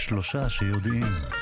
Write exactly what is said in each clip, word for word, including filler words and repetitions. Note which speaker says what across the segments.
Speaker 1: שלושה שיודעים.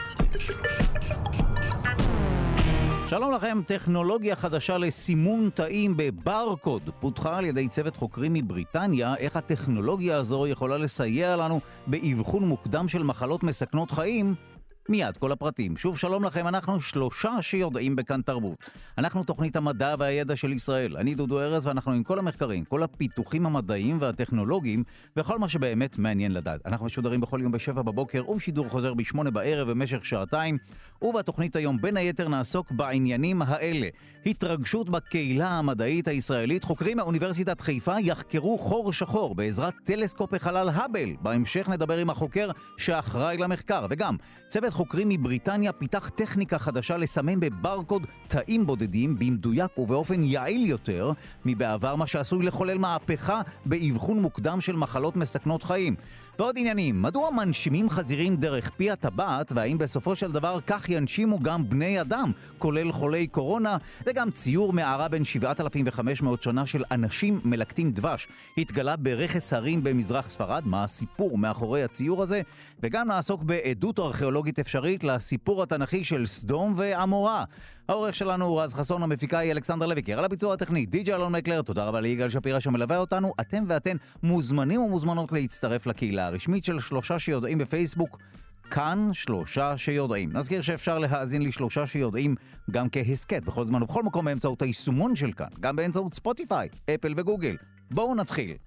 Speaker 1: שלום לכם, טכנולוגיה חדשה לסימון תאים בברקוד פותחה על ידי צוות חוקרים מבריטניה. איך הטכנולוגיה הזו יכולה לסייע לנו באבחון מוקדם של מחלות מסכנות חיים? מיד כל הפרטים. שוב שלום לכם, אנחנו שלושה שיודעים בכאן תרבות. אנחנו תוכנית המדע והידע של ישראל. אני דודו ארז ואנחנו עם כל המחקרים, כל הפיתוחים המדעיים והטכנולוגיים וכל מה שבאמת מעניין לדעת. אנחנו משודרים בכל יום בשבע בבוקר ובשידור חוזר בשמונה בערב במשך שעתיים. ובתוכנית היום בין היתר נעסוק בעניינים האלה. התרגשות בקהילה המדעית הישראלית. חוקרים מאוניברסיטת חיפה יחקרו חור שחור בעזרת טלסקופ החלל האבל. בהמשך נדבר עם החוקר שאחראי למחקר. וגם צוות חוקרים מבריטניה פיתח טכניקה חדשה לסמן בברקוד תאים בודדים במדויק ובאופן יעיל יותר מבעבר, מה שעשוי לחולל מהפכה באבחון מוקדם של מחלות מסכנות חיים. ועוד עניינים, מדוע מנשימים חזירים דרך פי הטבעת, והאם בסופו של דבר כך ינשימו גם בני אדם, כולל חולי קורונה, וגם ציור מערה בין שבעת אלפים וחמש מאות שנה של אנשים מלקטים דבש. התגלה ברכס הרים במזרח ספרד, מה הסיפור מאחורי הציור הזה, וגם נעסוק בעדות ארכיאולוגית אפשרית לסיפור התנ"כי של סדום ועמורה. העורך שלנו הוא רז חסון, המפיקה היא אלכסנדר לויקר, על הביצוע הטכני די ג'י אלון מקלר. תודה רבה ליגאל שפירא שמלווה אותנו. אתם ואתן מוזמנים ומוזמנות להצטרף לקהילה הרשמית של שלושה שיודעים בפייסבוק, כאן שלושה שיודעים. נזכיר שאפשר להאזין לשלושה שיודעים גם כהסקט בכל זמן ובכל מקום באמצעות היישומון של כאן, גם באמצעות ספוטיפיי, אפל וגוגל. בואו נתחיל.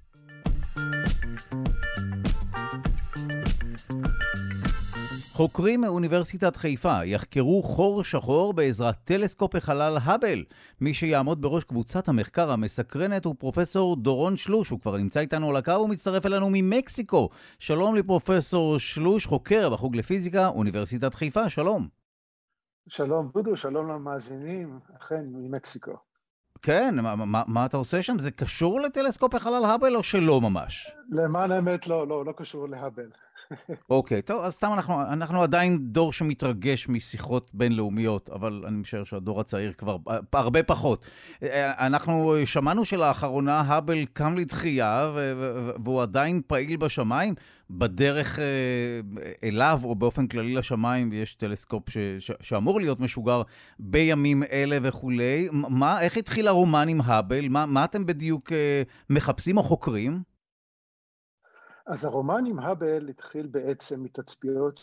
Speaker 1: חוקרים מאוניברסיטת חיפה יחקרו חור שחור בעזרת טלסקופ החלל האבל. מי שיעמוד בראש קבוצת המחקר המסקרנת הוא פרופסור דורון שלוש. הוא כבר נמצא איתנו על הקו ומצטרף אלינו ממקסיקו. שלום לפרופסור שלוש, חוקר בחוג לפיזיקה, אוניברסיטת חיפה. שלום.
Speaker 2: שלום דודו, שלום למאזינים, אכן ממקסיקו.
Speaker 1: כן, מה, מה, מה אתה עושה שם? זה קשור לטלסקופ החלל האבל או שלא ממש?
Speaker 2: למען האמת לא, לא, לא קשור להאבל.
Speaker 1: אוקיי, טוב, אז סתם אנחנו, אנחנו עדיין דור שמתרגש משיחות בינלאומיות, אבל אני משער שהדור הצעיר כבר הרבה פחות. אנחנו שמענו שלאחרונה האבל קם לתחייה, והוא עדיין פעיל בשמיים. בדרך אליו, או באופן כללי לשמיים, יש טלסקופ ש, ש, שאמור להיות משוגר בימים אלה וכולי. מה, איך התחיל הרומן עם האבל? מה, מה אתם בדיוק מחפשים או חוקרים?
Speaker 2: אז הרומן עם האבל התחיל בעצם מתצפיות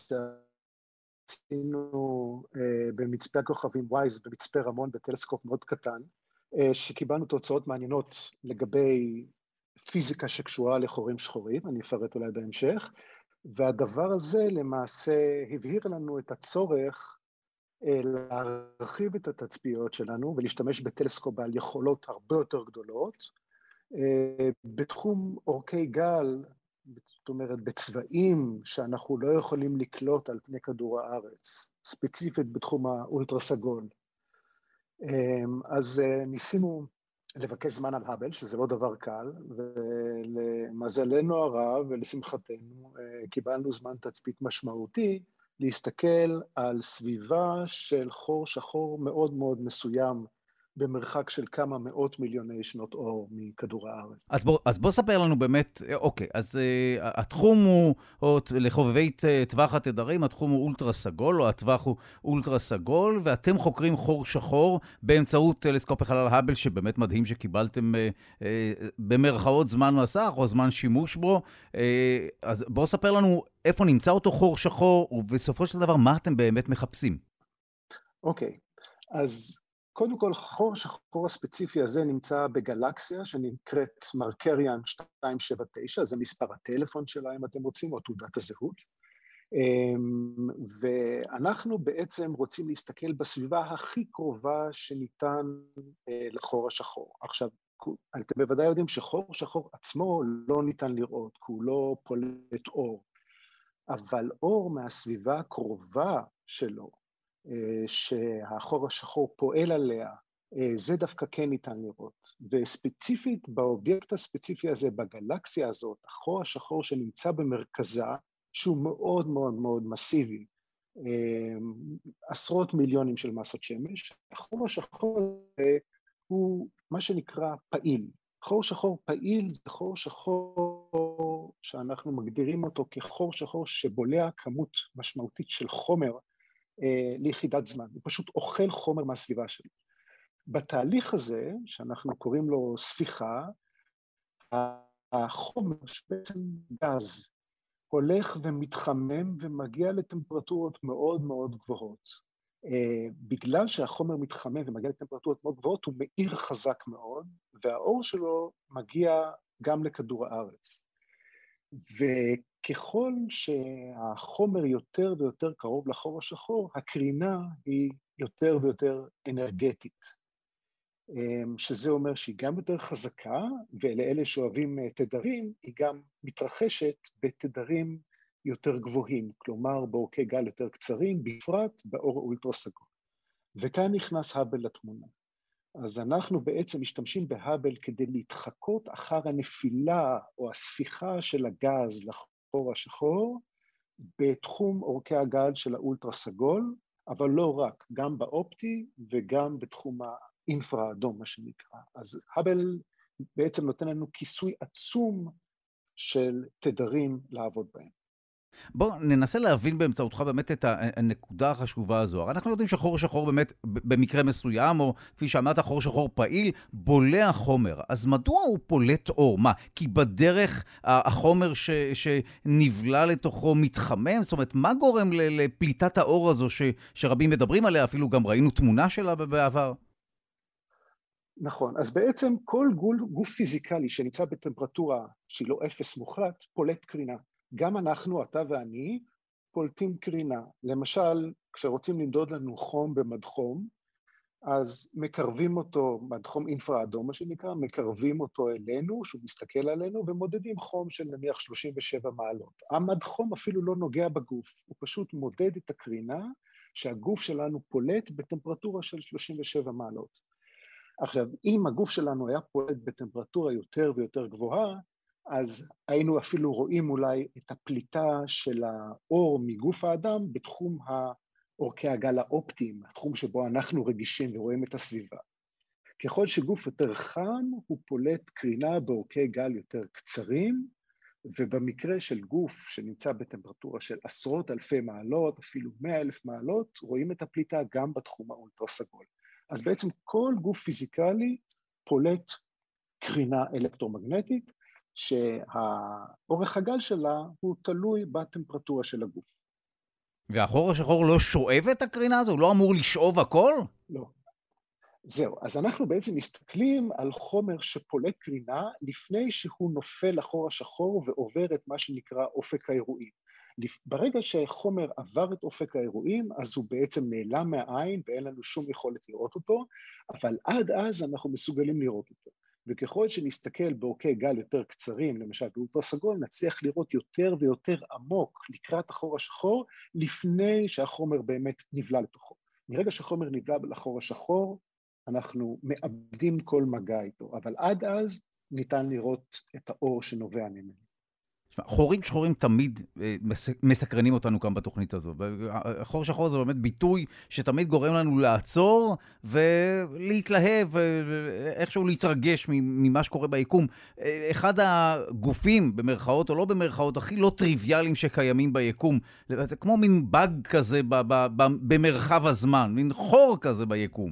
Speaker 2: שעשינו אה, במצפה הכוכבים ווייז, במצפה רמון, בטלסקופ מאוד קטן, אה, שקיבלנו תוצאות מעניינות לגבי פיזיקה שקשורה לחורים שחורים, אני אפרט אולי בהמשך, והדבר הזה למעשה הבהיר לנו את הצורך אה, להרחיב את התצפיות שלנו ולהשתמש בטלסקופ בעל יכולות הרבה יותר גדולות, אה, בתחום אורכי גל, זאת אומרת, בצבעים שאנחנו לא יכולים לקלוט על פני כדור הארץ, ספציפית בתחום האולטרה סגול. אז ניסינו לבקש זמן על האבל, שזה לא דבר קל, ולמזלנו הרב ולשמחתנו קיבלנו זמן תצפית משמעותי, להסתכל על סביבה של חור שחור מאוד מאוד מסוים, במרחק של כמה מאות מיליוני שנות אור מכדור הארץ.
Speaker 1: אז בוא, אז בוא ספר לנו באמת, אוקיי, אז uh, התחום הוא, או לחובבי טווח התדרים, התחום הוא אולטרה סגול, או הטווח הוא אולטרה סגול, ואתם חוקרים חור שחור באמצעות טלסקופ החלל האבל, שבאמת מדהים שקיבלתם uh, uh, במרכאות זמן מסך, או זמן שימוש בו. Uh, אז בוא ספר לנו איפה נמצא אותו חור שחור, ובסופו של דבר מה אתם באמת מחפשים.
Speaker 2: אוקיי, אז קודם כל, חור שחור הספציפי הזה נמצא בגלקסיה שנקראת מרקריאן שתיים שבע תשע, זה מספר הטלפון שלה אם אתם רוצים, או תעודת הזהות. ואנחנו בעצם רוצים להסתכל בסביבה הכי קרובה שניתן לחור השחור. עכשיו, אתם בוודאי יודעים שחור שחור עצמו לא ניתן לראות, כי הוא לא פולט אור. אבל אור מהסביבה הקרובה שלו, שהחור השחור פועל עליה, זה דווקא כן ניתן לראות. וספציפית באובייקט הספציפי הזה, בגלקסיה הזאת, החור השחור שנמצא במרכזה, שהוא מאוד מאוד מאוד מסיבי, עשרות מיליונים של מסות שמש, החור השחור הזה הוא מה שנקרא פעיל. חור שחור פעיל זה חור שחור שאנחנו מגדירים אותו כחור שחור שבולע כמות משמעותית של חומר אה, ליחידת זמן. הוא פשוט אוכל חומר מהסביבה שלו. בתהליך הזה, שאנחנו קוראים לו ספיחה, החומר שבעצם גז הולך ומתחמם ומגיע לטמפרטורות מאוד מאוד גבוהות. Uh, בגלל שהחומר מתחמם ומגיע לטמפרטורות מאוד גבוהות, הוא מאיר חזק מאוד, והאור שלו מגיע גם לכדור הארץ. וככל שהחומר יותר ויותר קרוב לחור השחור, הקרינה היא יותר ויותר אנרגטית. שזה אומר שהיא גם יותר חזקה, ולאלה שאוהבים תדרים, היא גם מתרחשת בתדרים יותר גבוהים, כלומר באורכי גל יותר קצרים, בפרט באור אולטרה סגול. וכאן נכנס האבל לתמונה. אז אנחנו בעצם משתמשים בהאבל כדי להתחקות אחר הנפילה או הספיחה של הגז לחור השחור, בתחום אורכי הגל של האולטרה סגול, אבל לא רק, גם באופטי וגם בתחום האינפרה אדום, מה שנקרא. אז האבל בעצם נותן לנו כיסוי עצום של תדרים לעבוד בהם.
Speaker 1: בואו ננסה להבין באמצעותך באמת את הנקודה החשובה הזו. אנחנו יודעים שחור שחור באמת במקרה מסוים, או כפי שאמרת, חור שחור פעיל, בולע חומר. אז מדוע הוא פולט אור? מה? כי בדרך החומר ש, שנבלה לתוכו מתחמם? זאת אומרת, מה גורם לפליטת האור הזו ש, שרבים מדברים עליה? אפילו גם ראינו תמונה שלה בעבר.
Speaker 2: נכון, אז בעצם כל גול, גוף פיזיקלי שנמצא בטמפרטורה שהיא לא אפס מוחלט, פולט קרינה. גם אנחנו, אתה ואני, פולטים קרינה. למשל, כשרוצים למדוד לנו חום במדחום, אז מקרבים אותו, מדחום אינפרה אדום, מה שנקרא, מקרבים אותו אלינו, שהוא מסתכל עלינו, ומודדים חום של נניח שלושים ושבע מעלות. המדחום אפילו לא נוגע בגוף, הוא פשוט מודד את הקרינה שהגוף שלנו פולט בטמפרטורה של שלושים ושבע מעלות. עכשיו, אם הגוף שלנו היה פולט בטמפרטורה יותר ויותר גבוהה, אז היינו אפילו רואים אולי את הפליטה של האור מגוף האדם בתחום אורכי הגל האופטיים, התחום שבו אנחנו רגישים ורואים את הסביבה. ככל שגוף יותר חם, הוא פולט קרינה באורכי גל יותר קצרים, ובמקרה של גוף שנמצא בטמפרטורה של עשרות אלפי מעלות, אפילו מאה אלף מעלות, רואים את הפליטה גם בתחום האולטרה סגול. אז בעצם כל גוף פיזיקלי פולט קרינה אלקטרומגנטית, שהאורך הגל שלה הוא תלוי בטמפרטורה של הגוף.
Speaker 1: והחור השחור לא שואב את הקרינה הזו? הוא לא אמור לשאוב הכל?
Speaker 2: לא. זהו, אז אנחנו בעצם מסתכלים על חומר שפולט קרינה לפני שהוא נופל לחור השחור ועובר את מה שנקרא אופק האירועים. ברגע שחומר עבר את אופק האירועים, אז הוא בעצם נעלם מהעין ואין לנו שום יכולת לראות אותו, אבל עד אז אנחנו מסוגלים לראות אותו. וככל שנסתכל באורכי גל יותר קצרים, למשל באולטרה סגול, נצליח לראות יותר ויותר עמוק לקראת החור השחור, לפני שהחומר באמת נבלע לתוכו. מרגע שהחומר נבלע לחור השחור, אנחנו מאבדים כל מגע איתו, אבל עד אז ניתן לראות את האור שנובע ממנו.
Speaker 1: חורים שחורים תמיד מסקרנים אותנו כאן בתוכנית הזו. חור שחור זה באמת ביטוי שתמיד גורם לנו לעצור ולהתלהב, ואיכשהו להתרגש ממה שקורה ביקום. אחד הגופים, במרכאות או לא במרכאות, הכי לא טריוויאליים שקיימים ביקום, זה כמו מין באג כזה במרחב הזמן, מין חור כזה ביקום.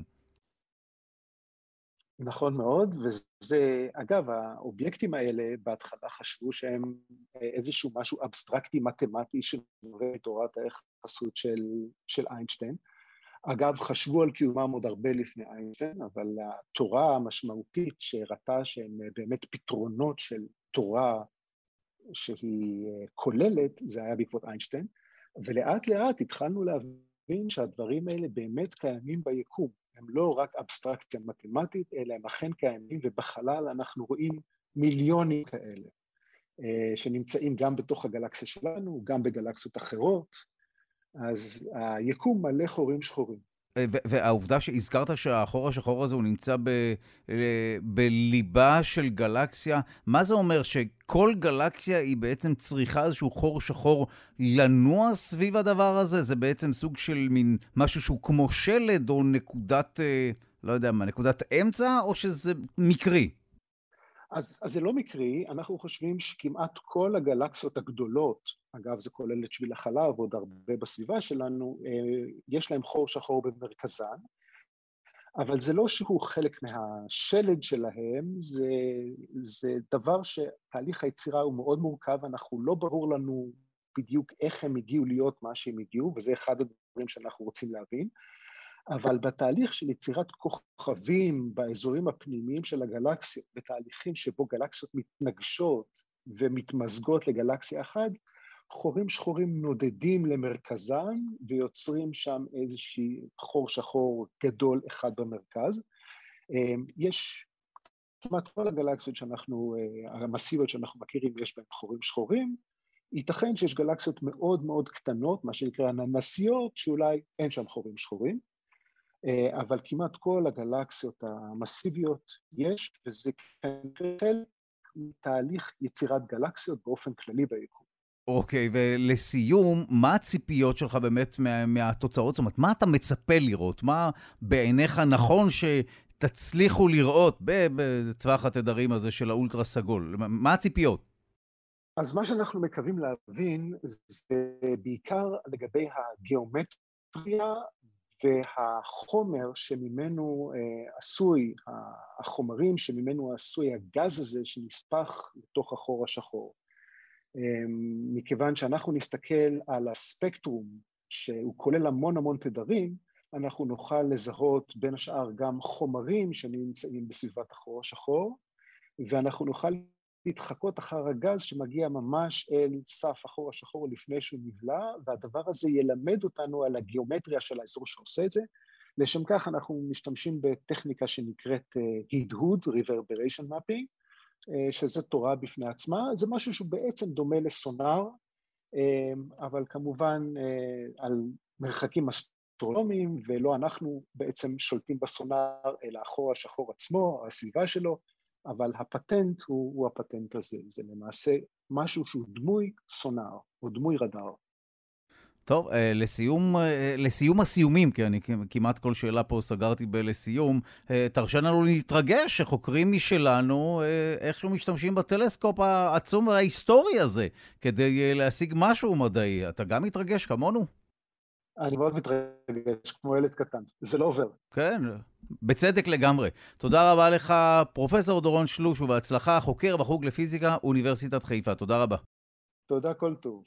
Speaker 2: נכון מאוד, וזה, אגב, האובייקטים האלה בהתחלה חשבו שהם איזשהו משהו אבסטרקטי מתמטי שנובע מתורת היחסות של, של איינשטיין. אגב, חשבו על קיומם עוד הרבה לפני איינשטיין, אבל התורה המשמעותית שהראתה שהם באמת פתרונות של תורה שהיא כוללת, זה היה בעקבות איינשטיין, ולאט לאט התחלנו להבין שהדברים האלה באמת קיימים ביקום. הם לא רק אבסטרקציה מתמטית, אלא הם אכן קיימים, ובחלל אנחנו רואים מיליונים כאלה, שנמצאים גם בתוך הגלקסיה שלנו, גם בגלקסיות אחרות, אז היקום מלא חורים שחורים.
Speaker 1: והעובדה שהזכרת שהחור השחור הזה הוא נמצא ב- בליבה של גלקסיה, מה זה אומר? שכל גלקסיה היא בעצם צריכה איזשהו חור שחור לנוע סביב הדבר הזה? זה בעצם סוג של מין משהו שהוא כמו שלד או נקודת, לא יודע מה, נקודת אמצע, או שזה מקרי?
Speaker 2: אז, אז זה לא מקרי, אנחנו חושבים שכמעט כל הגלקסיות הגדולות, אגב זה כולל את שביל החלב ועוד הרבה בסביבה שלנו, יש להם חור שחור במרכזן, אבל זה לא שהוא חלק מהשלד שלהם, זה, זה דבר שתהליך היצירה הוא מאוד מורכב, אנחנו לא ברור לנו בדיוק איך הם הגיעו להיות מה שהם הגיעו, וזה אחד הדברים שאנחנו רוצים להבין, אבל בתהליך של יצירת כוכבים באזורים הפנימיים של הגלקסיות, בתהליכים שבו גלקסיות מתנגשות ומתמזגות לגלקסיה אחת, חורים שחורים נודדים למרכזן ויוצרים שם איזושהי חור שחור גדול אחד במרכז. יש כמעט כל הגלקסיות שאנחנו, המסיביות שאנחנו מכירים, יש בהן חורים שחורים, ייתכן שיש גלקסיות מאוד מאוד קטנות, מה שנקרא ננסיות, שאולי אין שם חורים שחורים, אבל כמעט כל הגלקסיות המסיביות יש, וזה חלק מתהליך יצירת גלקסיות באופן כללי ביקום.
Speaker 1: אוקיי, ולסיום, מה הציפיות שלך באמת מה, מהתוצאות? זאת אומרת, מה אתה מצפה לראות? מה בעיניך נכון שתצליחו לראות בטווח התדרים הזה של האולטרה סגול? מה הציפיות?
Speaker 2: אז מה שאנחנו מקווים להבין זה בעיקר לגבי הגיאומטריה והחומר שממנו אה, עשוי, החומרים שממנו עשוי הגז הזה שנספח לתוך החור השחור. אה, מכיוון שאנחנו נסתכל על הספקטרום שהוא כולל המון המון תדרים, אנחנו נוכל לזהות בין השאר גם חומרים שנמצאים בסביבת החור השחור, ואנחנו נוכל להתחקות אחר הגז שמגיע ממש אל סף החור השחור לפני שהוא נבלע, והדבר הזה ילמד אותנו על הגיאומטריה של האזור שעושה את זה. לשם כך אנחנו משתמשים בטכניקה שנקראת הדהוד, reverberation mapping, שזה תורה בפני עצמה. זה משהו שהוא בעצם דומה לסונאר, אבל כמובן על מרחקים אסטרונומיים, ולא אנחנו בעצם שולטים בסונאר, אלא החור השחור עצמו, הסביבה שלו, אבל הפטנט הוא, הוא הפטנט הזה, זה למעשה משהו שהוא דמוי סונאר, או דמוי רדאר.
Speaker 1: טוב, לסיום, לסיום הסיומים, כי אני כמעט כל שאלה פה סגרתי בלסיום, תרשה לנו להתרגש שחוקרים משלנו איכשהו משתמשים בטלסקופ העצום וההיסטורי הזה, כדי להשיג משהו מדעי. אתה גם מתרגש כמונו?
Speaker 2: אני מאוד מתרגש, כמו ילד קטן, זה לא עובר.
Speaker 1: כן, בצדק לגמרי. תודה רבה לך, פרופסור דורון שלוש, ובהצלחה, חוקר בחוג לפיזיקה, אוניברסיטת חיפה. תודה רבה.
Speaker 2: תודה, כל טוב.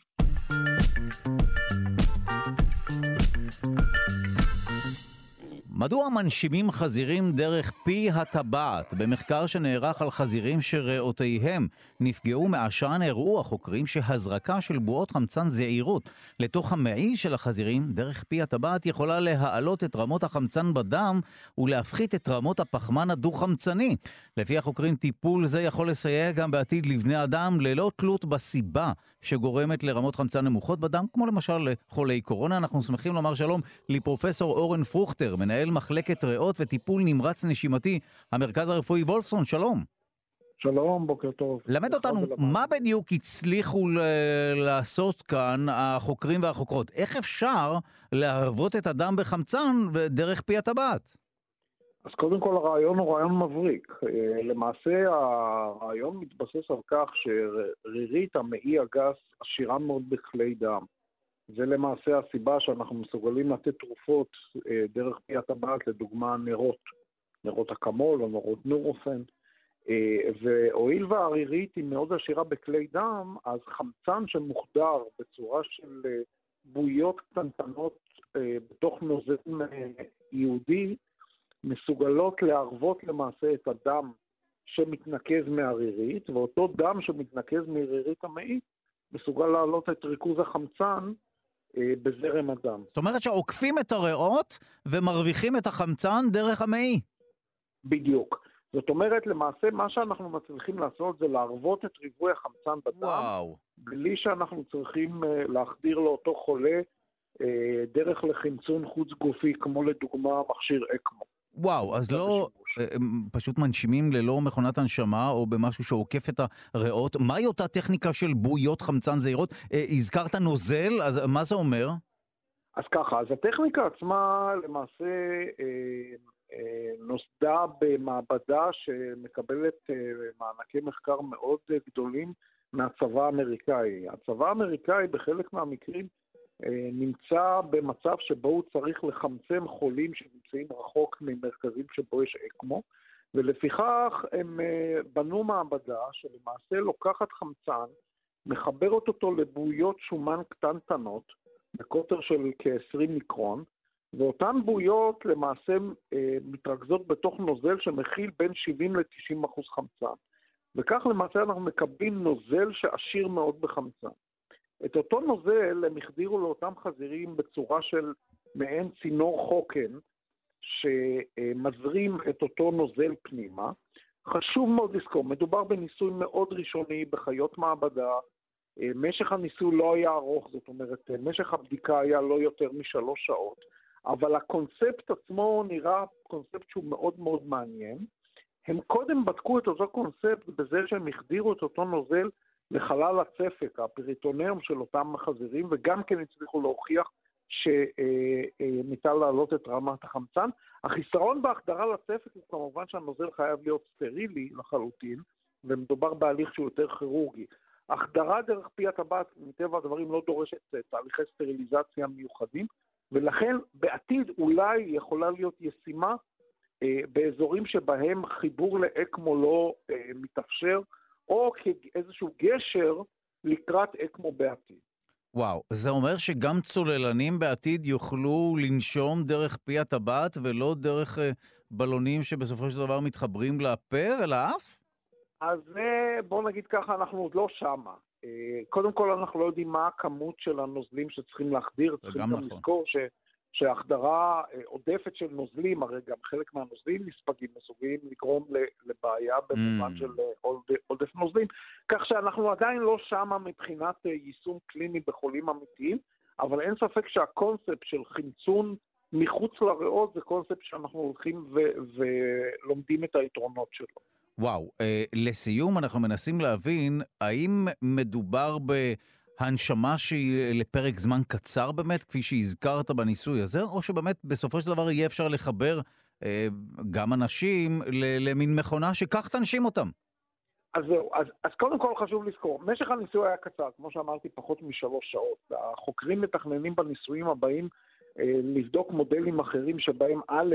Speaker 1: מדוע מנשימים חזירים דרך פי הטבעת? במחקר שנערך על חזירים שריאותיהם נפגעו מעשן, הראו החוקרים שהזרקה של בועות חמצן זעירות לתוך המעי של החזירים דרך פי הטבעת יכולה להעלות את רמות החמצן בדם ולהפחית את רמות הפחמן הדו-חמצני. לפי החוקרים, טיפול זה יכול לסייע גם בעתיד לבני אדם ללא תלות בסיבה שגורמת לרמות חמצן נמוכות בדם, כמו למשל לחולי קורונה. אנחנו שמחים לומר שלום לפרופסור אורן פרוכטר, מנהל מחלקת ריאות וטיפול נמרץ נשימתי, המרכז הרפואי וולפסון. שלום.
Speaker 3: שלום, בוקר טוב.
Speaker 1: למד אותנו, מה בדיוק הצליחו לעשות כאן החוקרים והחוקרות? איך אפשר להרוות את הדם בחמצן דרך פי הטבעת?
Speaker 3: אז קודם כל הרעיון הוא רעיון מבריק. למעשה הרעיון מתבסס על כך שרירית המעי הגס עשירה מאוד בכלי דם. זה למעשה הסיבה שאנחנו מסוגלים לתת תרופות דרך פי הטבעת, לדוגמה נרות, נרות אקמול או נרות נורופן. והואיל והרירית היא מאוד עשירה בכלי דם, אז חמצן שמוחדר בצורה של בויות קטנטנות בתוך נוזל יהודי, מסוגלות להרוות למעשה את הדם שמתנקז מהרירית, ואותו דם שמתנקז מרירית המעי מסוגל להעלות את ריכוז החמצן אה, בזרם הדם.
Speaker 1: זאת אומרת שעוקפים את הריאות ומרוויחים את החמצן דרך המעי.
Speaker 3: בדיוק. זאת אומרת, למעשה מה שאנחנו מצליחים לעשות זה להרוות את ריבוי החמצן בדם,
Speaker 1: וואו.
Speaker 3: בלי שאנחנו צריכים אה, להחדיר לאותו חולה אה, דרך לחמצון חוץ גופי, כמו לדוגמה מכשיר אקמו.
Speaker 1: וואו, אז לא, פשוט מנשימים ללא מכונת הנשמה או במשהו שעוקף את הריאות. מהי אותה טכניקה של בויות חמצן זעירות? הזכרת נוזל, אז מה זה אומר?
Speaker 3: אז ככה, אז הטכניקה עצמה למעשה אה, אה, נוסדה במעבדה שמקבלת מענקי מחקר מאוד גדולים מהצבא האמריקאי. הצבא האמריקאי בחלק מהמקרים נמצא במצב שבו הוא צריך לחמצם חולים שנמצאים רחוק ממרכזים שבו יש אקמו, ולפיכך הם בנו מעבדה שלמעשה לוקחת חמצן, מחברת אותו לבועיות שומן קטנטנות, בקוטר של כ-עשרים מיקרון, ואותן בועיות למעשה מתרכזות בתוך נוזל שמכיל בין שבעים ל-תשעים אחוז חמצן. וכך למעשה אנחנו מקבלים נוזל שעשיר מאוד בחמצן. את אותו נוזל הם החדירו לאותם חזירים בצורה של מעין צינור חוקן, שמזרים את אותו נוזל פנימה. חשוב מאוד לזכור, מדובר בניסוי מאוד ראשוני בחיות מעבדה, משך הניסוי לא היה ארוך, זאת אומרת, משך הבדיקה היה לא יותר משלוש שעות, אבל הקונספט עצמו נראה קונספט שהוא מאוד מאוד מעניין. הם קודם בדקו את אותו קונספט בזה שהם החדירו את אותו נוזל לחלל הצפק, הפריטונאום של אותם חזירים, וגם כן הצליחו להוכיח שניתן להעלות את רמת החמצן. החיסרון בהחדרה לצפק הוא כמובן שהנוזל חייב להיות סטרילי לחלוטין, ומדובר בהליך שהוא יותר כירורגי. החדרה דרך פי הטבעת מטבע הדברים לא דורשת תהליכי סטריליזציה מיוחדים, ולכן בעתיד אולי יכולה להיות ישימה אה, באזורים שבהם חיבור לאקמו לא אה, מתאפשר, או כאיזשהו גשר לקראת אקמו בעתיד.
Speaker 1: וואו, זה אומר שגם צוללנים בעתיד יוכלו לנשום דרך פי הטבעת ולא דרך אה, בלונים שבסופו של דבר מתחברים לפה ולאף?
Speaker 3: אז בוא נגיד ככה, אנחנו עוד לא שמה. קודם כל אנחנו לא יודעים מה הכמות של הנוזלים שצריכים להחדיר. צריכים גם נכון. לזכור ש, שהחדרה עודפת של נוזלים, הרי גם חלק מהנוזלים נספגים, מסוגלים לגרום לבעיה במובן mm. של עודף נוזלים. כך שאנחנו עדיין לא שמה מבחינת יישום קליני בחולים אמיתיים, אבל אין ספק שהקונספט של חמצון מחוץ לריאות זה קונספט שאנחנו הולכים ו- ולומדים את היתרונות שלו.
Speaker 1: וואו, אה, לסיום אנחנו מנסים להבין האם מדובר בהנשמה שהיא לפרק זמן קצר באמת, כפי שהזכרת בניסוי הזה, או שבאמת בסופו של דבר יהיה אפשר לחבר אה, גם אנשים ל- למין מכונה שכך תנשים אותם.
Speaker 3: אז זהו, אז, אז קודם כל חשוב לזכור, משך הניסוי היה קצר, כמו שאמרתי, פחות משלוש שעות. החוקרים מתכננים בניסויים הבאים אה, לבדוק מודלים אחרים שבהם א',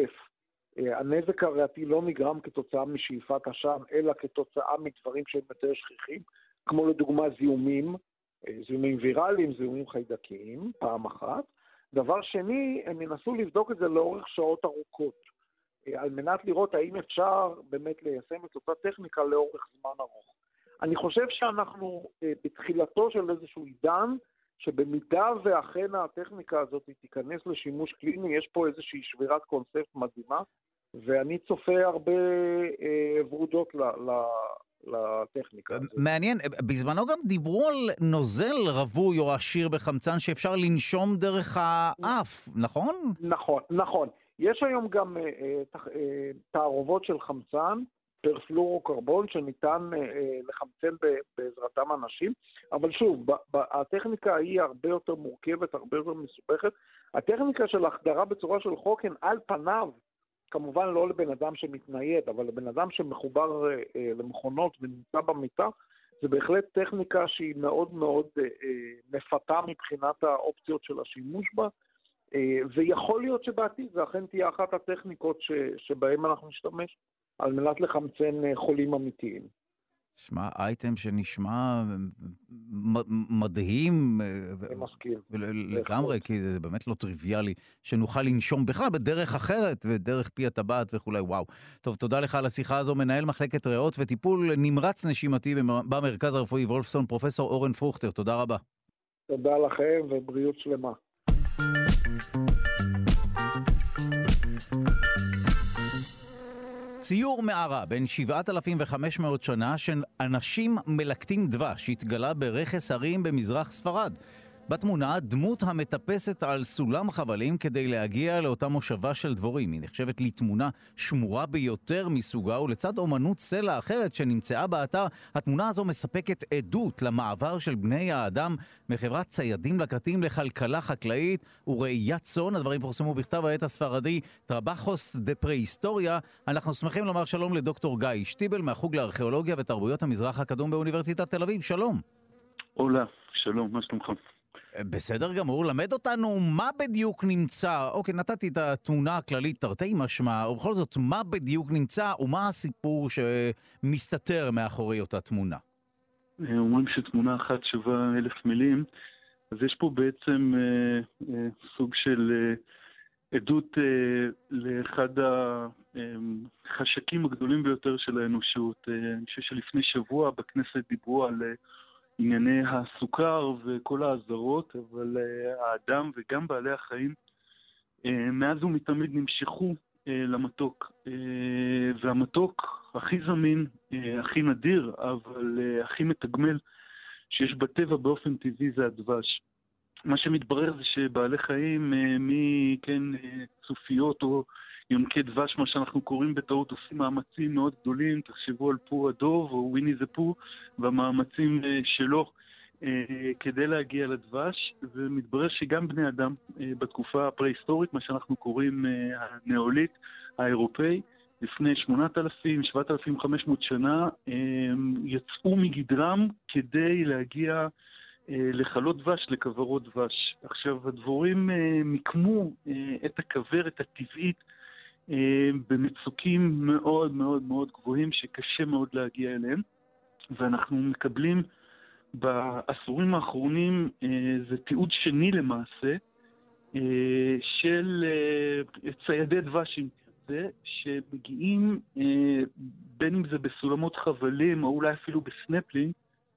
Speaker 3: הנזק הריאתי לא נגרם כתוצאה משאיפת עשן, אלא כתוצאה מדברים שהם יותר שכיחים, כמו לדוגמה זיהומים, זיהומים ויראליים, זיהומים חיידקיים, פעם אחת. דבר שני, הם ינסו לבדוק את זה לאורך שעות ארוכות, על מנת לראות האם אפשר באמת ליישם את אותה טכניקה לאורך זמן ארוך. אני חושב שאנחנו בתחילתו של איזשהו עידן, שבמידה ואכן הטכניקה הזאת תיכנס לשימוש קליני, יש פה איזושהי שבירת קונספט מדהימה, ואני צופה הרבה אה, ורודות ל, ל, לטכניקה הזאת.
Speaker 1: מעניין, בזמנו גם דיברו על נוזל רווי או עשיר בחמצן שאפשר לנשום דרך האף, נכון?
Speaker 3: נכון, נכון. יש היום גם אה, אה, תערובות של חמצן, פרפלורוקרבון, שניתן אה, לחמצן בעזרתם אנשים, אבל שוב, ב- ב- הטכניקה היא הרבה יותר מורכבת, הרבה יותר מסובכת. הטכניקה של החדרה בצורה של חוקן, על פניו, כמובן לא לבן אדם שמתנייד, אבל לבן אדם שמחובר אה, אה, למכונות ונמצא במיטה, זה בהחלט טכניקה שהיא מאוד מאוד אה, אה, מפתה מבחינת האופציות של השימוש בה, אה, ויכול להיות שבעתיד זה אכן תהיה אחת הטכניקות ש- שבהם אנחנו נשתמש. על מנת לחמצן חולים אמיתיים.
Speaker 1: שמע, אייטם שנשמע מדהים.
Speaker 3: מסכים.
Speaker 1: לגמרי, כי זה באמת לא טריוויאלי, שנוכל לנשום בכלל בדרך אחרת, ודרך פי הטבעת וכולי, וואו. טוב, תודה לך על השיחה הזו, מנהל מחלקת ריאות וטיפול נמרץ נשימתי במרכז הרפואי וולפסון, פרופסור אורן פרוכטר, תודה רבה.
Speaker 3: תודה לכם ובריאות שלמה.
Speaker 1: ציור מערה בין שבעת אלפים וחמש מאות שנה של אנשים מלקטים דבש שהתגלה ברכס הרים במזרח ספרד. בתמונה דמות המטפסת על סולם חבלים כדי להגיע לאותה מושבה של דבורים. היא נחשבת לתמונה שמורה ביותר מסוגה, ולצד אומנות סלע אחרת שנמצאה באתר, התמונה הזו מספקת עדות למעבר של בני האדם מחברת ציידים לקטים לכלכלה חקלאית וראיית צאן. הדברים פורסמו בכתב העת הספרדי טרבחוס דה פרה-היסטוריה. אנחנו שמחים לומר שלום לדוקטור גיא שטיבל מהחוג לארכיאולוגיה ותרבויות המזרח הקדום באוניברסיטת תל אביב. שלום.
Speaker 4: אולה, שלום, מה שלומך?
Speaker 1: בסדר גמור, למד אותנו מה בדיוק נמצא. אוקיי, נתתי את התמונה הכללית תרתי משמע, ובכל זאת, מה בדיוק נמצא ומה הסיפור שמסתתר מאחורי אותה תמונה?
Speaker 4: אומרים שתמונה אחת שווה אלף מילים, אז יש פה בעצם אה, אה, סוג של אה, עדות אה, לאחד החשקים הגדולים ביותר של האנושות. אה, אני חושב שלפני שבוע בכנסת דיברו על אה, ענייני הסוכר וכל העזרות, אבל uh, האדם וגם בעלי החיים uh, מאז ומתמיד נמשכו uh, למתוק. Uh, והמתוק הכי זמין, uh, הכי נדיר, אבל uh, הכי מתגמל שיש בטבע באופן טבעי זה הדבש. מה שמתברר זה שבעלי חיים, uh, מי כן uh, צופיות או יונקי דבש, מה שאנחנו קוראים בטעות, עושים מאמצים מאוד גדולים. תחשבו על פור הדוב או וויני זה פור והמאמצים שלו כדי להגיע לדבש, ומתברר שגם בני אדם בתקופה הפרה-היסטורית, מה שאנחנו קוראים הנאוליט האירופאי, לפני שמונת אלפים, שבעת אלפים וחמש מאות שנה, יצאו מגדרם כדי להגיע לחלות דבש, לכוורות דבש. עכשיו, הדבורים מיקמו את הכוורת הטבעית במצוקים מאוד מאוד מאוד גבוהים שקשה מאוד להגיע אליהם, ואנחנו מקבלים בעשורים האחרונים, זה תיעוד שני למעשה, של ציידי דבשים שמגיעים בין אם זה בסולמות חבלים או אולי אפילו בסנפלינג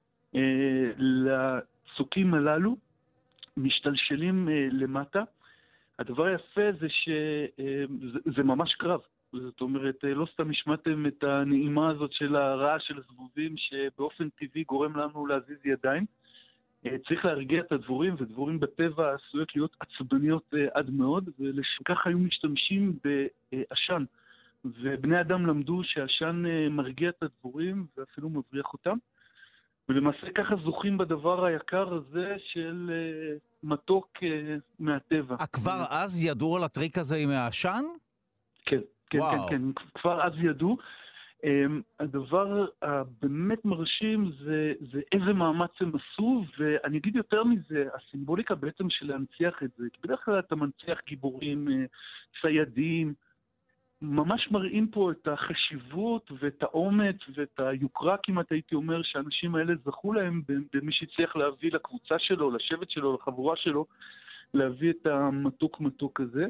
Speaker 4: לצוקים הללו, משתלשלים למטה. הדבר היפה זה שזה ממש קרב. זאת אומרת, לא סתם השמעתם את הנעימה הזאת של הרעש של הזבובים שבאופן טבעי גורם לנו להזיז ידיים. צריך להרגיע את הדבורים, ודבורים בטבע עשויות להיות עצבניות עד מאוד, ולשכך היו משתמשים בעשן. ובני אדם למדו שהעשן מרגיע את הדבורים ואפילו מבריח אותם. ולמעשה ככה זוכים בדבר היקר הזה של מתוק מהטבע.
Speaker 1: כבר אז ידעו על הטריק הזה עם העשן?
Speaker 4: כן, כן, כן, כן, כבר אז ידעו. הדבר הבאמת מרשים זה, זה איזה מאמץ הם עשו, ואני אגיד יותר מזה, הסימבוליקה בעצם של להנציח את זה, כי בדרך כלל אתה מנציח גיבורים, ציידים, ממש מראים פה את החשיבות ואת האומץ ואת היוקרה כמעט הייתי אומר שהאנשים האלה זכו להם במי שצריך להביא לקבוצה שלו, לשבט שלו, לחבורה שלו, להביא את המתוק מתוק הזה.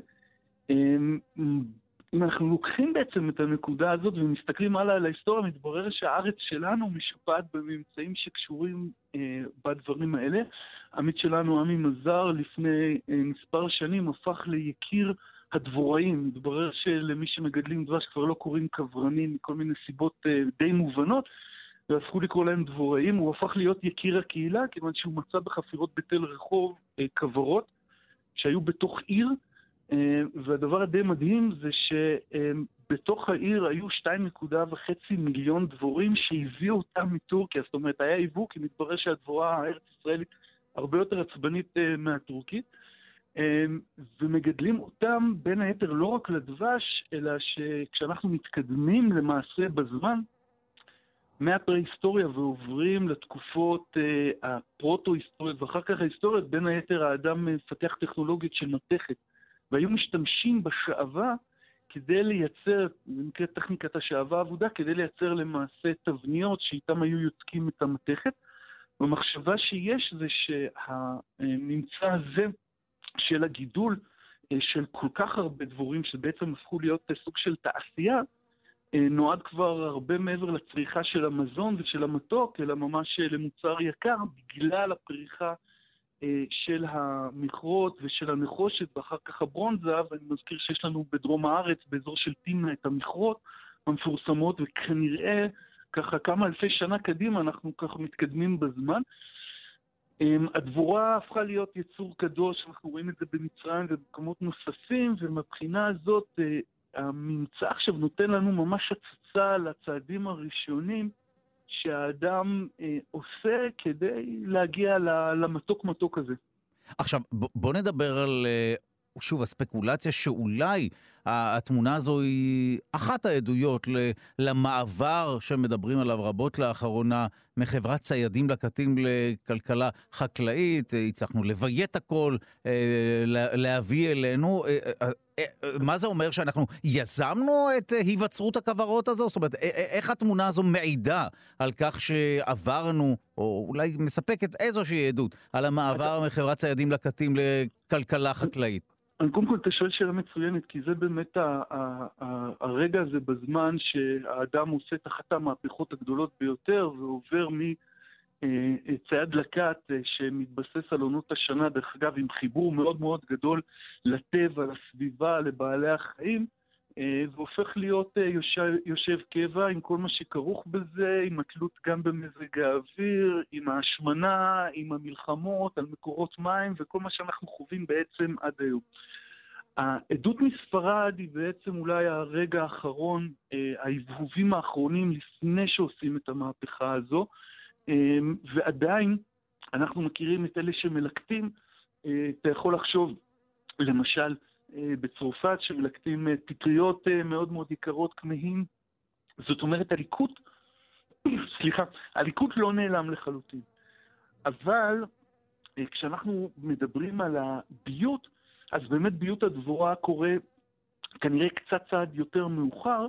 Speaker 4: אנחנו לוקחים בעצם את הנקודה הזאת ומסתכלים הלאה על ההיסטוריה, מתברר שהארץ שלנו משופעת בממצאים שקשורים אה, בדברים האלה. עמית שלנו, עמי מזר, לפני אה, מספר שנים הפך ליקיר הדבוראים. מתברר שלמי שמגדלים דבש כבר לא קוראים קברנים מכל מיני סיבות אה, די מובנות, והפכו לקרוא להם דבוראים. הוא הפך להיות יקיר הקהילה, כיוון שהוא מצא בחפירות בתל רחוב אה, כוורות שהיו בתוך עיר, והדבר הדי מדהים זה שבתוך העיר היו שתיים נקודה וחמש מיליון דבורים שהביאו אותם מטורקיה. זאת אומרת, היה עיווק, כי מתברר שהדבורה הארץ ישראלית הרבה יותר עצבנית מהטורקית, ומגדלים אותם בין היתר לא רק לדבש, אלא שכשאנחנו מתקדמים למעשה בזמן, מהפרה-היסטוריה ועוברים לתקופות הפרוטו-היסטוריות ואחר כך ההיסטוריות, בין היתר האדם מפתח טכנולוגיות של מתכת, והיו משתמשים בשעבה כדי לייצר, נקראת טכניקת השעבה עבודה, כדי לייצר למעשה תבניות שאיתם היו יוצקים את המתכת. והמחשבה שיש זה שהממצא הזה של הגידול של כל כך הרבה דבורים שבעצם הפכו להיות סוג של תעשייה, נועד כבר הרבה מעבר לצריכה של המזון ושל המתוק, אלא ממש למוצר יקר בגלל הפריחה של המכרות ושל הנחושת ואחר כך הברונזה. ואני מזכיר שיש לנו בדרום הארץ, באזור של תימנה, את המכרות המפורסמות, וכנראה ככה כמה אלפי שנה קדימה אנחנו ככה מתקדמים בזמן. הדבורה הפכה להיות יצור קדוש, אנחנו רואים את זה במצרים ובמקומות נוספים, ומבחינה הזאת הממצא עכשיו נותן לנו ממש הצצה לצעדים הראשונים שהאדם עושה כדי להגיע למתוק מתוק הזה.
Speaker 1: עכשיו, בוא נדבר על, שוב, הספקולציה שאולי התמונה הזו היא אחת העדויות למעבר שמדברים עליו רבות לאחרונה מחברת ציידים לקטים לכלכלה חקלאית. הצלחנו לביית הכל, להביא אלינו. מה זה אומר, שאנחנו יזמנו את היווצרות הכוורות הזו? זאת אומרת, איך התמונה הזו מעידה על כך שעברנו, או אולי מספקת איזושהי עדות, על המעבר מחברת ציידים לקטים לכלכלה חקלאית?
Speaker 4: אני קודם כל אתה שואל שאלה מצוינת, כי זה באמת ה- ה- ה- הרגע הזה בזמן שהאדם עושה את אחת המהפכות הגדולות ביותר, ועובר מצייד לקט שמתבסס על עונות השנה, דרך אגב עם חיבור מאוד מאוד גדול לטבע, לסביבה, לבעלי החיים, והופך להיות יושב, יושב קבע עם כל מה שכרוך בזה, עם התלות גם במזג האוויר, עם ההשמנה, עם המלחמות על מקורות מים וכל מה שאנחנו חווים בעצם עד היום. העדות מספרד היא בעצם אולי הרגע האחרון, ההבהובים האחרונים לפני שעושים את המהפכה הזו, ועדיין אנחנו מכירים את אלה שמלקטים. אתה יכול לחשוב למשל בצרפת שמלקטים פטריות מאוד מאוד יקרות כמהים, זאת אומרת הליקוט, סליחה, הליקוט לא נעלם לחלוטין. אבל כשאנחנו מדברים על הביות, אז באמת ביות הדבורה קורה כנראה קצת צעד יותר מאוחר,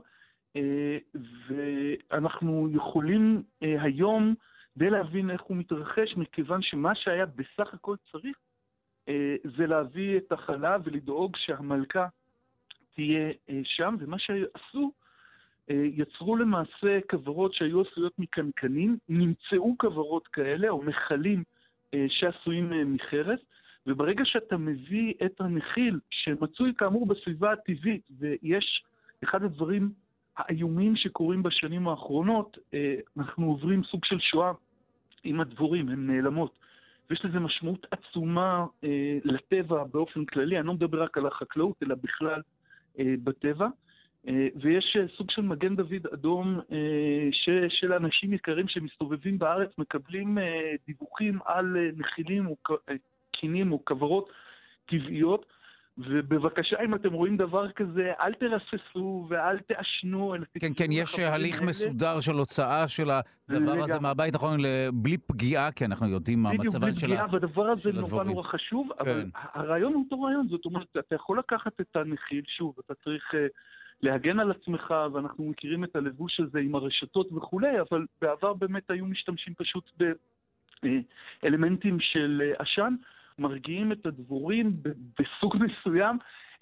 Speaker 4: ואנחנו יכולים היום די להבין איך הוא מתרחש, מכיוון שמה שהיה בסך הכל צריך, זה להביא את החלב ולדאוג שהמלכה תהיה שם, ומה שעשו, יצרו למעשה כוורות שהיו עשויות מקנקנים, נמצאו כוורות כאלה או מחלים שעשויים מחרס, וברגע שאתה מביא את הנחיל שמצוי כאמור בסביבה הטבעית, ויש אחד הדברים האיומים שקורים בשנים האחרונות, אנחנו עוברים סוג של שואה עם הדבורים, הן נעלמות. ויש לזה משמעות עצומה אה, לטבע באופן כללי, אני לא מדבר רק על החקלאות, אלא בכלל אה, בטבע. אה, ויש אה, סוג של מגן דוד אדום אה, ש, של אנשים יקרים שמסתובבים בארץ, מקבלים אה, דיווחים על אה, נחילים או אה, קינים או כוורות טבעיות, ובבקשה, אם אתם רואים דבר כזה, אל תרססו ואל תאשנו.
Speaker 1: כן, כן, יש הליך מסודר של הוצאה של הדבר הזה מהבית, נכון, בלי פגיעה, כי אנחנו יודעים מה המצבן של הדבורים.
Speaker 4: בדיוק, בלי פגיעה, והדבר הזה נורא נורא חשוב, אבל הרעיון הוא אותו רעיון, זאת אומרת, אתה יכול לקחת את הנחיל, שוב, אתה צריך להגן על עצמך, ואנחנו מכירים את הלבוש הזה עם הרשתות וכו', אבל בעבר באמת היו משתמשים פשוט באלמנטים של עשן, מרגיעים את הדבורים בסוג מסוים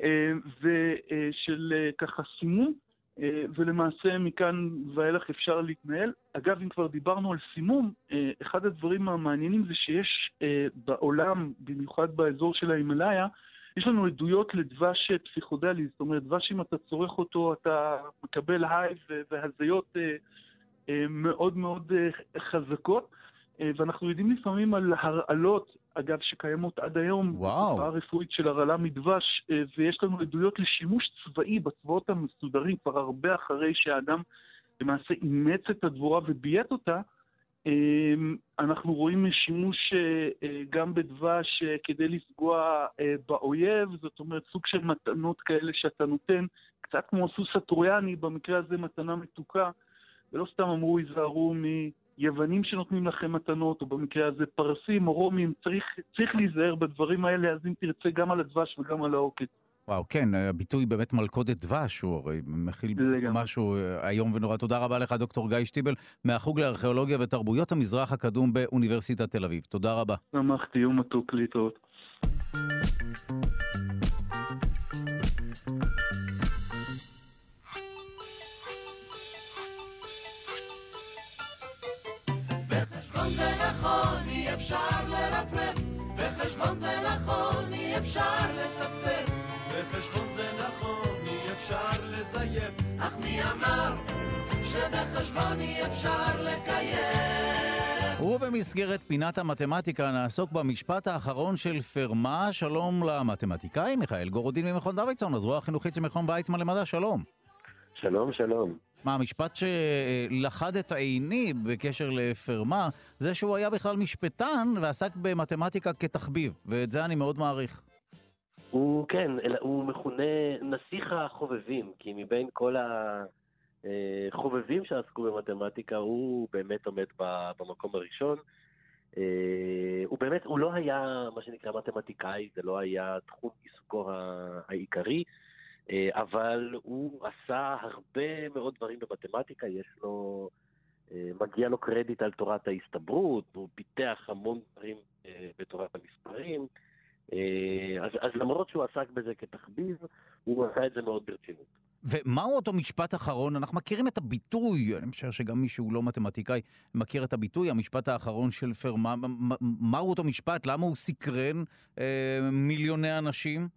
Speaker 4: ושל ככה סימון, ולמעשה מכאן ואילך אפשר להתנהל. אגב, אם כבר דיברנו על סימום, אחד הדברים המעניינים זה שיש בעולם, במיוחד באזור של ההימאליה, יש לנו עדויות לדבש פסיכודלי, זאת אומרת, דבש אם אתה צורך אותו, אתה מקבל היי והזיות מאוד מאוד חזקות, ואנחנו יודעים לפעמים על הרעלות, אגב, שקיימות עד היום, תופעה רפואית של הרעלה מדבש, ויש לנו עדויות לשימוש צבאי בצבאות המסודרים, כבר הרבה אחרי שהאדם למעשה אימץ את הדבורה וביית אותה, אנחנו רואים שימוש גם בדבש כדי לפגוע באויב, זאת אומרת סוג של מתנות כאלה שאתה נותן, קצת כמו הסוס הטרויאני, במקרה הזה מתנה מתוקה, ולא סתם אמרו ייזהרו מיוונים שנותנים לכם מתנות, או במקרה הזה פרסים או רומים, צריך, צריך להיזהר בדברים האלה, אז אם תרצה גם על הדבש וגם על העוקץ.
Speaker 1: וואו, כן, הביטוי באמת מלכודת דבש, הוא הרי מכיל משהו היום ונורא. תודה רבה לך, דוקטור גיא שטיבל, מהחוג לארכיאולוגיה ותרבויות המזרח הקדום באוניברסיטת תל אביב. תודה רבה.
Speaker 4: שמחתי, יום מתוק להתראות.
Speaker 5: בחשבון זה נכון, אי אפשר לרפרף, בחשבון זה נכון, אי אפשר לצפצף, בחשבון זה נכון, אי אפשר לזייף, אך מי אמר שבחשבון אי אפשר לקיים?
Speaker 1: ובמסגרת פינת המתמטיקה נעסוק במשפט האחרון של פרמה. שלום למתמטיקאי מיכאל גורודין ממכון דוידסון, הזרוע החינוכית של מכון ויצמן למדע. שלום.
Speaker 6: שלום, שלום.
Speaker 1: מה, המשפט שלחד את עיני בקשר לפרמה, זה שהוא היה בכלל משפטן ועסק במתמטיקה כתחביב, ואת זה אני מאוד מעריך.
Speaker 6: הוא, כן, הוא מכונה נסיך החובבים, כי מבין כל החובבים שעסקו במתמטיקה, הוא באמת עומד במקום הראשון. הוא באמת, הוא לא היה, מה שנקרא, מתמטיקאי, זה לא היה תחום עיסוקו העיקרי, אבל הוא עשה הרבה מאוד דברים במתמטיקה, יש לו, מגיע לו קרדיט על תורת ההסתברות, הוא פיתח המון דברים בתורת המספרים, אז, אז למרות שהוא עסק בזה כתחביב, הוא עשה את זה מאוד ברצינות.
Speaker 1: ומהו אותו משפט אחרון? אנחנו מכירים את הביטוי, אני חושב שגם מי שהוא לא מתמטיקאי מכיר את הביטוי, המשפט האחרון של פרמה. מהו אותו משפט? למה הוא סקרן אה, מיליוני אנשים?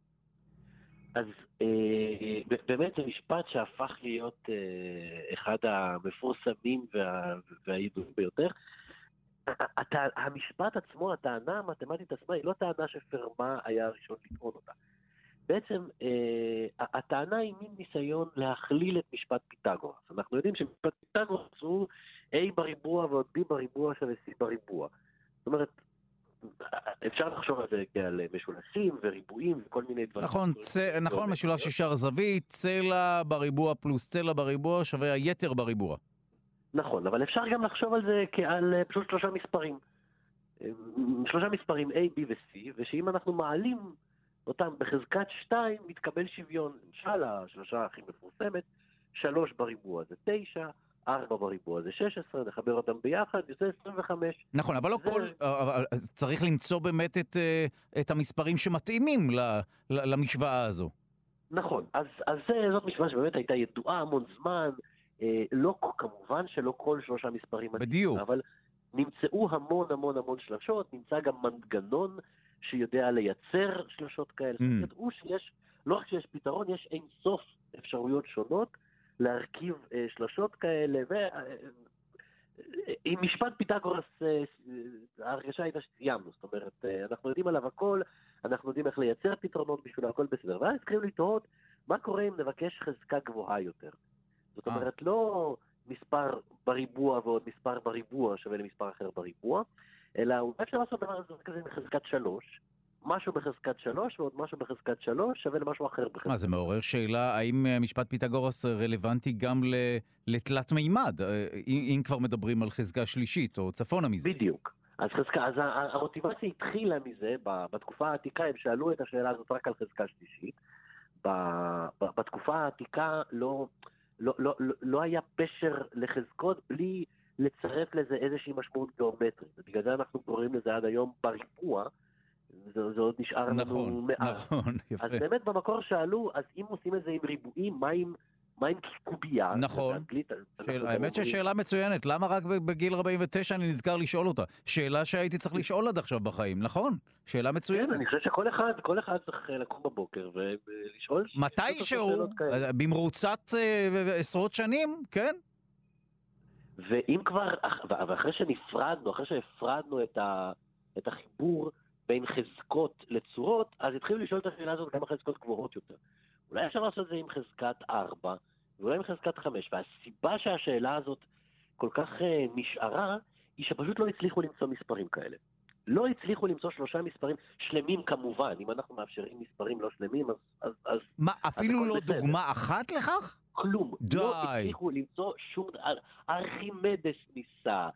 Speaker 6: אז אה, באמת זה משפט שהפך להיות אה, אחד המפורסמים וה, והידועים ביותר. הת, המשפט עצמו, הטענה המתמטית עצמה, היא לא טענה שפרמה היה הראשון לטעון אותה. בעצם אה, הטענה היא מין ניסיון להכליל את משפט פיתגורס. אנחנו יודעים שמשפט פיתגורס הוא A בריבוע ועוד B בריבוע שווה C בריבוע. זאת אומרת, אפשר לחשוב על זה כעל משולשים וריבועים וכל מיני דברים.
Speaker 1: נכון, צ... נכון, משולש ישר זווית, צלע בריבוע פלוס צלע בריבוע שווה היתר בריבוע.
Speaker 6: נכון, אבל אפשר גם לחשוב על זה כעל פשוט שלושה מספרים. שלושה מספרים A, B ו-C, ושאם אנחנו מעלים אותם בחזקת שתיים, מתקבל שוויון. למשל, השלושה הכי מפורסמת, שלוש בריבוע זה תשע, ארבע בריבוע זה שש עשרה, נחבר אותם ביחד, יוצא עשרים וחמש.
Speaker 1: נכון, אבל לא כל... צריך למצוא באמת את, את המספרים שמתאימים למשוואה הזו.
Speaker 6: נכון, אז, אז זאת משוואה שבאמת הייתה ידועה המון זמן, לא, כמובן שלא כל שלושה מספרים
Speaker 1: בדיוק.
Speaker 6: אבל נמצאו המון המון המון שלשות, נמצא גם מנגנון שיודע לייצר שלשות כאלה. Mm. ידעו שיש, לא רק שיש פתרון, יש אין סוף אפשרויות שונות להרכיב אה, שלשות כאלה, ועם משפט פיתגורס אה, ההרגשה הייתה שסיימנו, זאת אומרת, אה, אנחנו יודעים עליו הכל, אנחנו יודעים איך לייצר פתרונות בשביל הכל בסדר, ואז צריכים לתהות מה קורה אם נבקש חזקה גבוהה יותר. זאת אומרת, לא מספר בריבוע ועוד מספר בריבוע שווה למספר אחר בריבוע, אלא אולי אפשר לעשות דבר כזה מחזקת שלוש, משהו בחזקת שלוש ועוד משהו בחזקת שלוש שווה למשהו אחר בחזקת שלוש.
Speaker 1: מה, זה מעורר שאלה, האם משפט פיתגורס רלוונטי גם לתלת מימד, אם כבר מדברים על חזקה שלישית או צפונה מזה?
Speaker 6: בדיוק. אז חזקה, אז המוטיבציה התחילה מזה, בתקופה העתיקה הם שאלו את השאלה הזאת רק על חזקה שלישית, בתקופה העתיקה לא... לא, לא, לא, לא היה פשר לחזקות בלי לצרף לזה איזושהי משמעות גיאומטרית. בגלל זה אנחנו קוראים לזה עד היום בריבוע, זה, זה עוד נשאר
Speaker 1: נכון,
Speaker 6: לנו מעט.
Speaker 1: נכון, יפה.
Speaker 6: אז באמת במקור שאלו, אז אם עושים את זה עם ריבועים, מה עם, מה עם קוביה?
Speaker 1: נכון.
Speaker 6: באנגלית,
Speaker 1: שאל, האמת ששאלה מצוינת, למה רק בגיל ארבעים ותשע אני נזכר לשאול אותה? שאלה שהייתי צריך לשאול עד עכשיו בחיים, נכון? שאלה מצוינת.
Speaker 6: אני חושב שכל אחד, כל אחד צריך לקום בבוקר ולשאול...
Speaker 1: מתישהו, במרוצת עשרות שנים, כן?
Speaker 6: ואם כבר, ואחרי שנפרדנו, אחרי שהפרדנו את, ה, את החיבור בין חזקות לצורות, אז התחילו לשאול את השאלה הזאת גם החזקות גבוהות יותר. אולי אפשר לעשות את זה עם חזקת ארבע, ואולי עם חזקת חמש, והסיבה שהשאלה הזאת כל כך uh, נשארה, היא שפשוט לא הצליחו למצוא מספרים כאלה. לא הצליחו למצוא שלושה מספרים שלמים כמובן, אם אנחנו מאפשרים מספרים לא שלמים, אז... אז, אז
Speaker 1: מה, אפילו לא
Speaker 6: בסדר.
Speaker 1: דוגמה אחת לכך?
Speaker 6: כלום.
Speaker 1: די.
Speaker 6: לא הצליחו למצוא שום... ארכימדס ניסה,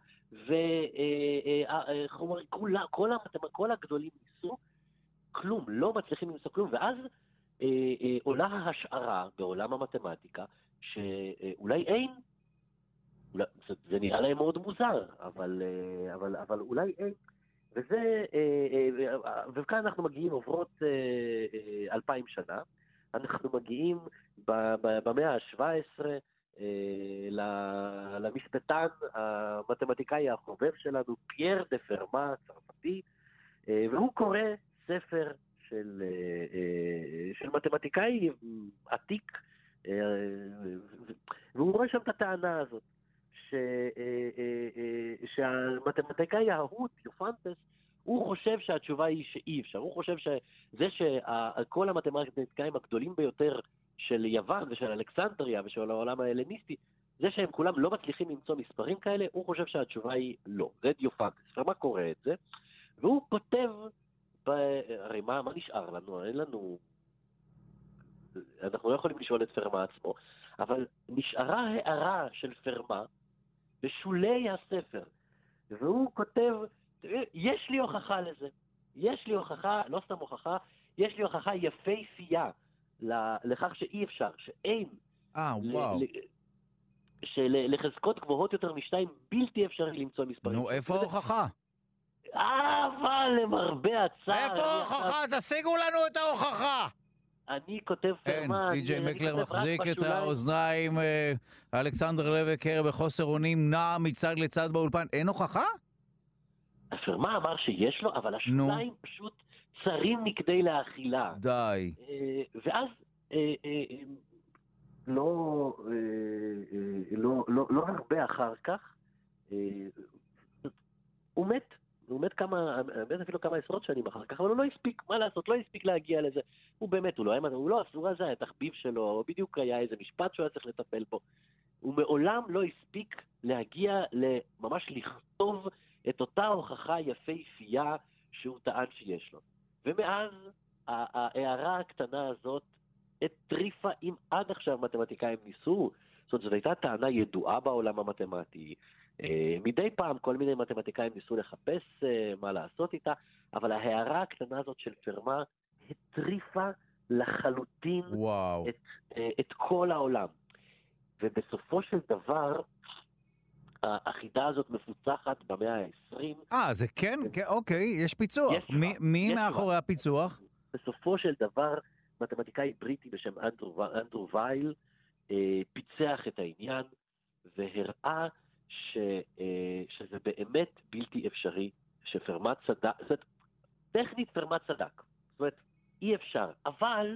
Speaker 6: וכל הגדולים ניסו, כלום, לא מצליחים למצוא כלום, ואז אה, אה, עולה ההשערה בעולם המתמטיקה, שאולי אין, אולי, זה, זה נראה להם מאוד מוזר, אבל, אה, אבל, אבל אולי אין, וזה, אה, אה, וכאן אנחנו מגיעים, עוברות אה, אה, אלפיים שנה, אנחנו מגיעים במאה ה-שבע עשרה, למשפטן המתמטיקאי החובב שלנו, פייר דה פרמה, צרפתי, והוא קורא ספר של, של מתמטיקאי עתיק, והוא רואה שם את הטענה הזאת, ש, אה, אה, אה, שהמתמטיקאי ההוא, דיופנטס, הוא חושב שהתשובה היא שאי אפשר. הוא חושב שזה שכל המתמטיקאים הגדולים ביותר של יוון ושל אלכסנדריה ושל העולם ההלניסטי, זה שהם כולם לא מצליחים למצוא מספרים כאלה, הוא חושב שהתשובה היא לא. זה דיופנטס. פרמה קורא את זה, והוא כותב, ב... הרי מה, מה נשאר לנו? אין לנו... אנחנו לא יכולים לשאול את פרמה עצמו, אבל נשארה הערה של פרמה בשולי הספר, והוא כותב, יש לי הוכחה לזה, יש לי הוכחה, לא סתם הוכחה, יש לי הוכחה יפהפייה לכך שאי אפשר, שאין,
Speaker 1: אה, וואו.
Speaker 6: שלחזקות גבוהות יותר משתיים בלתי אפשרי למצוא מספרים.
Speaker 1: נו, איפה ההוכחה?
Speaker 6: אבל למרבה הצער...
Speaker 1: איפה ההוכחה? תשיגו לנו את ההוכחה!
Speaker 6: אני כותב פרמה...
Speaker 1: כן, די.ג'יי מקלר מחזיק את האוזניים, אלכסנדר לבקר בחוסר אונים, נע מצד לצד באולפן. אין הוכחה?
Speaker 6: הפרמה אמר שיש לו, אבל השוליים פשוט צרים מכדי להאכילה.
Speaker 1: די.
Speaker 6: ואז לא לא הרבה אחר כך, הוא מת. הוא מת כמה, באמת אפילו כמה עשרות שנים אחר כך, אבל הוא לא הספיק, מה לעשות, לא הספיק להגיע לזה. הוא באמת, הוא לא היה, הוא לא, הסורה זה היה תחביב שלו, בדיוק היה איזה משפט שהוא היה צריך לטפל בו. הוא מעולם לא הספיק להגיע לממש לכתוב את אותה הוכחה יפהפייה שהוא טען שיש לו. ומאז, ההערה הקטנה הזאת הטריפה, אם עד עכשיו מתמטיקאים ניסו, זאת אומרת, זאת הייתה טענה ידועה בעולם המתמטי, מדי פעם כל מיני מתמטיקאים ניסו לחפש מה לעשות איתה, אבל ההערה הקטנה הזאת של פרמה הטריפה לחלוטין את, את כל העולם. ובסופו של דבר, החידה הזאת מפוצחת במאה העשרים.
Speaker 1: אה, זה כן? כן, אוקיי, יש פיצוח. יש מי, מי יש מאחורי הפיצוח?
Speaker 6: בסופו של דבר, מתמטיקאי בריטי בשם אנדרו, אנדרו וייל אה, פיצח את העניין והראה ש, אה, שזה באמת בלתי אפשרי, שפרמה צדק, זאת אומרת, טכנית פרמה צדק, זאת אומרת, אי אפשר, אבל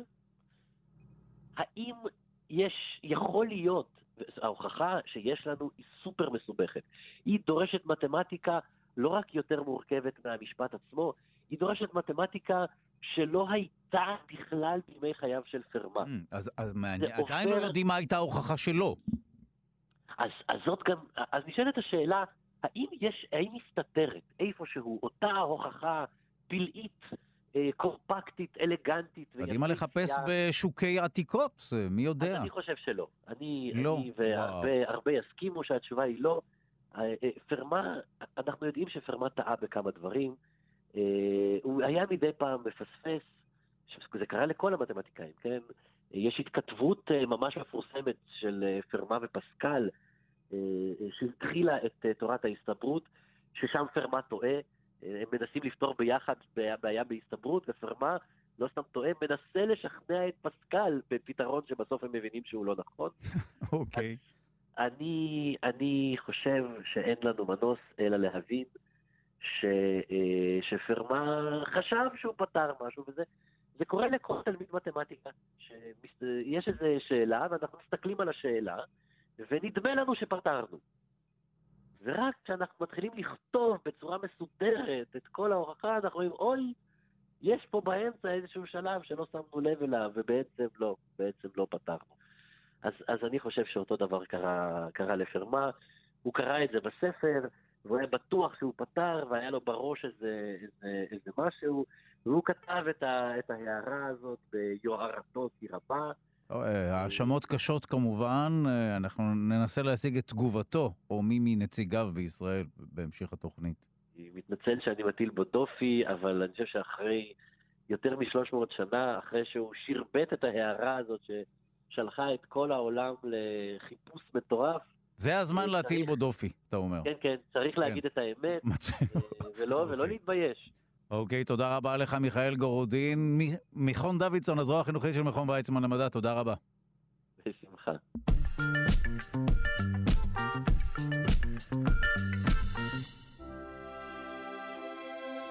Speaker 6: האם יש, יכול להיות, ההוכחה שיש לנו היא סופר מסובכת, היא דורשת מתמטיקה לא רק יותר מורכבת מהמשפט עצמו, היא דורשת מתמטיקה שלא הייתה בכלל בימי חייו של פרמה.
Speaker 1: אז, אז מעניין, עדיין לא יודעים מה הייתה ההוכחה שלו.
Speaker 6: אז, אז זאת גם, אז נשאלת השאלה, האם יש, האם מסתתרת איפשהו אותה הוכחה פלאית, אה, קומפקטית, אלגנטית?
Speaker 1: קדימה לחפש בשוקי עתיקות, מי יודע?
Speaker 6: אז אני חושב שלא. אני,
Speaker 1: לא.
Speaker 6: אני והרבה, הרבה יסכימו שהתשובה היא לא. פרמה, אנחנו יודעים שפרמה טעה בכמה דברים. אה, הוא היה מדי פעם מפספס, שזה קרה לכל המתמטיקאים, כן? יש התכתבות ממש מפורסמת של פרמה ופסקל, שהתחילה את תורת ההסתברות, ששם פרמה טועה, הם מנסים לפתור ביחד בעיה בהסתברות, ופרמה לא סתם טועה, מנסה לשכנע את פסקל בפתרון שבסוף הם מבינים שהוא לא נכון.
Speaker 1: אוקיי.
Speaker 6: אני, אני חושב שאין לנו מנוס אלא להבין ש, שפרמה חשב שהוא פתר משהו, וזה זה קורה לכל תלמיד מתמטיקה, שיש איזו שאלה, ואנחנו מסתכלים על השאלה, ונדמה לנו שפתרנו. ורק כשאנחנו מתחילים לכתוב בצורה מסודרת את כל ההוכחה, אנחנו רואים, אוי, יש פה באמצע איזשהו שלב שלא שמנו לב אליו, ובעצם לא, בעצם לא פתרנו. אז, אז אני חושב שאותו דבר קרה, קרה לפרמה, הוא קרא את זה בספר, והוא היה בטוח שהוא פתר, והיה לו בראש איזה, איזה, איזה משהו, והוא כתב את, ה, את ההערה הזאת ביוהרתו כי רבה.
Speaker 1: האשמות קשות כמובן, אנחנו ננסה להשיג את תגובתו, או מי מנציגיו בישראל בהמשך התוכנית.
Speaker 6: אני מתנצל שאני מטיל בו דופי, אבל אני חושב שאחרי יותר משלוש מאות שנה, אחרי שהוא שרבט את ההערה הזאת ששלחה את כל העולם לחיפוש מטורף,
Speaker 1: זה הזמן להטיל בו דופי, אתה אומר.
Speaker 6: כן, כן, צריך להגיד את האמת, ולא להתבייש.
Speaker 1: אוקיי, תודה רבה לך מיכאל גורודין, מכון דוידסון, הזרוע החינוכית של מכון ויצמן למדע, תודה רבה.
Speaker 6: בשמחה.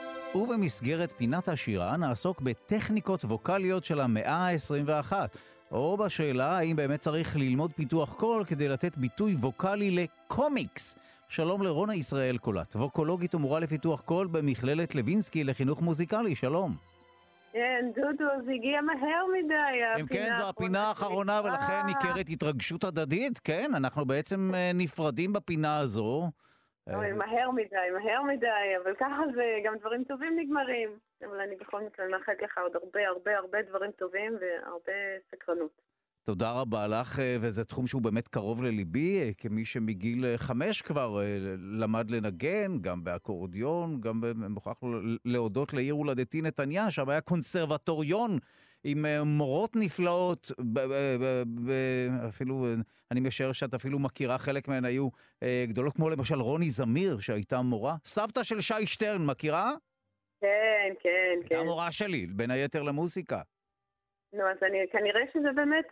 Speaker 1: ובמסגרת פינת השירה נעסוק בטכניקות ווקליות של המאה ה-עשרים ואחת. או בשאלה האם באמת צריך ללמוד פיתוח קול כדי לתת ביטוי ווקלי לקומיקס. שלום לרונה ישראל קולט, ווקולוגית ומורה לפיתוח קול במכללת לוינסקי לחינוך מוזיקלי, שלום.
Speaker 7: כן, דודו, זה הגיע מהר מדי.
Speaker 1: אם כן, זו הפינה האחרונה ולכן ניכרת התרגשות הדדית, כן, אנחנו בעצם נפרדים בפינה הזו.
Speaker 7: מהר מדי, מהר מדי, אבל ככה זה גם דברים טובים נגמרים. אבל אני בכל מקרה מאחלת לך עוד הרבה הרבה הרבה דברים טובים והרבה סקרנות.
Speaker 1: תודה רבה לך, וזה תחום שהוא באמת קרוב לליבי, כמי שמגיל חמש כבר למד לנגן, גם באקורדיון, גם מוכרח להודות לעיר הולדתי נתניה, שם היה קונסרבטוריון עם מורות נפלאות, אפילו, אני משער שאת אפילו מכירה, חלק מהן היו גדולות, כמו למשל רוני זמיר, שהייתה מורה. סבתא של שי שטרן, מכירה?
Speaker 7: כן, כן, כן.
Speaker 1: הייתה מורה שלי, בין היתר למוסיקה.
Speaker 7: נו, אז אני, כנראה שזה באמת,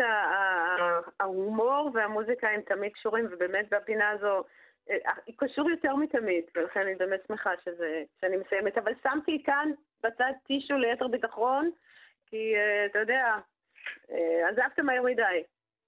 Speaker 7: ההומור והמוזיקה הם תמיד קשורים, ובאמת בפינה הזו, היא קשור יותר מתמיד, ולכן אני באמת שמחה שזה, שאני מסיימת. אבל שמתי כאן בצד טישו ליתר ביטחון, כי אתה יודע, עזבת מהר מדי.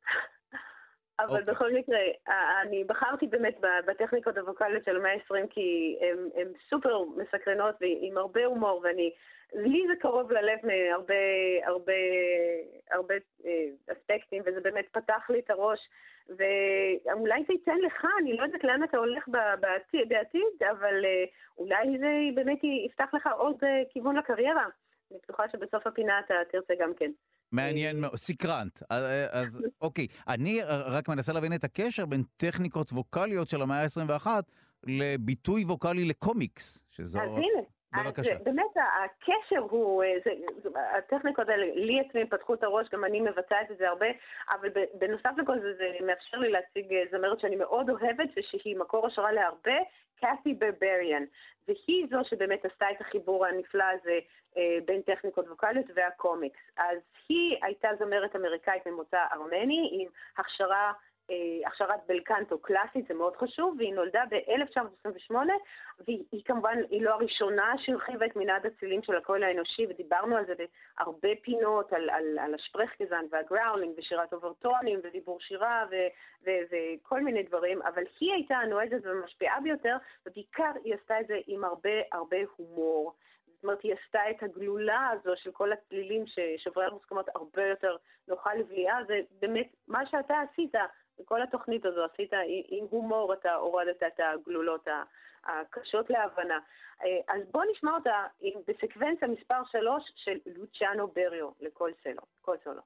Speaker 7: אבל okay. בכל מקרה, אני בחרתי באמת בטכניקות הווקליות של המאה ה-עשרים, כי הן סופר מסקרנות ועם הרבה הומור, ואני, לי זה קרוב ללב מהרבה הרבה, הרבה אספקטים, וזה באמת פתח לי את הראש, ואולי זה ייתן לך, אני לא יודעת לאן אתה הולך בעתיד, בעתיד, אבל אולי זה באמת יפתח לך עוד כיוון לקריירה. אני בטוחה שבסוף הפינה אתה תרצה גם כן.
Speaker 1: מעניין מאוד, סקרנט. אז אוקיי, אני רק מנסה להבין את הקשר בין טכניקות ווקליות של המאה ה-עשרים ואחת לביטוי ווקלי לקומיקס, שזו...
Speaker 7: אז הנה,
Speaker 1: בבקשה.
Speaker 7: אז באמת הקשר הוא, זה, זה, הטכניקות האלה, לי עצמי פתחו את הראש, גם אני מבצעת את זה הרבה, אבל בנוסף לכל זה, זה מאפשר לי להציג זמרת שאני מאוד אוהבת, ושהיא מקור השראה להרבה, קאתי ברבריאן. והיא זו שבאמת עשתה את החיבור הנפלא הזה אה, בין טכניקות ווקליות והקומיקס. אז היא הייתה זמרת אמריקאית ממוצא ארמני, עם הכשרה, אה, הכשרת בלקנטו קלאסית, זה מאוד חשוב, והיא נולדה ב-אלף תשע מאות עשרים ושמונה, והיא כמובן, היא לא הראשונה שהרחיבה את מנעד הצילים של הקול האנושי, ודיברנו על זה בהרבה פינות, על, על, על השפרכגזן והגראולינג, ושירת אוברטונים, ודיבור שירה, ו, ו, וכל מיני דברים, אבל היא הייתה הנועזת ומשפיעה ביותר, ובעיקר היא עשתה את זה עם הרבה הרבה הומור. זאת אומרת, היא עשתה את הגלולה הזו של כל הצלילים ששוברי המוסכמות הרבה יותר נוחה לבליעה, זה באמת מה שאתה עשית, בכל התוכנית הזו עשית עם הומור, אתה הורדת את הגלולות הקשות להבנה. אז בוא נשמע אותה בסקוונציה מספר שלוש של לוציאנו בריו לכל סולו. כל סולו.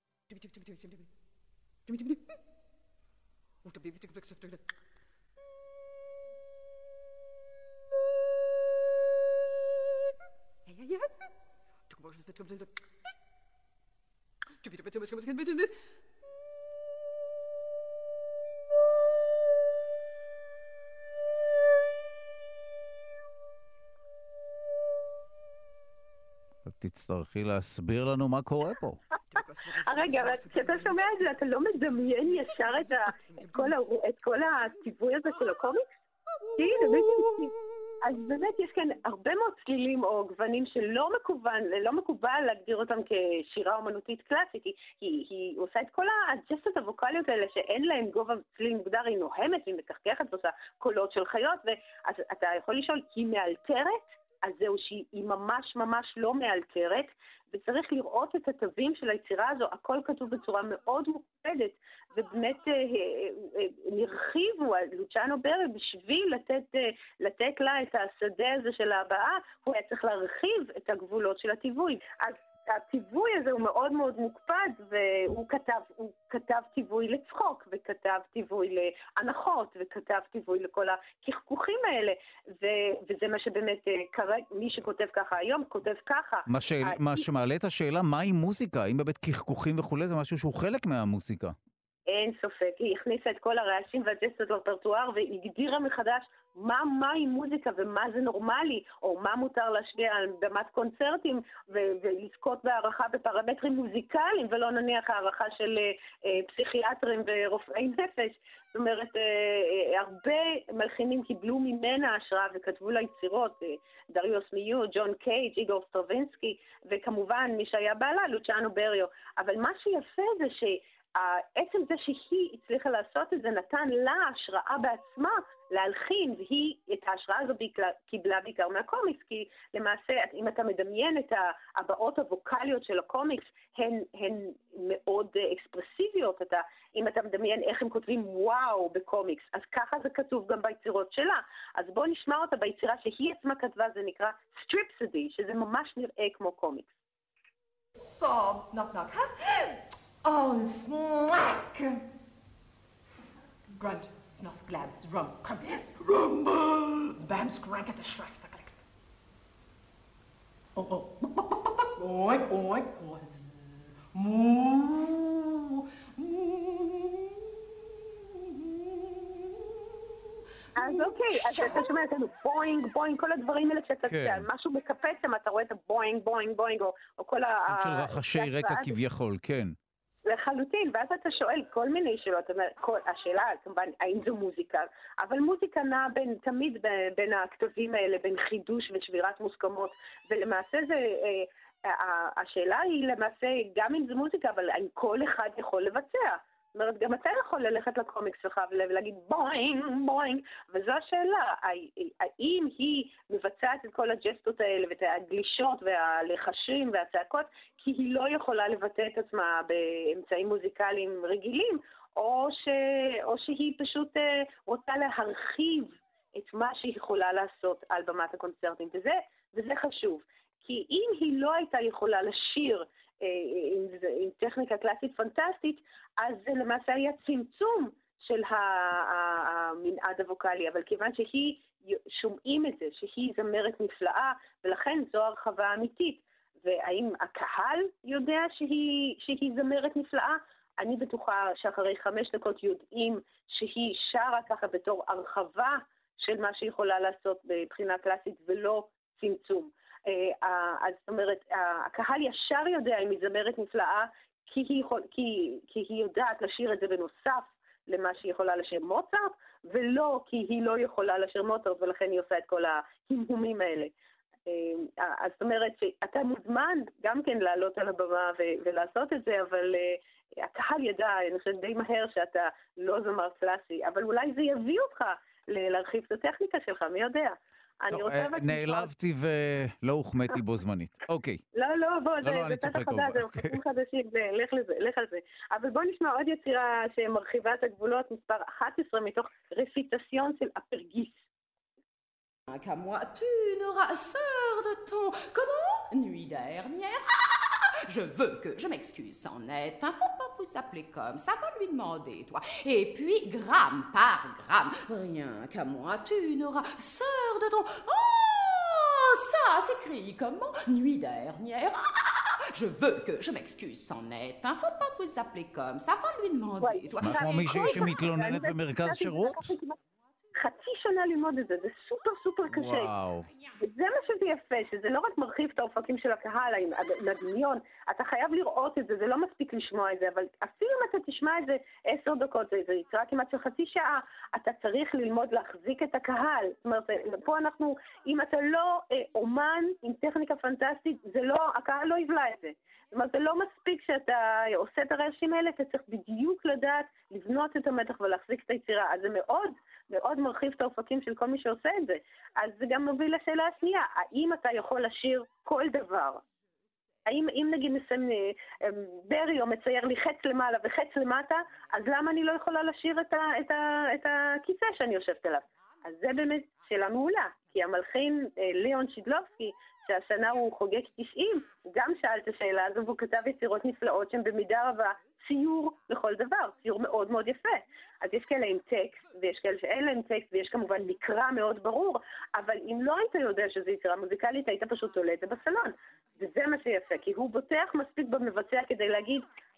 Speaker 1: תצטרכי להסביר לנו מה קורה פה.
Speaker 7: רגע, אבל כשאתה שומע את זה, אתה לא מדמיין ישר את כל הציווי הזה של הקומיקס? אז באמת יש כאן הרבה מאוד צלילים או גוונים שלא מקוון, לא מקובל להגדיר אותם כשירה אומנותית קלאסית. היא, היא, היא עושה את כל הג'סטות הווקליות האלה שאין להם גובה צליל מוגדר, היא נוהמת והיא מקחקחת ועושה קולות של חיות, ואז אתה יכול לשאול, היא מאלתרת? אז זהו שהיא ממש ממש לא מאלתרת, וצריך לראות את התווים של היצירה הזו, הכל כתוב בצורה מאוד מוקפדת, ובאמת נרחיבו על לוציאנו ברי בשביל לתת, לתת לה את השדה הזה של ההבאה, הוא היה צריך להרחיב את הגבולות של הטיווי. אז הטיווי הזה הוא מאוד מאוד מוקפד, והוא כתב, הוא כתב טיווי לצחוק, וכתב טיווי להנחות, וכתב טיווי לכל הקחקוחים האלה, ו- וזה מה שבאמת כרגע, מי שכותב ככה היום, כותב ככה.
Speaker 1: מה, שאל, מה שמעלה את השאלה, מהי מוזיקה? האם באמת קחקוחים וכו' זה משהו שהוא חלק מהמוזיקה?
Speaker 7: אין ספק, היא הכניסה את כל הרעשים והג'סטות לרפרטואר והגדירה מחדש מה מהי מוזיקה ומה זה נורמלי, או מה מותר להשמיע על במת קונצרטים ו- ולזכות בהערכה בפרמטרים מוזיקליים, ולא נניח הערכה של אה, פסיכיאטרים ורופאי נפש. זאת אומרת, אה, אה, הרבה מלחינים קיבלו ממנה השראה וכתבו לה יצירות, אה, דריוס מיו, ג'ון קייג', איגור סטרווינסקי, וכמובן מי שהיה בעלה, לוצ'אנו בריו. אבל מה שיפה זה ש... עצם זה שהיא הצליחה לעשות את זה נתן לה השראה בעצמה להלחין, והיא את ההשראה הזו קיבלה בעיקר מהקומיקס, כי למעשה אם אתה מדמיין את הבאות הווקליות של הקומיקס, הן, הן מאוד אקספרסיביות. אתה, אם אתה מדמיין איך הם כותבים וואו בקומיקס, אז ככה זה כתוב גם ביצירות שלה. אז בוא נשמע אותה ביצירה שהיא עצמה כתבה, זה נקרא סטריפסודי, שזה ממש נראה כמו קומיקס.
Speaker 8: So, knock knock, huh? Oh, smack! Grunt, snuff, glab, rum, crumpets, rumbles, bam, scrank at the schrack, the click. Oh, oh, oink, oink, oink, moo,
Speaker 7: אז אוקיי, אז אתה שומע אותנו בוינג, בוינג, כל הדברים האלה שאתה יודע, משהו מקפץ שם, אתה רואה את הבוינג, בוינג, בוינג, או כל ה...
Speaker 1: סוג של רחשי רקע כביכול, כן.
Speaker 7: לחלוטין, ואז אתה שואל כל מיני שאלות, השאלה כמובן האם זו מוזיקה, אבל מוזיקה נעה בין, תמיד בין הכתבים האלה, בין חידוש ושבירת מוסכמות, ולמעשה זה, השאלה היא למעשה גם אם זו מוזיקה, אבל האם כל אחד יכול לבצע. זאת אומרת, גם אתה יכול ללכת לקומיקס שלך ולהגיד בוינג, בוינג, וזו השאלה, האם היא מבצעת את כל הג'סטות האלה ואת הגלישות והלחשים והצעקות, כי היא לא יכולה לבטא את עצמה באמצעים מוזיקליים רגילים, או, ש... או שהיא פשוט רוצה להרחיב את מה שהיא יכולה לעשות על במת הקונצרטים, וזה, וזה חשוב. כי אם היא לא הייתה יכולה לשיר עם, עם טכניקה קלאסית פנטסטית, אז זה למעשה היה צמצום של המנעד הווקלי, אבל כיוון שהיא שומעים את זה, שהיא זמרת נפלאה, ולכן זו הרחבה אמיתית. והאם הקהל יודע שהיא, שהיא זמרת נפלאה? אני בטוחה שאחרי חמש דקות יודעים שהיא שרה ככה בתור הרחבה של מה שהיא יכולה לעשות בבחינה קלאסית ולא צמצום. אז זאת אומרת, הקהל ישר יודע אם היא זמרת נפלאה, כי היא, יכול, כי, כי היא יודעת לשיר את זה בנוסף למה שהיא יכולה לשיר מוצרט, ולא כי היא לא יכולה לשיר מוצרט, ולכן היא עושה את כל ההמהומים האלה. אז זאת אומרת שאתה מוזמן גם כן לעלות על הבמה ו- ולעשות את זה, אבל uh, הקהל ידע, אני חושבת די מהר שאתה לא זמר קלאסי, אבל אולי זה יביא אותך להרחיב את הטכניקה שלך, מי יודע.
Speaker 1: טוב, נעלבתי ולא הוחמאתי בו זמנית. אוקיי.
Speaker 7: לא, לא, בוא,
Speaker 1: זה
Speaker 7: פתח חדש, זה מחכים חדשים, לך לזה, לך על זה. אבל בוא נשמע עוד יצירה שמרחיבה את הגבולות, מספר אחת עשרה מתוך רפיטציון של אפרגיס.
Speaker 8: Qu'à moi, tu n'auras sœur de ton... Comment? Nuit dernière. Je veux que je m'excuse, c'en est un. Faut pas vous appeler comme ça, va lui demander, toi. Et puis, gramme par gramme. Rien qu'à moi, tu n'auras sœur de ton... Oh, ça s'écrit comment? Nuit dernière. Je veux que je m'excuse, c'en est un. Faut pas vous appeler comme ça, va lui demander, toi.
Speaker 1: מה כמו מישהי שמתלוננת במרכז שירות?
Speaker 7: חצי שנה ללמוד את זה, זה סופר סופר קשה.
Speaker 1: וואו.
Speaker 7: וזה מה שזה יפה, שזה לא רק מרחיב את האופקים של הקהל, לדמיון, אתה חייב לראות את זה, זה לא מספיק לשמוע את זה, אבל אפילו אם אתה תשמע את זה עשר דקות, זה יצרה כמעט של חצי שעה, אתה צריך ללמוד להחזיק את הקהל. זאת אומרת, פה אנחנו, אם אתה לא אה, אומן עם טכניקה פנטסטית, זה לא, הקהל לא יבלע את זה. זאת אומרת, זה לא מספיק שאתה עושה את הרעשים האלה, אתה צריך בדיוק לדעת לבנות את המתח ולהחזיק את היצירה. אז זה מאוד, מאוד מרחיב את האופקים של כל מי שעושה את זה. אז זה גם מוביל לשאלה השנייה, האם אתה יכול לשיר כל דבר? האם אם נגיד נסם בריו מצייר לי חץ למעלה וחץ למטה, אז למה אני לא יכולה לשיר את, ה, את, ה, את הכיסא שאני יושבת עליו? אז זה באמת שאלה מעולה, כי המלחין ליאון שידלובסקי, שהשנה הוא חוגג תשעים, הוא גם שאל את השאלה הזו, והוא כתב יצירות נפלאות שהן במידה רבה ציור לכל דבר, ציור מאוד מאוד יפה. אז יש כאלה עם טקסט, ויש כאלה שאין להם טקסט, ויש כמובן מקרא מאוד ברור, אבל אם לא היית יודע שזו יצירה מוזיקלית, היית פשוט עולה את זה בסלון. וזה מה שיפה, כי הוא בוטח מספיק במבצע כדי להגיד,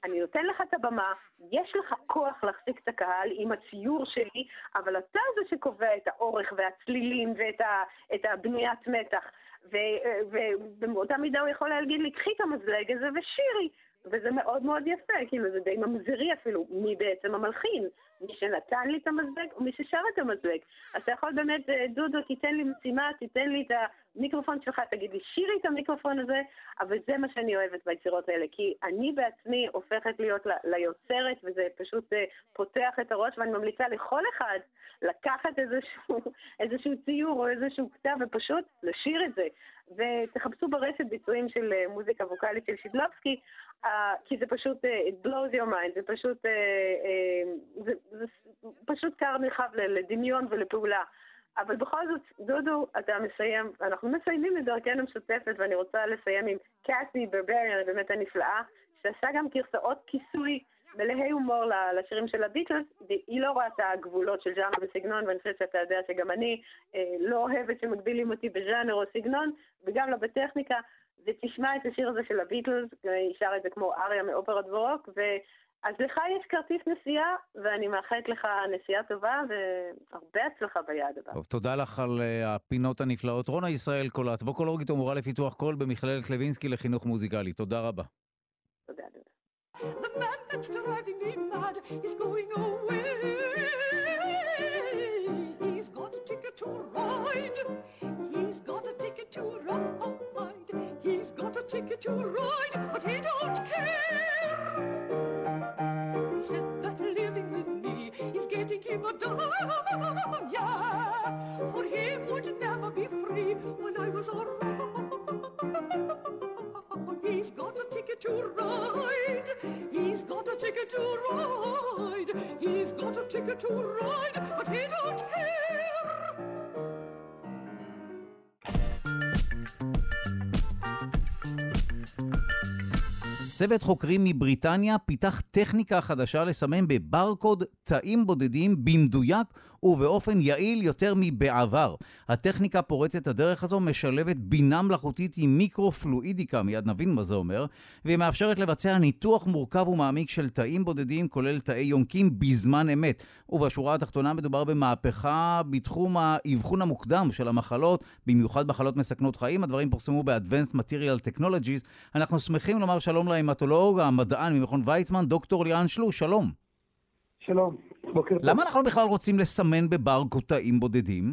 Speaker 7: אני נותן לך את הבמה, יש לך כוח להחזיק את הקהל עם הציור שלי, אבל אתה זה שקובע את האורך והצלילים ואת ה, את הבניית מתח. ובאותה מידה הוא יכול להגיד לי, קחי את המזלג הזה ושירי. וזה מאוד מאוד יפה, כאילו זה די ממזרי אפילו, מי בעצם המלחין, מי שנתן לי את המזלג או מי ששר את המזלג. אז אתה יכול באמת, דודו, תיתן לי משימה, תיתן לי את המיקרופון שלך, תגיד לי, שירי את המיקרופון הזה, אבל זה מה שאני אוהבת ביצירות האלה, כי אני בעצמי הופכת להיות ליוצרת, וזה פשוט פותח את הראש, ואני ממליצה לכל אחד לקחת איזשהו, איזשהו ציור או איזשהו כתב, ופשוט לשיר את זה. ותחפשו ברשת ביצועים של מוזיקה ווקלית של שידלובסקי, uh, כי זה פשוט, uh, it blows your mind, זה פשוט, uh, uh, זה, זה פשוט קר נרחב לדמיון ולפעולה. אבל בכל זאת, דודו, אתה מסיים, אנחנו מסיימים את דרכנו משותפת, ואני רוצה לסיים עם קאסי ברבריאן, באמת הנפלאה, שעשה גם גרסאות כיסוי מלאי הומור לשירים של הביטלס, והיא לא רואה את הגבולות של ז'אנר וסגנון, ואני חושבת שאתה יודע שגם אני אה, לא אוהבת שמגבילים אותי בז'אנר או סגנון, וגם לא בטכניקה, ותשמע את השיר הזה של הביטלס, היא שרה את זה כמו אריה מאופרה דבורוק, אז לך יש כרטיס נסיעה, ואני מאחלת לך נסיעה טובה, והרבה הצלחה ביעד הבא.
Speaker 1: טוב, תודה לך על uh, הפינות הנפלאות. רונה ישראל קולט, ווקולוגית ומורה לפיתוח קול במכללת לוינסקי לחינוך מוזיקלי. תודה רבה.
Speaker 7: תודה, תודה.
Speaker 9: The man that's driving me mad is going away. He's got a ticket to ride. He's got a ticket to ride. He's got a ticket to ride, but he don't care. He said that living with me is getting him a dime, yeah. For him would never be free when I was around. He's got a ticket to ride. He's got a ticket to ride. He's got a ticket to ride, but he don't care.
Speaker 1: צוות חוקרים מבריטניה פיתח טכניקה חדשה לסמן בברקוד תאים בודדים במדויק ובאופן יעיל יותר מבעבר. הטכניקה פורצת הדרך הזו משלבת בינה מלאכותית עם מיקרופלואידיקה, מיד נבין מה זה אומר, והיא מאפשרת לבצע ניתוח מורכב ומעמיק של תאים בודדים, כולל תאי יונקים בזמן אמת. ובשורה התחתונה מדובר במהפכה בתחום האבחון המוקדם של המחלות, במיוחד מחלות מסכנות חיים. הדברים פורסמו ב-Advanced Material Technologies. אנחנו שמחים לומר שלום להמטולוג, המדען ממכון ויצמן, דוקטור ליאן שלוש. שלום.
Speaker 10: שלום, בוקר טוב.
Speaker 1: למה אנחנו בכלל רוצים לסמן בברקוד תאים בודדים?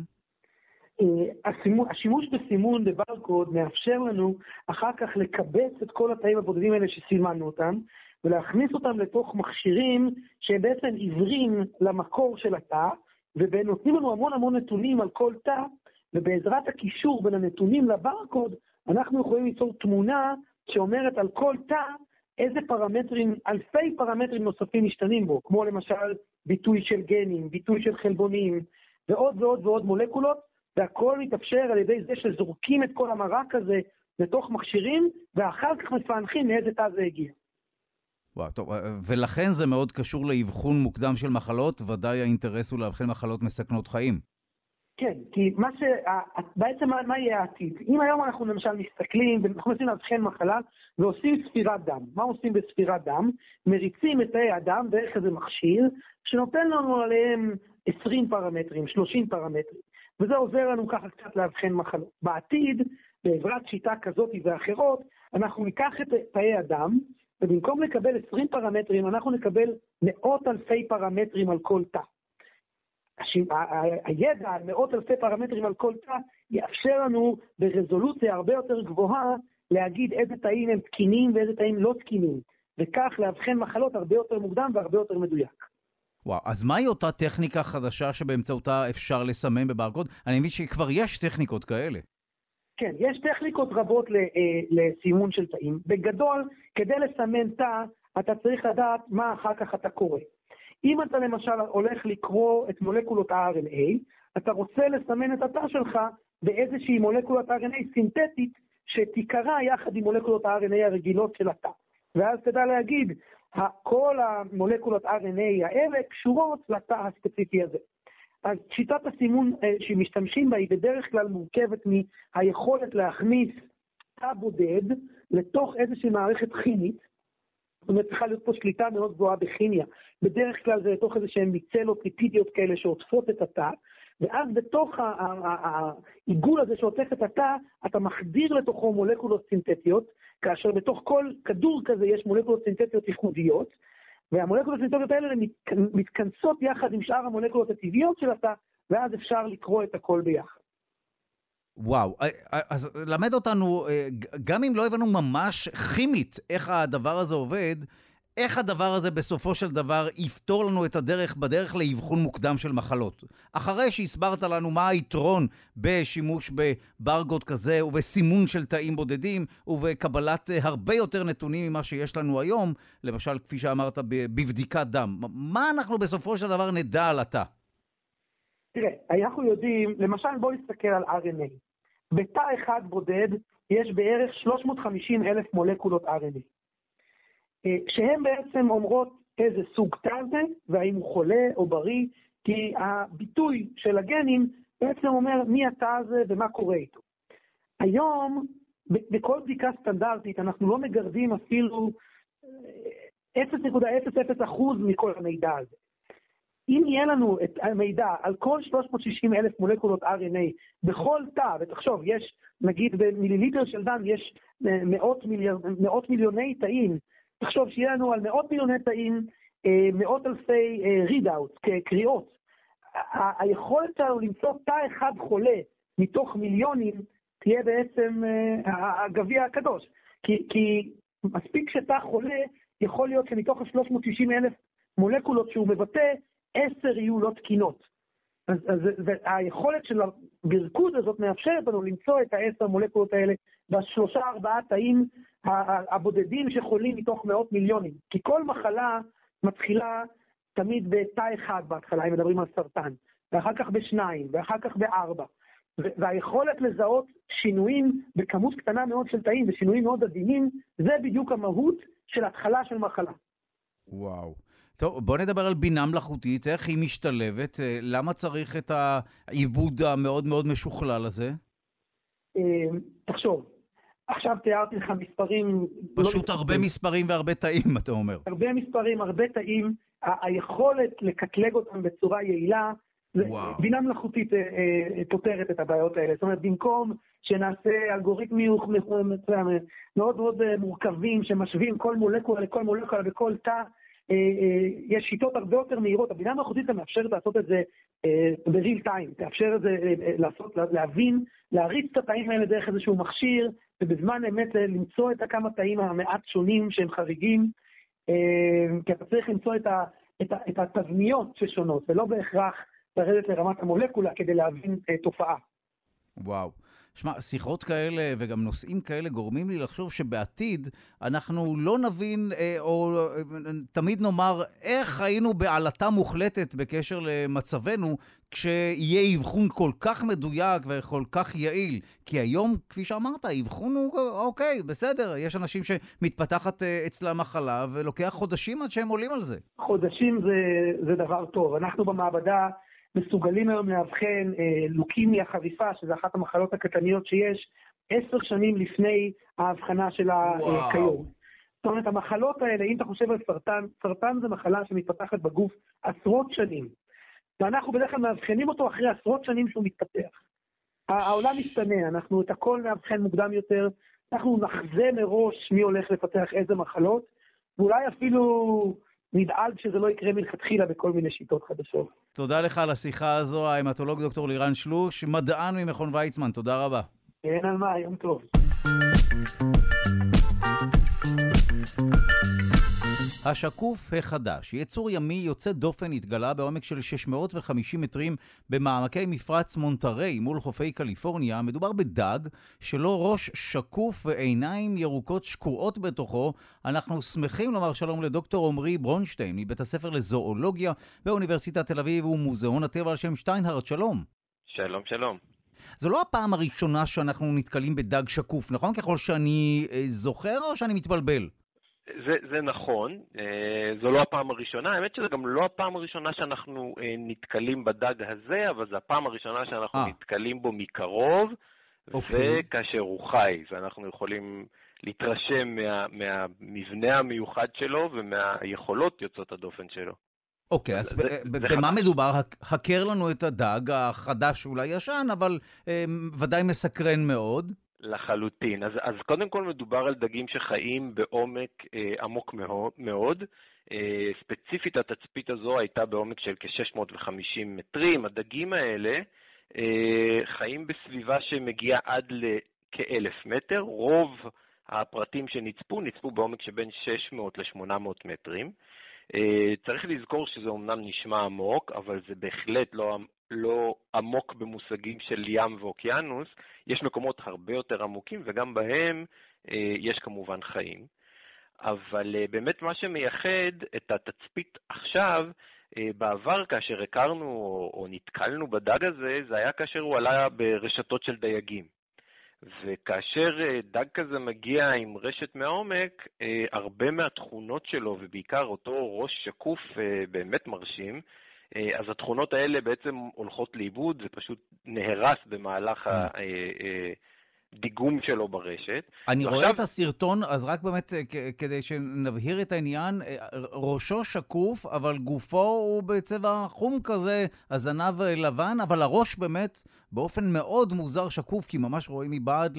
Speaker 10: השימוש בסימון בברקוד מאפשר לנו אחר כך לקבץ את כל התאים הבודדים האלה שסימנו אותם, ולהכניס אותם לתוך מכשירים שהם בעצם עיוורים למקור של התא, ונותנים לנו המון המון נתונים על כל תא, ובעזרת הקישור בין הנתונים לברקוד, אנחנו יכולים ליצור תמונה שאומרת על כל תא איזה פרמטרים, אלפי פרמטרים נוספים משתנים בו, כמו למשל ביטוי של גנים, ביטוי של חלבונים, ועוד ועוד ועוד מולקולות, והכל מתאפשר על ידי זה שזורקים את כל המרק הזה לתוך מכשירים, ואחר כך מפענחים מאיזה תא זה הגיע.
Speaker 1: וואו, טוב, ולכן זה מאוד קשור לאבחון מוקדם של מחלות, ודאי האינטרס הוא לאבחן מחלות מסכנות חיים.
Speaker 10: כן, כי מה ש... בעצם מה, מה יהיה העתיד? אם היום אנחנו למשל מסתכלים ואנחנו מנסים לאבחן מחלה ועושים ספירת דם. מה עושים בספירת דם? מריצים את תאי הדם דרך איזה מכשיר שנותן לנו עליהם עשרים פרמטרים, שלושים פרמטרים. וזה עוזר לנו ככה קצת לאבחן מחלות. בעתיד, בעזרת שיטה כזאת ואחרות, אנחנו ניקח את תאי הדם, ובמקום לקבל עשרים פרמטרים, אנחנו נקבל מאות אלפי פרמטרים על כל תא. הידע על מאות אלפי פרמטרים על כל תא יאפשר לנו ברזולוציה הרבה יותר גבוהה להגיד איזה תאים הם תקינים ואיזה תאים לא תקינים, וכך להבחן מחלות הרבה יותר מוקדם והרבה יותר מדויק.
Speaker 1: וואו, אז מהי אותה טכניקה חדשה שבאמצעותה אפשר לסמן בברקוד? אני מבין שכבר יש טכניקות כאלה.
Speaker 10: כן, יש טכניקות רבות לסימון של תאים. בגדול, כדי לסמן תא, אתה צריך לדעת מה אחר כך אתה קורא. אם אתה למשל הולך לקרוא את מולקולות ה-אר אן איי, אתה רוצה לסמן את התא שלך באיזושהי מולקולת אר אן איי סינתטית שתיקרא יחד עם מולקולות ה-אר אן איי הרגילות של התא. ואז תדע להגיד, כל המולקולות אר אן איי האלה קשורות לתא הספציפי הזה. אז שיטת הסימון שמשתמשים בה היא בדרך כלל מורכבת מהיכולת להכניס תא בודד לתוך איזושהי מערכת כימית, זאת אומרת, צריכה להיות פה שליטה מאוד גבוהה בכימיה. בדרך כלל זה לתוך איזה שהן מיצלות ליפידיות כאלה שעוטפות את התא, ואז בתוך העיגול הזה שעוטף את התא, אתה מחדיר לתוכו מולקולות סינתטיות, כאשר בתוך כל כדור כזה יש מולקולות סינתטיות ייחודיות, והמולקולות הסינתטיות האלה מתכנסות יחד עם שאר המולקולות הטבעיות של התא, ואז אפשר לקרוא את הכל ביחד.
Speaker 1: וואו, אז למד אותנו, גם אם לא הבנו ממש כימית איך הדבר הזה עובד, איך הדבר הזה בסופו של דבר יפתור לנו את הדרך בדרך לאבחון מוקדם של מחלות. אחרי שהסברת לנו מה היתרון בשימוש בברקוד כזה ובסימון של תאים בודדים ובקבלת הרבה יותר נתונים ממה שיש לנו היום, למשל כפי שאמרת בבדיקת דם, מה אנחנו בסופו של דבר נדע על התא?
Speaker 10: תראה, אנחנו יודעים, למשל בוא נסתכל על אר אן איי. בתא אחד בודד יש בערך שלוש מאות וחמישים אלף מולקולות אר אן איי. שהן בעצם אומרות איזה סוג תא זה, והאם הוא חולה או בריא, כי הביטוי של הגנים בעצם אומר מי התא הזה ומה קורה איתו. היום, בכל בדיקה סטנדרטית, אנחנו לא מגרדים אפילו אפס נקודה אפס אפס אחוז מכל המידע הזה. אם יהיה לנו את המידע על כל שלוש מאות ושישים אלף מולקולות אר אן איי בכל תא, ותחשוב, יש, נגיד במיליליטר של דם, יש מאות, מיליון, מאות מיליוני תאים, תחשוב שיהיה לנו על מאות מיליוני תאים, מאות אלפי רידאוט, קריאות. היכולת שלנו למצוא תא אחד חולה מתוך מיליונים, תהיה בעצם הגביע הקדוש. כי, כי מספיק שתא חולה, יכול להיות שמתוך ה-שלוש מאות ושישים אלף מולקולות שהוא מבטא, עשר יהיו לא תקינות. אז, אז היכולת של הברכוז הזאת מאפשרת לנו למצוא את העשר מולקולות האלה בשלושה ארבעה תאים הבודדים שחולים מתוך מאות מיליונים. כי כל מחלה מתחילה תמיד בתא אחד בהתחלה, אם מדברים על סרטן, ואחר כך בשניים, ואחר כך בארבע. והיכולת לזהות שינויים בכמות קטנה מאוד של תאים ושינויים מאוד עדינים, זה בדיוק המהות של התחלה של מחלה.
Speaker 1: וואו. טוב, בוא נדבר על בינה מלאכותית, איך היא משתלבת, למה צריך את העיבוד המאוד מאוד משוכלל הזה?
Speaker 10: תחשוב, עכשיו תיארתי לך מספרים...
Speaker 1: פשוט הרבה מספרים והרבה תאים, אתה אומר.
Speaker 10: הרבה מספרים, הרבה תאים, היכולת לקטלג אותם בצורה יעילה, בינה מלאכותית פותרת את הבעיות האלה. זאת אומרת, במקום שנעשה אלגוריתמים מאוד מאוד מורכבים, שמשווים כל מולקולה לכל מולקולה בכל תא, יש שיטות הרבה יותר מהירות. הבינה המלאכותית מאפשרת לעשות את זה בריל טיים, תאפשר את זה לעשות, להבין, להריץ את התאים האלה דרך איזשהו מכשיר, ובזמן אמת למצוא את הכמה תאים המעט שונים שהם חריגים, כי אתה צריך למצוא את, ה, את, ה, את התבניות ששונות, ולא בהכרח לרדת לרמת המולקולה כדי להבין תופעה.
Speaker 1: וואו. שמע, שיחות כאלה וגם נושאים כאלה גורמים לי לחשוב שבעתיד אנחנו לא נבין או תמיד נאמר איך היינו בעלתה מוחלטת בקשר למצבנו כשיהיה אבחון כל כך מדויק וכל כך יעיל. כי היום, כפי שאמרת, האבחון הוא אוקיי, בסדר, יש אנשים שמתפתחת אצלה מחלה ולוקח חודשים עד שהם עולים על זה.
Speaker 10: חודשים זה, זה דבר טוב. אנחנו במעבדה מסוגלים היום להבחן אה, לוקימיה חריפה, שזה אחת המחלות הקטניות שיש, עשר שנים לפני ההבחנה של הכיום. זאת אומרת, המחלות האלה, אם אתה חושב על סרטן, סרטן זה מחלה שמתפתחת בגוף עשרות שנים. ואנחנו בדרך כלל מאבחנים אותו אחרי עשרות שנים שהוא מתפתח. העולם משתנה, אנחנו את הכל מאבחן מוקדם יותר, אנחנו נחזה מראש מי הולך לפתח איזה מחלות, ואולי אפילו נדאג שזה לא יקרה מלכתחילה בכל מיני שיטות חדשות.
Speaker 1: תודה לך על השיחה הזו, ההמטולוג דוקטור לירן שלוש, מדען ממכון ויצמן, תודה רבה.
Speaker 10: אין על מה, יום טוב.
Speaker 1: השקוף החדש, יצור ימי יוצא דופן התגלה בעומק של שש מאות וחמישים מטרים במעמקי מפרץ מונטריי מול חופי קליפורניה. מדובר בדג שלו ראש שקוף ועיניים ירוקות שקועות בתוכו. אנחנו שמחים לומר שלום לדוקטור עמרי ברונשטיין מבית הספר לזואולוגיה באוניברסיטת תל אביב ומוזיאון הטבע על שם שטיינהרט. שלום.
Speaker 11: שלום, שלום.
Speaker 1: זו לא הפעם הראשונה שאנחנו נתקלים בדג שקוף, נכון? ככל שאני זוכר או שאני מתבלבל?
Speaker 11: זה, זה נכון, זו לא הפעם הראשונה, האמת שזה גם לא הפעם הראשונה שאנחנו נתקלים בדג הזה, אבל זו הפעם הראשונה שאנחנו 아. נתקלים בו מקרוב, okay. וכאשר הוא חי, ואנחנו יכולים להתרשם מה, מהמבנה המיוחד שלו ומהיכולות יוצאות הדופן שלו.
Speaker 1: אוקיי, אז במה מדובר? הכר לנו את הדג החדש אולי ישן, אבל ודאי מסקרן מאוד.
Speaker 11: לחלוטין. אז, אז קודם כל מדובר על דגים שחיים בעומק אה, עמוק מאוד. אה, ספציפית התצפית הזו הייתה בעומק של כ-שש מאות וחמישים מטרים. הדגים האלה אה, חיים בסביבה שמגיעה עד לכ-אלף מטר. רוב הפרטים שנצפו, נצפו בעומק שבין שש מאות ל-שמונה מאות מטרים. אה, צריך לזכור שזה אומנם נשמע עמוק, אבל זה בהחלט לא לא עמוק במושגים של ים ואוקיינוס, יש מקומות הרבה יותר עמוקים, וגם בהם אה, יש כמובן חיים. אבל אה, באמת מה שמייחד את התצפית עכשיו, אה, בעבר כאשר הכרנו או, או נתקלנו בדג הזה, זה היה כאשר הוא עלה ברשתות של דייגים. וכאשר אה, דג כזה מגיע עם רשת מהעומק, אה, הרבה מהתכונות שלו, ובעיקר אותו ראש שקוף אה, באמת מרשים, אז התכונות האלה בעצם הולכות לאיבוד, זה פשוט נהרס במהלך הדיגום שלו ברשת.
Speaker 1: אני רואה את הסרטון, אז רק באמת כדי שנבהיר את העניין, ראשו שקוף, אבל גופו הוא בצבע חום כזה, הזנב לבן, אבל הראש באמת באופן מאוד מוזר שקוף, כי ממש רואים מבעד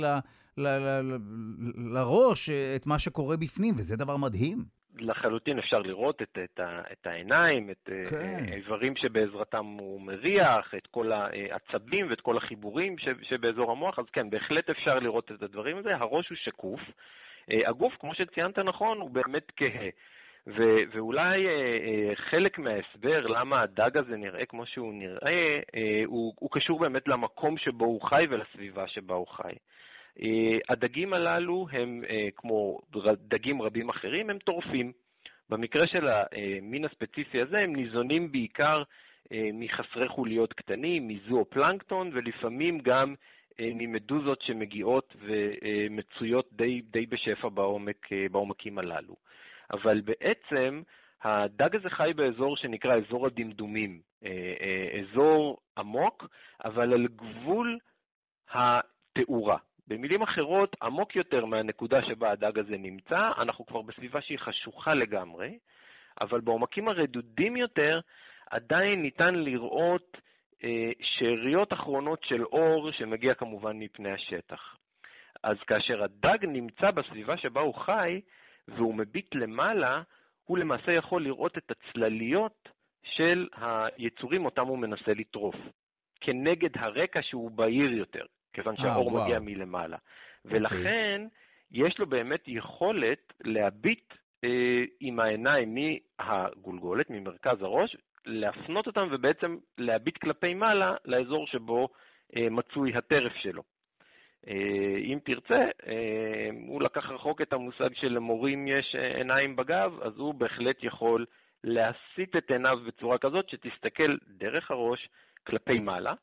Speaker 1: לראש את מה שקורה בפנים, וזה דבר מדהים.
Speaker 11: לחלוטין אפשר לראות את, את, את העיניים, את okay. האיברים שבעזרתם הוא מריח, את כל העצבים ואת כל החיבורים שבאזור המוח, אז כן, בהחלט אפשר לראות את הדברים הזה. הראש הוא שקוף. הגוף, כמו שציינת נכון, הוא באמת כהה. ו- ואולי חלק מההסבר למה הדג הזה נראה כמו שהוא נראה, הוא, הוא קשור באמת למקום שבו הוא חי ולסביבה שבה הוא חי. הדגים הללו הם, כמו דגים רבים אחרים, הם טורפים. במקרה של המין הספציפי הזה, הם ניזונים בעיקר מחסרי חוליות קטנים, מזואופלנקטון, ולפעמים גם ממדוזות שמגיעות ומצויות די, די בשפע בעומק, בעומקים הללו. אבל בעצם הדג הזה חי באזור שנקרא אזור הדמדומים, אזור עמוק, אבל על גבול התאורה. במילים אחרות, עמוק יותר מהנקודה שבה הדג הזה נמצא, אנחנו כבר בסביבה שהיא חשוכה לגמרי, אבל בעומקים הרדודים יותר, עדיין ניתן לראות אה, שאריות אחרונות של אור שמגיע כמובן מפני השטח. אז כאשר הדג נמצא בסביבה שבה הוא חי, והוא מביט למעלה, הוא למעשה יכול לראות את הצלליות של היצורים אותם הוא מנסה לטרוף, כנגד הרקע שהוא בהיר יותר. כיוון שהאור oh, wow. מגיע מלמעלה. ולכן okay. יש לו באמת יכולת להביט אה, עם העיניים מהגולגולת, ממרכז הראש, להפנות אותם ובעצם להביט כלפי מעלה לאזור שבו אה, מצוי הטרף שלו. אה, אם תרצה, אה, הוא לקח רחוק את המושג שלמורים יש עיניים בגב, אז הוא בהחלט יכול להסיט את עיניו בצורה כזאת שתסתכל דרך הראש כלפי מעלה.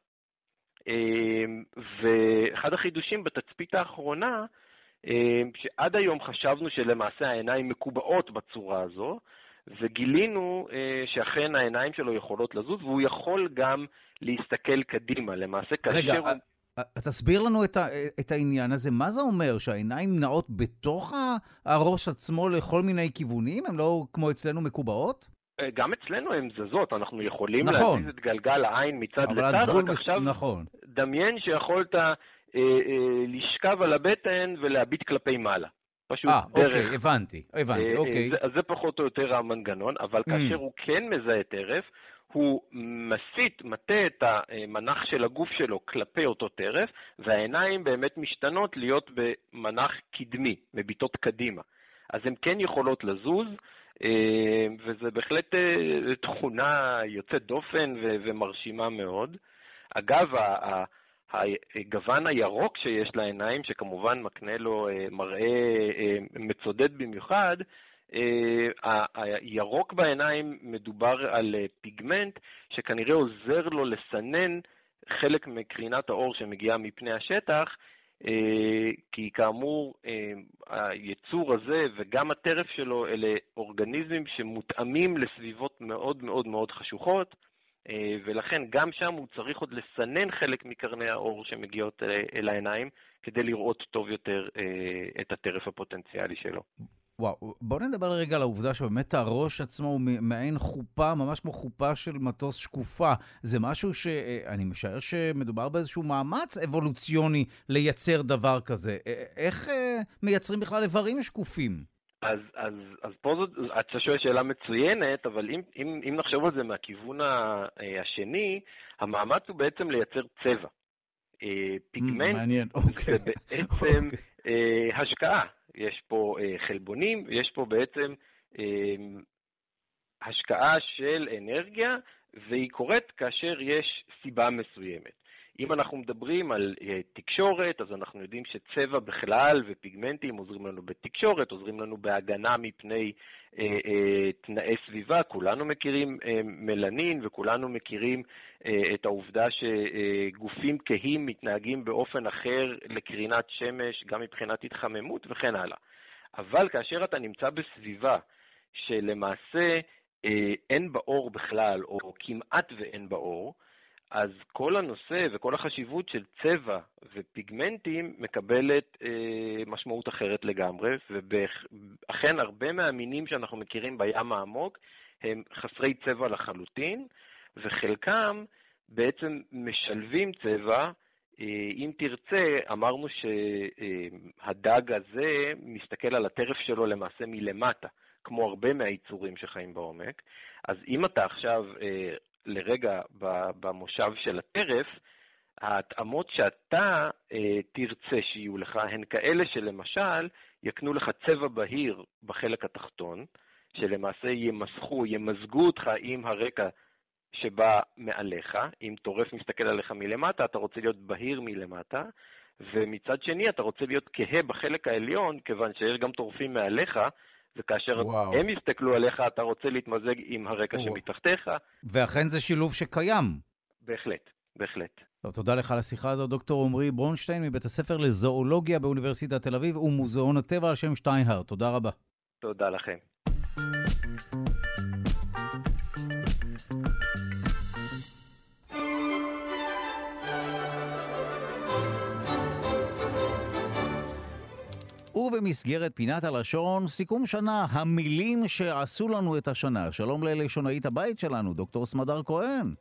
Speaker 11: ואחד החידושים בתצפית האחרונה, שעד היום חשבנו שלמעשה העיניים מקובעות בצורה הזו, וגילינו שאכן העיניים שלו יכולות לזוז, והוא יכול גם להסתכל קדימה. למעשה כאשר...
Speaker 1: רגע,
Speaker 11: הוא...
Speaker 1: תסביר לנו את, ה, את העניין הזה. מה זה אומר? שהעיניים נעות בתוך הראש עצמו לכל מיני כיוונים? הם לא כמו אצלנו מקובעות?
Speaker 11: גם אצלנו הן זזות, אנחנו יכולים נכון. להזיז את גלגל העין מצד לצד, רק
Speaker 1: מס...
Speaker 11: עכשיו
Speaker 1: נכון.
Speaker 11: דמיין שיכולת אה, אה, לשכב על הבטן ולהביט כלפי מעלה. פשוט
Speaker 1: אה,
Speaker 11: דרך.
Speaker 1: אוקיי, הבנתי, הבנתי,
Speaker 11: אה,
Speaker 1: אוקיי.
Speaker 11: זה, אז זה פחות או יותר המנגנון, אבל mm. כאשר הוא כן מזהה טרף, הוא מסיט, מטה את המנח של הגוף שלו כלפי אותו טרף, והעיניים באמת משתנות להיות במנח קדמי, מביטות קדימה. אז הן כן יכולות לזוז, וזה בהחלט תכונה יוצאת דופן ומרשימה מאוד. אגב, הגוון הירוק שיש לעיניים, שכמובן מקנה לו מראה מצודד במיוחד, הירוק בעיניים מדובר על פיגמנט שכנראה עוזר לו לסנן חלק מקרינת האור שמגיעה מפני השטח, כי כאמור היצור הזה וגם הטרף שלו אלה אורגניזמים שמותאמים לסביבות מאוד מאוד מאוד חשוכות, ולכן גם שם הוא צריך עוד לסנן חלק מקרני האור שמגיעות אל העיניים, כדי לראות טוב יותר את הטרף הפוטנציאלי שלו.
Speaker 1: וואו, בואו נדבר רגע על העובדה שבאמת הראש עצמו הוא מעין חופה, ממש כמו חופה של מטוס שקופה. זה משהו שאני משער שמדובר באיזשהו מאמץ אבולוציוני לייצר דבר כזה. איך מייצרים בכלל איברים שקופים?
Speaker 11: אז, אז, אז פה זאת, את שואלת שאלה מצוינת, אבל אם, אם, אם נחשוב על זה מהכיוון השני, המאמץ הוא בעצם לייצר צבע. פיגמנט זה בעצם השקעה. יש פה חלבונים, יש פה בעצם השקעה של אנרגיה, והיא קורית כאשר יש סיבה מסוימת. אם אנחנו מדברים על תקשורת, אז אנחנו יודעים שצבע בכלל ופיגמנטים עוזרים לנו בתקשורת, עוזרים לנו בהגנה מפני אה, אה, תנאי סביבה. כולנו מכירים אה, מלנין, וכולנו מכירים אה, את העובדה שגופים כהים מתנהגים באופן אחר לקרינת שמש, גם מבחינת התחממות וכן הלאה. אבל כאשר אתה נמצא בסביבה שלמעשה אה, אין באור בכלל, או כמעט ואין באור, אז כל הנושא וכל החשיבות של צבע ופיגמנטים מקבלת אה, משמעות אחרת לגמרי, ואכן הרבה מהמינים שאנחנו מכירים בים העמוק הם חסרי צבע לחלוטין, וחלקם בעצם משלבים צבע. אה, אם תרצה, אמרנו שהדג הזה מסתכל על הטרף שלו למעשה מלמטה, כמו הרבה מהיצורים שחיים בעומק. אז אם אתה עכשיו אה, לרגע במושב של הטרף, ההתאמות שאתה אה, תרצה שיהיו לך הן כאלה שלמשל יקנו לך צבע בהיר בחלק התחתון, שלמעשה ימסכו, ימזגו אותך עם הרקע שבא מעליך. אם טורף מסתכל עליך מלמטה, אתה רוצה להיות בהיר מלמטה, ומצד שני אתה רוצה להיות כהה בחלק העליון, כיוון שיש גם טורפים מעליך, וכאשר וואו. הם יסתכלו עליך, אתה רוצה להתמזג עם הרקע וואו. שמתחתיך.
Speaker 1: ואכן זה שילוב שקיים.
Speaker 11: בהחלט, בהחלט.
Speaker 1: טוב, תודה לך על השיחה הזו, דוקטור עמרי ברונשטיין, מבית הספר לזואולוגיה באוניברסיטת תל אביב, ומוזיאון הטבע על שם שטיינהרט. תודה רבה.
Speaker 11: תודה לכם.
Speaker 1: ובמסגרת פינת הלשון, סיכום שנה, המילים שעשו לנו את השנה. שלום ללשונאית הבית שלנו, דוקטור סמדר כהן.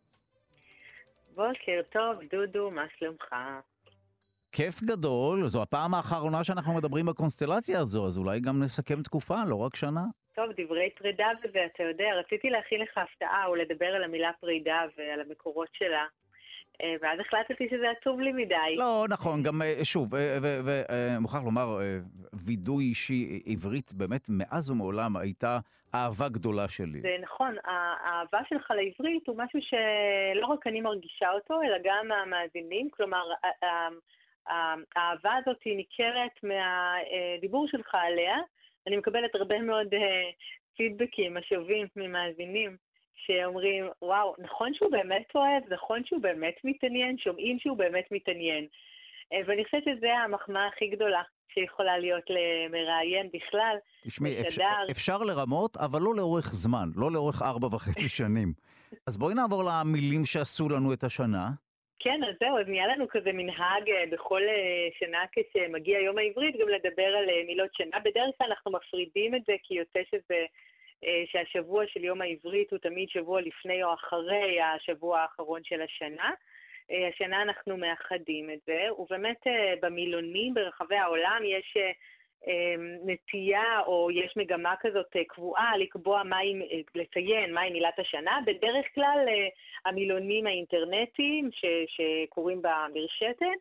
Speaker 7: בוקר טוב, דודו, מה שלומך?
Speaker 1: כיף גדול, זו הפעם האחרונה שאנחנו מדברים בקונסטלציה הזו, אז אולי גם נסכם תקופה, לא רק שנה.
Speaker 7: טוב, דברי פרידה, ואתה יודע, רציתי להכין לך הפתעה ולדבר על המילה פרידה ועל המקורות שלה. ואז החלטתי שזה עצוב לי מדי.
Speaker 1: לא, נכון, גם שוב, ומוכרח לומר, וידוי אישי עברית באמת מאז ומעולם הייתה אהבה גדולה שלי.
Speaker 7: זה נכון, האהבה שלך לעברית הוא משהו שלא רק אני מרגישה אותו, אלא גם המאזינים, כלומר, האהבה הזאת היא ניכרת מהדיבור שלך עליה, אני מקבלת הרבה מאוד פידבקים, משאבים ממאזינים, שאומרים, וואו, נכון שהוא באמת אוהב, נכון שהוא באמת מתעניין, שומעים שהוא באמת מתעניין. ואני חושבת שזה המחמאה הכי גדולה שיכולה להיות למראיין בכלל.
Speaker 1: תשמעי, אפשר, אפשר לרמות, אבל לא לאורך זמן, לא לאורך ארבע וחצי שנים. אז בואי נעבור למילים שעשו לנו את השנה.
Speaker 7: כן, אז זהו, אז נהיה לנו כזה מנהג בכל שנה כשמגיע יום העברית, גם לדבר על מילות שנה. בדרך כלל אנחנו מפרידים את זה, כי יוצא שזה... שהשבוע של יום העברית הוא תמיד שבוע לפני או אחרי השבוע האחרון של השנה. השנה אנחנו מאחדים את זה, ובאמת במילונים ברחבי העולם יש נטייה או יש מגמה כזאת קבועה לקבוע מהי, לציין מהי מילת השנה. בדרך כלל המילונים האינטרנטיים ש, שקוראים במרשתת,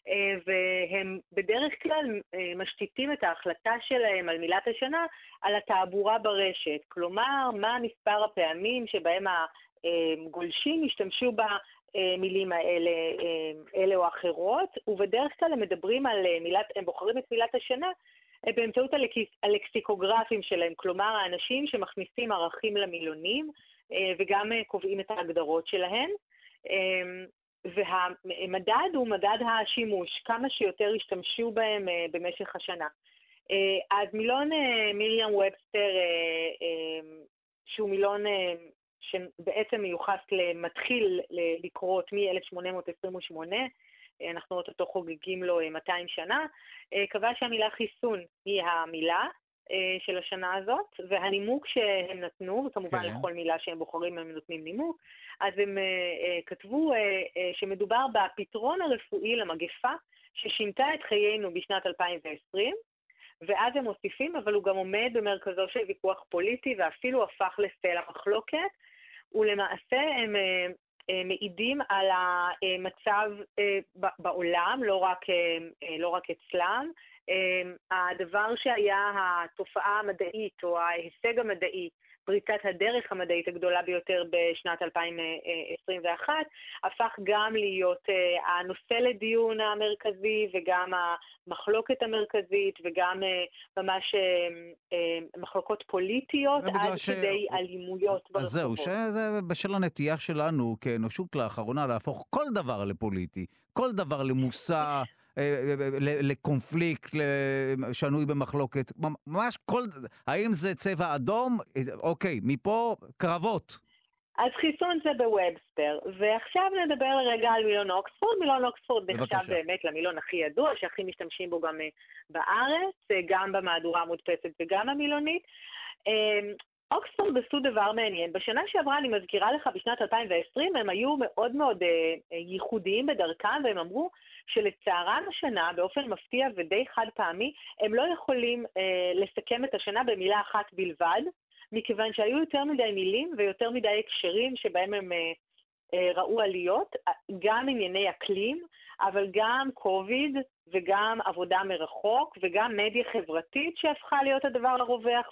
Speaker 7: והם בדרך כלל משתיתים את ההחלטה שלהם על מילת השנה על התעבורה ברשת. כלומר, מה מספר הפעמים שבהם הגולשים השתמשו במילים האלה, אלה או אחרות, ובדרך כלל הם מדברים על מילת, הם בוחרים את מילת השנה באמצעות הלקסיקוגרפים שלהם, כלומר, האנשים שמכניסים ערכים למילונים וגם קובעים את ההגדרות שלהם. והמדד הוא מדד השימוש, כמה שיותר השתמשו בהם במשך השנה. אז מילון מרים ובסטר, שהוא מילון שבעצם מיוחס למתחיל לקרות מ-אלף שמונה מאות עשרים ושמונה, אנחנו אותו חוגגים לו מאתיים שנה, קבע שהמילה חיסון היא המילה של השנה הזאת, והנימוק שהם נתנו, וכמובן כן. לכל מילה שהם בוחרים הם נותנים נימוק, אז הם כתבו שמדובר בפתרון הרפואי למגפה ששינתה את חיינו בשנת אלפיים ועשרים, ואז הם מוסיפים, אבל הוא גם עומד במרכזו של ויכוח פוליטי, ואפילו הפך לסלע מחלוקת, ולמעשה הם מעידים על המצב בעולם, לא רק, לא רק אצלם. הדבר שהיה התופעה המדעית, או ההישג המדעי, פריצת הדרך המדעית הגדולה ביותר בשנת אלפיים עשרים ואחת, הפך גם להיות uh, הנושא לדיון המרכזי, וגם המחלוקת המרכזית, וגם uh, ממש uh, uh, מחלוקות פוליטיות, עד ש... כדי אלימויות ברחובות.
Speaker 1: אז זהו, שזה בשל הנטייה שלנו כאנושות לאחרונה להפוך כל דבר לפוליטי, כל דבר למושא, לקונפליקט, שנוי במחלוקת, ממש כל, האם זה צבע אדום? אוקיי, מפה קרבות.
Speaker 7: אז חיסון זה בוובסטר, ועכשיו נדבר רגע על מילון אוקספורד. מילון אוקספורד נחשב באמת למילון הכי ידוע, שהכי משתמשים בו גם בארץ, גם במהדורה המודפסת וגם המילונית. אוקספורד עשו דבר מעניין. בשנה שעברה, אני מזכירה לך, בשנת אלפיים ועשרים, הם היו מאוד מאוד ייחודיים בדרכם, והם אמרו שלצערם השנה, באופן מפתיע ודי חד פעמי, הם לא יכולים אה, לסכם את השנה במילה אחת בלבד, מכיוון שהיו יותר מדי מילים ויותר מדי הקשרים שבהם הם אה, אה, ראו עליות, גם ענייני אקלים, אבל גם קוביד וגם עבודה מרחוק וגם מדיה חברתית שהפכה להיות הדבר הרווח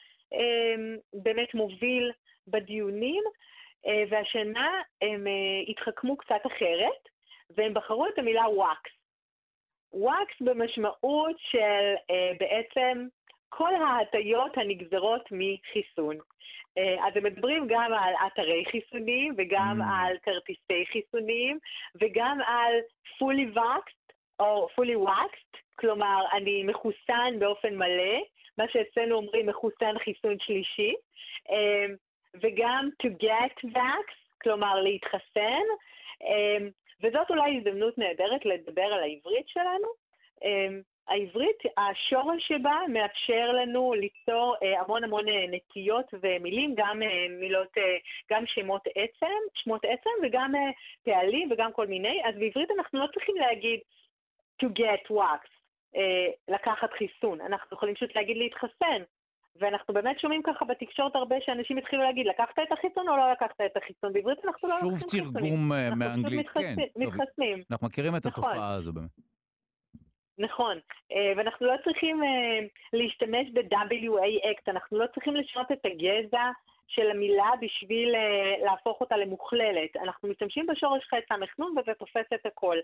Speaker 7: והבאמת אה, מוביל בדיונים, אה, והשנה הם אה, התחכמו קצת אחרת, והם בחרו את המילה וואקס. וואקס במשמעות של אה, בעצם כל ההטיות הנגזרות מחיסון. אה, אז הם מדברים גם על אתרי חיסונים, וגם mm. על כרטיסי חיסונים, וגם על fully vaxxed, או fully waxed, כלומר, אני מחוסן באופן מלא, מה שאצלנו אומרים מחוסן חיסון שלישי, אה, וגם to get vaxxed, כלומר להתחסן, אה, וזאת אולי הזדמנות נהדרת לדבר על העברית שלנו. העברית, השורש שבה מאפשר לנו ליצור המון המון נטיות ומילים, גם מילות, גם שמות עצם, שמות עצם וגם פעלים וגם כל מיני. אז בעברית אנחנו לא צריכים להגיד to get wax, לקחת חיסון. אנחנו יכולים פשוט להגיד להתחסן. ואנחנו באמת שומעים ככה בתקשורת הרבה שאנשים התחילו להגיד, לקחת את החיסון או לא לקחת את החיסון? בעברית אנחנו לא לוקחים חיסונים.
Speaker 1: שוב תרגום מאנגלית, כן.
Speaker 7: מתחסנים.
Speaker 1: אנחנו מכירים את התופעה הזו באמת.
Speaker 7: נכון, ואנחנו לא צריכים להשתמש ב-דאבליו איי אקס, אנחנו לא צריכים לשנות את הגזע של המילה בשביל להפוך אותה למוכללת. אנחנו משתמשים בשורש ח' סמ"ך נון וזה תופס את הכל.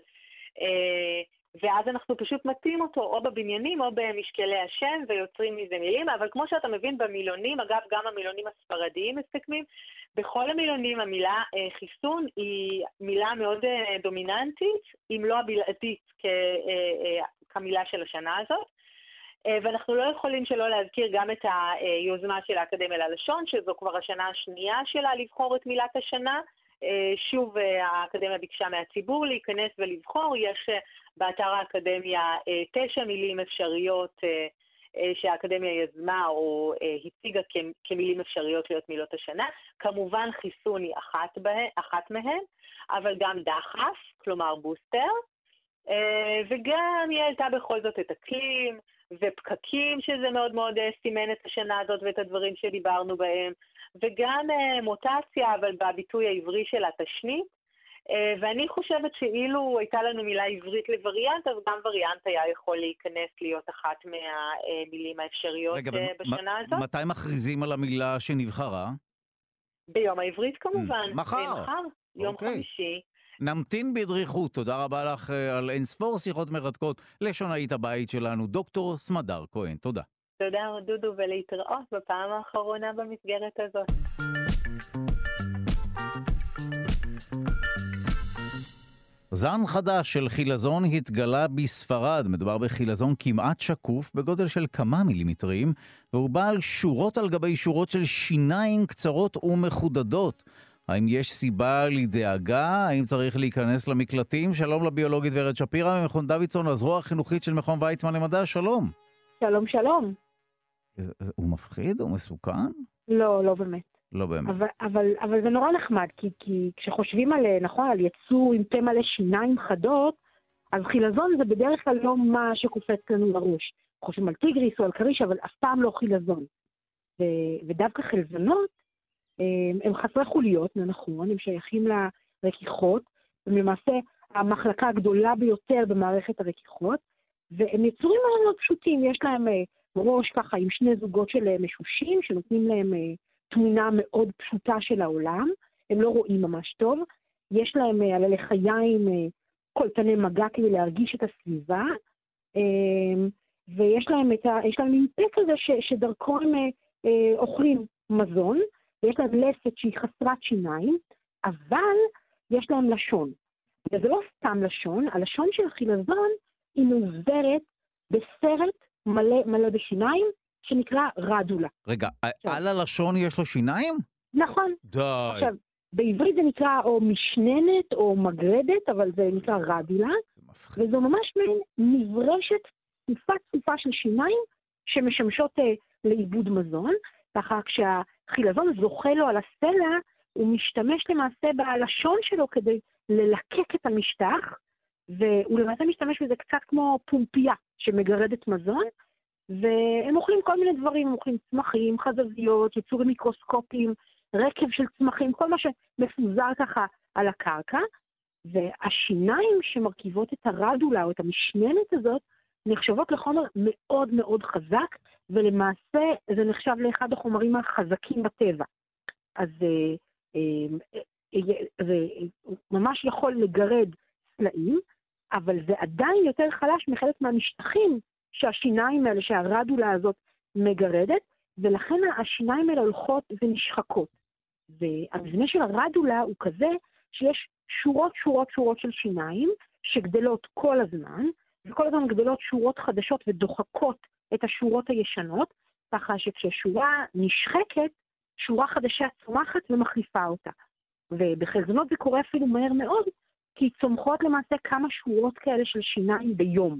Speaker 7: ואז אנחנו פשוט מתאים אותו או בבניינים או במשקלי השם ויוצרים מזה מילים, אבל כמו שאתה מבין במילונים, אגב גם המילונים הספרדיים מסתכמים, בכל המילונים המילה אה, חיסון היא מילה מאוד אה, דומיננטית, אם לא הבלעדית כ, אה, אה, כמילה של השנה הזאת, אה, ואנחנו לא יכולים שלא להזכיר גם את היוזמה של האקדמיה ללשון, שזו כבר השנה השנייה שלה לבחור את מילת השנה, שוב האקדמיה ביקשה מהציבור להיכנס ולבחור, יש באתר האקדמיה תשע מילים אפשריות שהאקדמיה יזמה או הציגה כמילים אפשריות להיות מילות השנה. כמובן חיסון היא אחת, בה, אחת מהן, אבל גם דחף, כלומר בוסטר, וגם היא העלתה בכל זאת את אקלים ופקקים, שזה מאוד מאוד סימן את השנה הזאת ואת הדברים שדיברנו בהם, וגם מוטציה, אבל בביטוי העברי של התשנית, ואני חושבת שאילו הייתה לנו מילה עברית לווריאנט, אז גם וריאנט היה יכול להיכנס להיות אחת מהמילים האפשריות רגע, בשנה הזאת.
Speaker 1: מתי מכריזים על המילה שנבחרה?
Speaker 7: ביום העברית כמובן.
Speaker 1: מחר.
Speaker 7: מחר, יום
Speaker 1: אוקיי.
Speaker 7: חמישי.
Speaker 1: נמתין בדריכות. תודה רבה לך על אין ספור שיחות מרתקות לשונאית הבית שלנו, דוקטור סמדר כהן. תודה.
Speaker 7: תודה דודו, ולהתראות בפעם האחרונה במסגרת הזאת.
Speaker 1: זן חדש של חילזון התגלה בספרד. מדובר בחילזון כמעט שקוף בגודל של כמה מילימטרים, והוא בעל שורות על גבי שורות של שיניים קצרות ומחודדות. האם יש סיבה לדאגה? האם צריך להיכנס למקלטים? שלום לביולוגית ורד שפירא ממכון דוידסון, הזרוע החינוכית של מכון ויצמן למדע. שלום.
Speaker 12: שלום, שלום.
Speaker 1: הוא מפחיד? הוא מסוכן?
Speaker 12: לא, לא באמת.
Speaker 1: לא באמת.
Speaker 12: אבל, אבל, אבל זה נורא נחמד, כי, כי כשחושבים על, נכון, על יצור עם פה מלא שיניים חדות, אז חילזון זה בדרך כלל לא מה שקופץ לנו לראש. חושבים על טיגריס או על קריש, אבל אף פעם לא חילזון. ו, ודווקא חילזונות, הם, הם חסרי חוליות, נכון, הם שייכים לרכיכות, ולמעשה המחלקה הגדולה ביותר במערכת הרכיכות, והם יצורים מאוד מאוד פשוטים, יש להם ראש ככה עם שני זוגות של משושים, שנותנים להם תמונה מאוד פשוטה של העולם, הם לא רואים ממש טוב, יש להם על הלחיים קולטני מגע כדי להרגיש את הסביבה, ויש להם את ה... יש להם מין פה כזה ש... שדרכו הם אוכלים מזון, ויש להם לסת שהיא חסרת שיניים, אבל יש להם לשון. וזה לא סתם לשון, הלשון של החילזון היא מעוברת בסרט מלא מלא בשיניים, שנקרא רדולה.
Speaker 1: רגע, על הלשון יש לו שיניים?
Speaker 12: נכון.
Speaker 1: די.
Speaker 12: עכשיו, בעברית זה נקרא או משננת או מגרדת, אבל זה נקרא רדולה, וזו ממש מברשת צופה צופה של שיניים, שמשמשות אה, לעיבוד מזון, ככה כשהחילזון זוכה לו על הסלע, הוא משתמש למעשה בלשון שלו כדי ללקק את המשטח, והוא למעשה משתמש בזה קצת כמו פומפייה שמגרדת מזון, והם אוכלים כל מיני דברים, הם אוכלים צמחים, חזזיות, יצורים מיקרוסקופיים, רקב של צמחים, כל מה שמפוזר ככה על הקרקע, והשיניים שמרכיבות את הרדולה או את המשננת הזאת, נחשבות לחומר מאוד מאוד חזק, ולמעשה זה נחשב לאחד החומרים החזקים בטבע. אז זה ממש יכול לגרד סלעים, אבל זה עדיין יותר חלש מחלק מהמשטחים שהשיניים האלה, שהרדולה הזאת מגרדת, ולכן השיניים האלה הולכות ונשחקות. והמבנה של הרדולה הוא כזה שיש שורות שורות שורות של שיניים שגדלות כל הזמן, וכל הזמן גדלות שורות חדשות ודוחקות את השורות הישנות, ככה שכששורה נשחקת, שורה חדשה צומחת ומחליפה אותה. ובחלזונות זה קורה אפילו מהר מאוד, כי צומחות למעשה כמה שורות כאלה של שיניים ביום.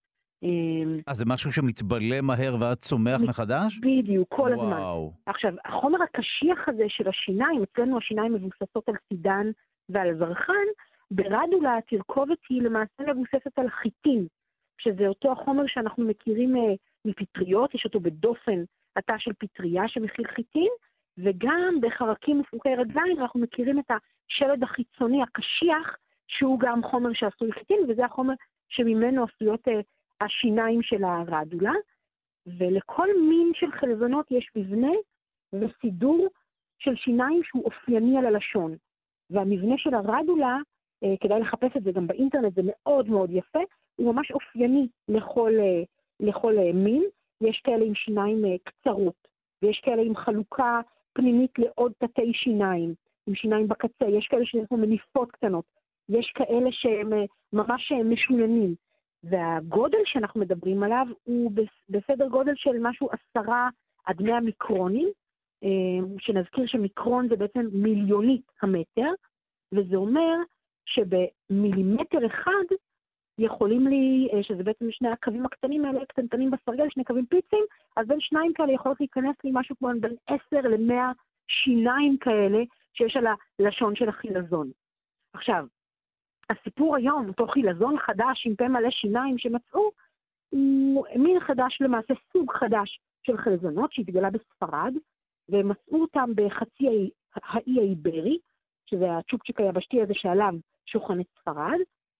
Speaker 1: אז זה משהו שמתבלה מהר ואז צומח מחדש?
Speaker 12: בדיוק, כל
Speaker 1: וואו.
Speaker 12: הזמן. עכשיו, החומר הקשיח הזה של השיניים, אצלנו השיניים מבוססות על סידן ועל זרחן, ברדולה התרכובת היא למעשה מבוססת על חיטין, שזה אותו החומר שאנחנו מכירים מפטריות, יש אותו בדופן התא של פטריה שמכיל חיטין, וגם בחרקים מפרוקי רגליים אנחנו מכירים את השלד החיצוני הקשיח, שהוא גם חומר שעשוי חיטין, וזה החומר שממנו עשויות השיניים של הרדולה, ולכל מין של חלזונות יש מבנה וסידור של שיניים שהוא אופייני על הלשון. והמבנה של הרדולה, כדאי לחפש את זה גם באינטרנט, זה מאוד מאוד יפה, הוא ממש אופייני לכל, לכל מין. יש כאלה עם שיניים קצרות, ויש כאלה עם חלוקה פנימית לעוד תתי שיניים, עם שיניים בקצה, יש כאלה שיש לנו מניפות קטנות, יש כאלה שהם ממש משוננים. והגודל שאנחנו מדברים עליו הוא בסדר גודל של משהו עשרה עד מאה מיקרונים, שנזכיר שמיקרון זה בעצם מיליונית המטר, וזה אומר שבמילימטר אחד יכולים לי, שזה בעצם שני הקווים הקטנים האלה, קטנטנים בסרגל, שני קווים פיצים, אז בין שניים כאלה יכולות להיכנס לי משהו כמו בין עשר למאה שיניים כאלה שיש על הלשון של החילזון. עכשיו, הסיפור היום, אותו חילזון חדש עם פה מלא שיניים שמצאו, הוא מין חדש למעשה, סוג חדש של חלזונות שהתגלה בספרד, ומצאו אותם בחצי האי האיברי, שזה הצ'ופצ'יק היבשתי הזה שעליו שוכנת ספרד,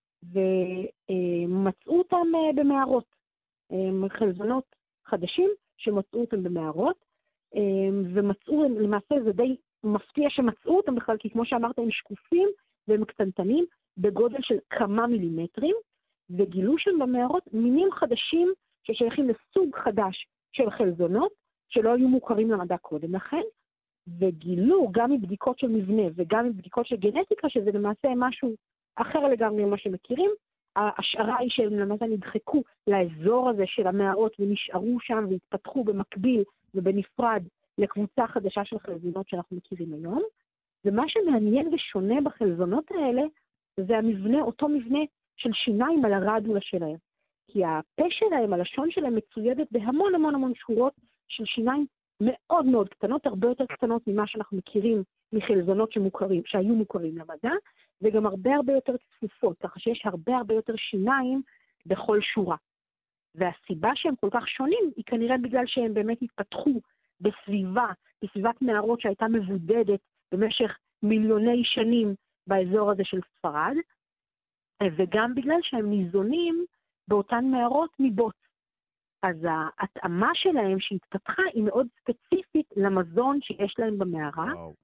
Speaker 12: ומצאו אותם במערות, חלזונות חדשים שמצאו אותם במערות, ומצאו, למעשה זה די מפתיע שמצאו אותם בכלל, כי כמו שאמרת הם שקופים והם קטנטנים, בגודל של כמה מילימטרים, וגילו שם במערות מינים חדשים ששייכים לסוג חדש של חלזונות, שלא היו מוכרים למדע קודם לכן, וגילו גם מבדיקות של מבנה וגם מבדיקות של גנטיקה, שזה למעשה משהו אחר לגמרי ממה שמכירים. ההשערה היא שהם למעשה נדחקו לאזור הזה של המערות ונשארו שם והתפתחו במקביל ובנפרד לקבוצה חדשה של חלזונות שאנחנו מכירים היום. ומה שמעניין ושונה בחלזונות האלה זה המבנה, אותו מבנה של שיניים על הרדולה שלהם. כי הפה שלהם, הלשון שלהם מצוידת בהמון המון המון שורות של שיניים מאוד מאוד קטנות, הרבה יותר קטנות ממה שאנחנו מכירים מחלזונות שמוכרים, שהיו מוכרים למדע, וגם הרבה הרבה יותר צפופות, ככה שיש הרבה הרבה יותר שיניים בכל שורה. והסיבה שהם כל כך שונים היא כנראה בגלל שהם באמת התפתחו בסביבה, בסביבת מערות שהייתה מבודדת במשך מיליוני שנים באזור הזה של ספרד, וגם בגלל שהם ניזונים באותן מערות מבוץ. אז ההתאמה שלהם שהתפתחה היא מאוד ספציפית למזון שיש להם במערה. Wow.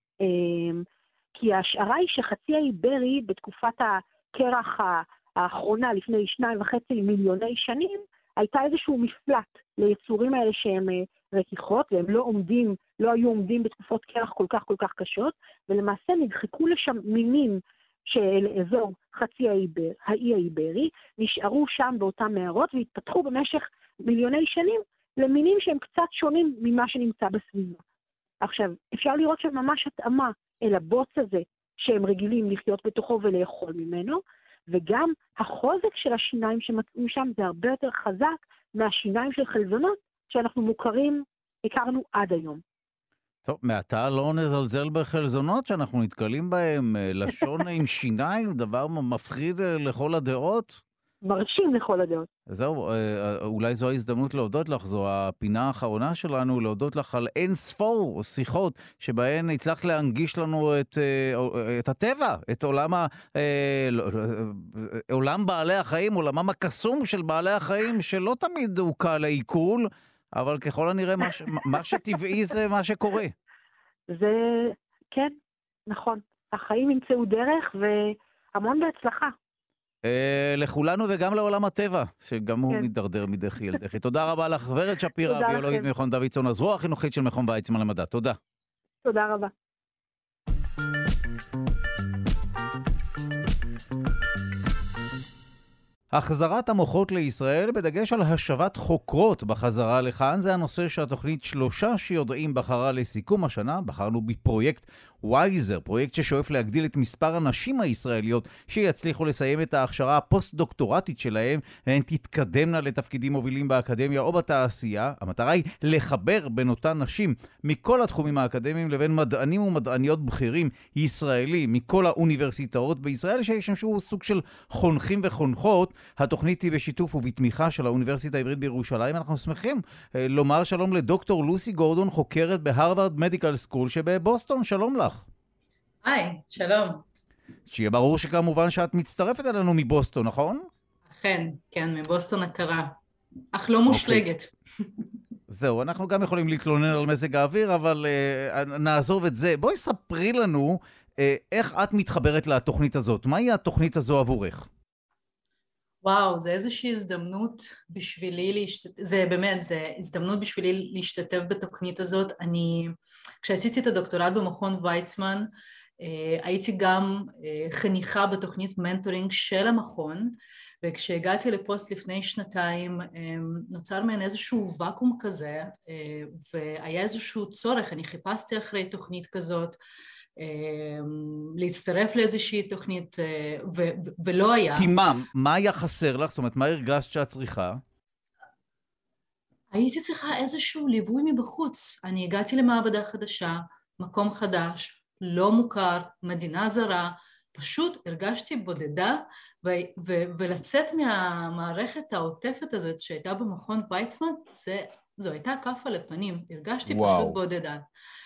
Speaker 12: כי ההשערה היא שחצי האי איברי בתקופת הקרח האחרונה לפני שניים וחצי מיליוני שנים, הייתה איזשהו מפלט ליצורים האלה שהם רכיכות, והם לא עומדים, לא היו עומדים בתקופות קרח כל כך כל כך קשות, ולמעשה נדחקו לשם מינים של אזור חצי האיבר, האי האיברי, נשארו שם באותם מערות והתפתחו במשך מיליוני שנים למינים שהם קצת שונים ממה שנמצא בסביבה. עכשיו, אפשר לראות שממש התאמה אל הבוץ הזה שהם רגילים לחיות בתוכו ולאכול ממנו, וגם החוזק של השיניים שמצאו שם זה הרבה יותר חזק מהשיניים של חלזונות שאנחנו מוכרים, הכרנו עד היום.
Speaker 1: טוב, מעתה לא נזלזל בחלזונות שאנחנו נתקלים בהם, לשון עם שיניים, דבר מפחיד לכל הדעות.
Speaker 12: מרשים לכל הדעות.
Speaker 1: זהו, אולי זו ההזדמנות להודות לך, זו הפינה האחרונה שלנו, להודות לך על אין ספור שיחות שבהן הצלחת להנגיש לנו את, את הטבע, את עולם, ה, עולם בעלי החיים, עולמם הקסום של בעלי החיים, שלא תמיד הוא קל לעיכול, אבל ככל הנראה מה, מה שטבעי זה מה שקורה.
Speaker 12: זה, כן, נכון. החיים ימצאו דרך והמון בהצלחה.
Speaker 1: לכולנו וגם לעולם הטבע, שגם הוא מתדרדר מדחי אל דחי. תודה רבה לך, ורד שפירא, ביולוגית ממכון דוידסון, הזרוע החינוכית של מכון ויצמן למדע. תודה.
Speaker 12: תודה רבה.
Speaker 1: החזרת המוחות לישראל בדגש על השבת חוקרות בחזרה לכאן, זה הנושא שהתוכנית שלושה שיודעים בחרה לסיכום השנה. בחרנו בפרויקט וייזר, פרויקט ששואף להגדיל את מספר הנשים הישראליות שיצליחו לסיים את ההכשרה הפוסט-דוקטורטית שלהם, והן תתקדמנה לתפקידים מובילים באקדמיה או בתעשייה. המטרה היא לחבר בין אותן נשים מכל התחומים האקדמיים לבין מדענים ומדעניות בכירים ישראלים מכל האוניברסיטאות בישראל, שישמשו סוג של חונכים וחונכות. התוכנית היא בשיתוף ובתמיכה של האוניברסיטה העברית בירושלים. אנחנו שמחים לומר שלום לדוקטור לוסי גורדון, חוקרת בהרווארד מדיקל סקול שבבוסטון. שלום לך.
Speaker 13: היי, שלום.
Speaker 1: שיהיה ברור שכמובן שאת מצטרפת אלינו מבוסטון, נכון?
Speaker 13: אכן, כן, מבוסטון הקרה. אך לא מושלגת.
Speaker 1: זהו, אנחנו גם יכולים להתלונן על מזג האוויר, אבל uh, נעזוב את זה. בואי ספרי לנו uh, איך את מתחברת לתוכנית הזאת. מהי התוכנית הזו עבורך?
Speaker 13: וואו, זה איזושהי הזדמנות בשבילי, להשת... זה באמת, זה הזדמנות בשבילי להשתתף בתוכנית הזאת. אני, כשעשיתי את הדוקטורט במכון ויצמן, הייתי גם חניכה בתוכנית מנטורינג של המכון, וכשהגעתי לפוסט לפני שנתיים, נוצר מהן איזשהו וקום כזה, והיה איזשהו צורך, אני חיפשתי אחרי תוכנית כזאת, להצטרף לאיזושהי תוכנית, ו- ו- ולא היה.
Speaker 1: כי מה? מה היה חסר לך? זאת אומרת, מה הרגשת שאת צריכה?
Speaker 13: הייתי צריכה איזשהו ליווי מבחוץ. אני הגעתי למעבדה חדשה, מקום חדש, לא מוכר, מדינה זרה, פשוט הרגשתי בודדה, ו- ו- ולצאת מהמערכת העוטפת הזאת שהייתה במכון ויצמן, זה, זו הייתה כף על הפנים, הרגשתי וואו. פשוט בודדה.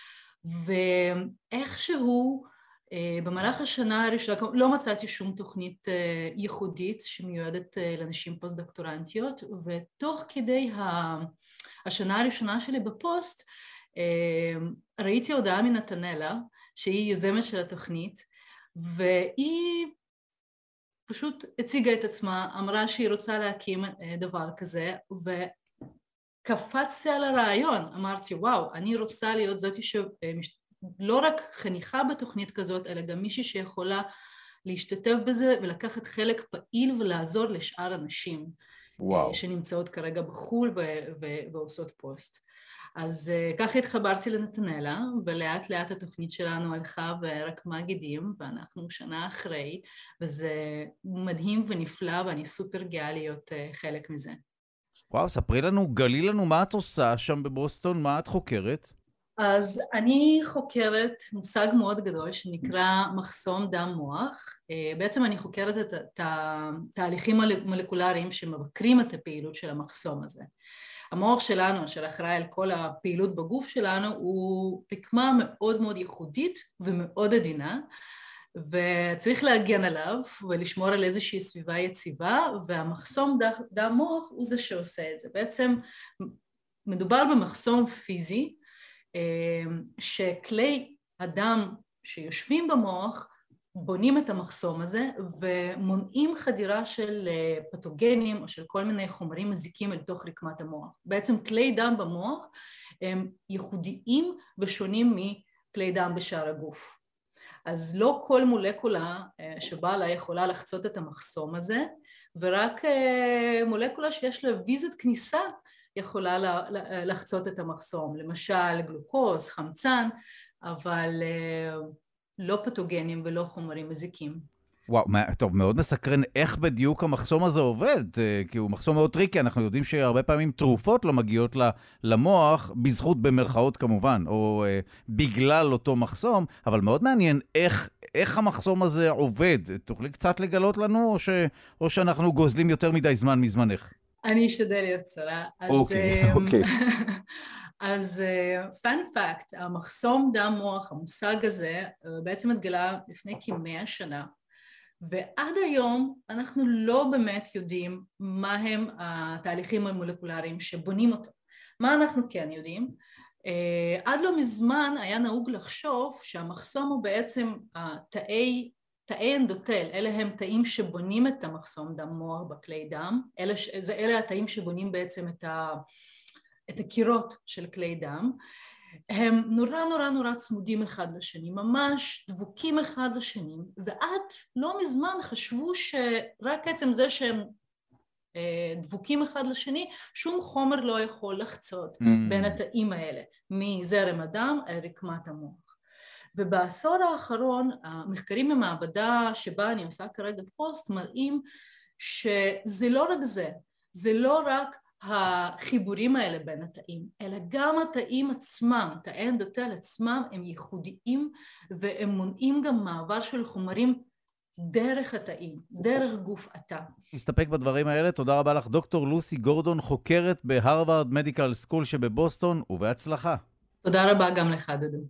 Speaker 13: ואיכשהו במהלך השנה הראשונה לא מצאתי שום תוכנית ייחודית שמיועדת לנשים פוסט-דוקטורנטיות, ותוך כדי השנה הראשונה שלי בפוסט ראיתי הודעה מנתנאלה שהיא יוזמת של התוכנית, והיא פשוט הציגה את עצמה, אמרה שהיא רוצה להקים דבר כזה, ו קפצתי על הרעיון, אמרתי וואו, אני רוצה להיות זאתי שלא רק חניכה בתוכנית כזאת, אלא גם מישהי שיכולה להשתתף בזה ולקחת חלק פעיל ולעזור לשאר אנשים
Speaker 1: וואו.
Speaker 13: שנמצאות כרגע בחול ו- ו- ועושות פוסט. אז ככה התחברתי לנתנאלה, ולאט לאט התוכנית שלנו הלכה ורקמה גידים, ואנחנו שנה אחרי, וזה מדהים ונפלא, ואני סופר גאה להיות חלק מזה.
Speaker 1: וואו, ספרי לנו, גלי לנו מה את עושה שם בבוסטון, מה את חוקרת?
Speaker 13: אז אני חוקרת מושג מאוד גדול שנקרא מחסום דם מוח. בעצם אני חוקרת את התהליכים המולקולריים שמבקרים את הפעילות של המחסום הזה. המוח שלנו, אשר אחראי על כל הפעילות בגוף שלנו, הוא רקמה מאוד מאוד ייחודית ומאוד עדינה, וצריך להגן עליו ולשמור על איזושהי סביבה יציבה, והמחסום דם מוח הוא זה שעושה את זה. בעצם מדובר במחסום פיזי, שכלי הדם שיושבים במוח בונים את המחסום הזה ומונעים חדירה של פתוגנים או של כל מיני חומרים מזיקים אל תוך רקמת המוח. בעצם כלי דם במוח הם ייחודיים ושונים מכלי דם בשאר הגוף. אז לא כל מולקולה שבאה לה יכולה לחצות את המחסום הזה, ורק מולקולה שיש לה ויזת כניסה יכולה לחצות את המחסום, למשל גלוקוז, חמצן, אבל לא פתוגנים ולא חומרים מזיקים.
Speaker 1: וואו, טוב, מאוד מסקרן איך בדיוק המחסום הזה עובד, כי הוא מחסום מאוד טריקי, אנחנו יודעים שהרבה פעמים תרופות לא מגיעות למוח, בזכות במרכאות כמובן, או בגלל אותו מחסום, אבל מאוד מעניין איך, איך המחסום הזה עובד. תוכלי קצת לגלות לנו, או, ש, או שאנחנו גוזלים יותר מדי זמן מזמנך?
Speaker 13: אני אשתדל להיות קצרה.
Speaker 1: אוקיי, אוקיי.
Speaker 13: אז פאנ פאקט, המחסום דם מוח, המושג הזה, בעצם התגלה לפני כמאה שנה, ועד היום אנחנו לא באמת יודעים מה הם התהליכים המולקולריים שבונים אותו. מה אנחנו כן יודעים? עד לא מזמן היה נהוג לחשוב שהמחסום הוא בעצם תאי תאי אנדוטל, אלה הם תאים שבונים את המחסום דם מוח בכלי דם, אלה, זה, אלה התאים שבונים בעצם את, ה, את הקירות של כלי דם, הם נורא נורא נורא צמודים אחד לשני, ממש דבוקים אחד לשני, ועד לא מזמן חשבו שרק עצם זה שהם דבוקים אחד לשני, שום חומר לא יכול לחצות mm. בין התאים האלה, מזרם הדם אל רקמת המוח. ובעשור האחרון, המחקרים במעבדה שבה אני עושה כרגע פוסט, מראים שזה לא רק זה, זה לא רק החיבורים האלה בין התאים, אלא גם התאים עצמם, תאי אנדוטל עצמם, הם ייחודיים, והם מונעים גם מעבר של חומרים דרך התאים, דרך גוף התא.
Speaker 1: נסתפק בדברים האלה, תודה רבה לך דוקטור לוסי גורדון, חוקרת בהרווארד מדיקל סקול שבבוסטון, ובהצלחה.
Speaker 13: תודה רבה גם לך דודו.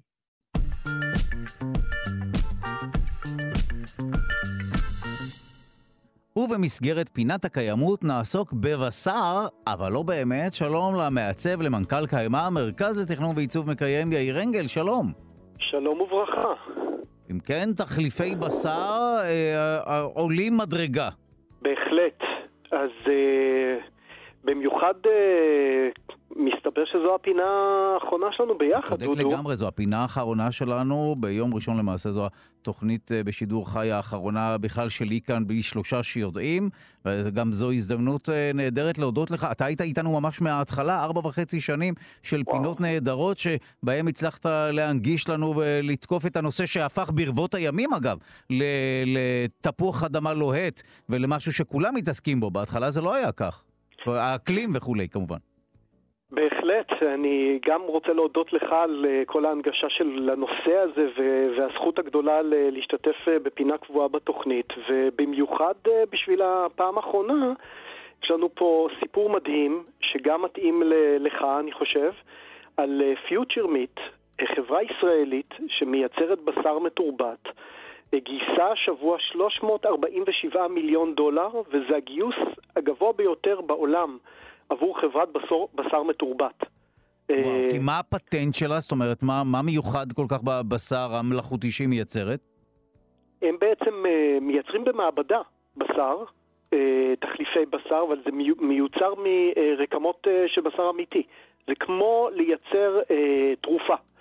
Speaker 1: ובמסגרת פינת הקיימות נעסוק בבשר, אבל לא באמת. שלום למעצב, למנכ"ל קיימה, מרכז לתכנון ועיצוב מקיים, יאיר אנגל, שלום.
Speaker 14: שלום וברכה.
Speaker 1: אם כן, תחליפי בשר אה, אה, עולים מדרגה.
Speaker 14: בהחלט. אז אה, במיוחד אה, מסתבר שזו הפינה האחרונה שלנו ביחד,
Speaker 1: דודו. צודק לגמרי, זו הפינה האחרונה שלנו. ביום ראשון למעשה זו התוכנית בשידור חי האחרונה בכלל שלי כאן בשלושה שיודעים, וגם זו הזדמנות נהדרת להודות לך. אתה היית איתנו ממש מההתחלה, ארבע וחצי שנים של וואו. פינות נהדרות שבהם הצלחת להנגיש לנו ולתקוף את הנושא שהפך ברבות הימים אגב, לתפוח אדמה לוהט ולמשהו שכולם מתעסקים בו. בהתחלה זה לא היה כך. האקלים וכולי כמובן.
Speaker 14: בהחלט, אני גם רוצה להודות לך על כל ההנגשה של הנושא הזה והזכות הגדולה להשתתף בפינה קבועה בתוכנית, ובמיוחד בשביל הפעם האחרונה יש לנו פה סיפור מדהים שגם מתאים לך אני חושב, על פיוטשר מיט, חברה ישראלית שמייצרת בשר מתורבת, גייסה השבוע שלוש מאות ארבעים ושבעה מיליון דולר, וזה הגיוס הגבוה ביותר בעולם עבור חברת בשר, בשר מתורבת.
Speaker 1: וואו, כי מה הפטנט שלה? זאת אומרת, מה, מה מיוחד כל כך בבשר המלאכותי שהיא מייצרת?
Speaker 14: הם בעצם מייצרים במעבדה בשר, תחליפי בשר, אבל זה מיוצר מרקמות של בשר אמיתי. זה כמו לייצר תרופה.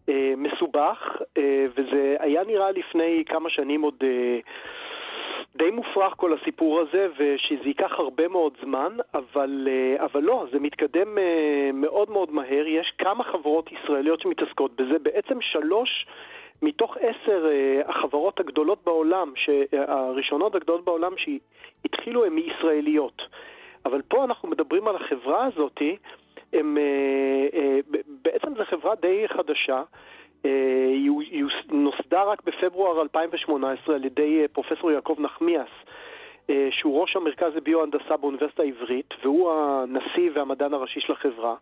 Speaker 14: מסובך, וזה היה נראה לפני כמה שנים עוד די מופרך כל הסיפור הזה, ושזה ייקח הרבה מאוד זמן, אבל, אבל לא, זה מתקדם מאוד מאוד מהר. יש כמה חברות ישראליות שמתעסקות בזה, בעצם שלוש מתוך עשר החברות הגדולות בעולם, הראשונות הגדולות בעולם שהתחילו הן מישראליות. אבל פה אנחנו מדברים על החברה הזאת, הם, בעצם זו חברה די חדשה, היא נוסדה רק בפברואר אלפיים שמונה עשרה על ידי פרופסור יעקב נחמיאס, שהוא ראש המרכז לביו-הנדסה באוניברסיטה העברית, והוא הנשיא והמדען הראשי של החברה.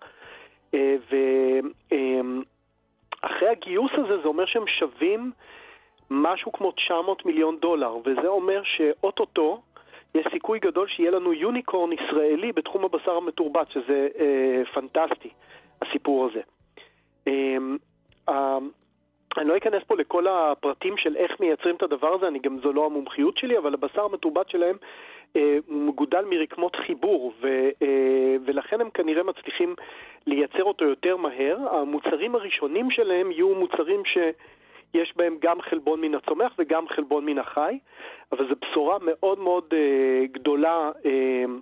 Speaker 14: ואחרי הגיוס הזה זה אומר שהם שווים משהו כמו תשע מאות מיליון דולר, וזה אומר שאוטוטו יש סיכוי גדול שיהיה לנו יוניקורן ישראלי בתחום הבשר המתורבת, שזה אה, פנטסטי, הסיפור הזה. אה, אה, אני לא אכנס פה לכל הפרטים של איך מייצרים את הדבר הזה, אני גם זו לא המומחיות שלי, אבל הבשר המתורבת שלהם אה, מגודל מרקמות חיבור, ו, אה, ולכן הם כנראה מצליחים לייצר אותו יותר מהר. המוצרים הראשונים שלהם יהיו מוצרים ש... יש בהם גם חלבון מן הצומח וגם חלבון מן החי, אבל זו בשורה מאוד מאוד uh, גדולה uh,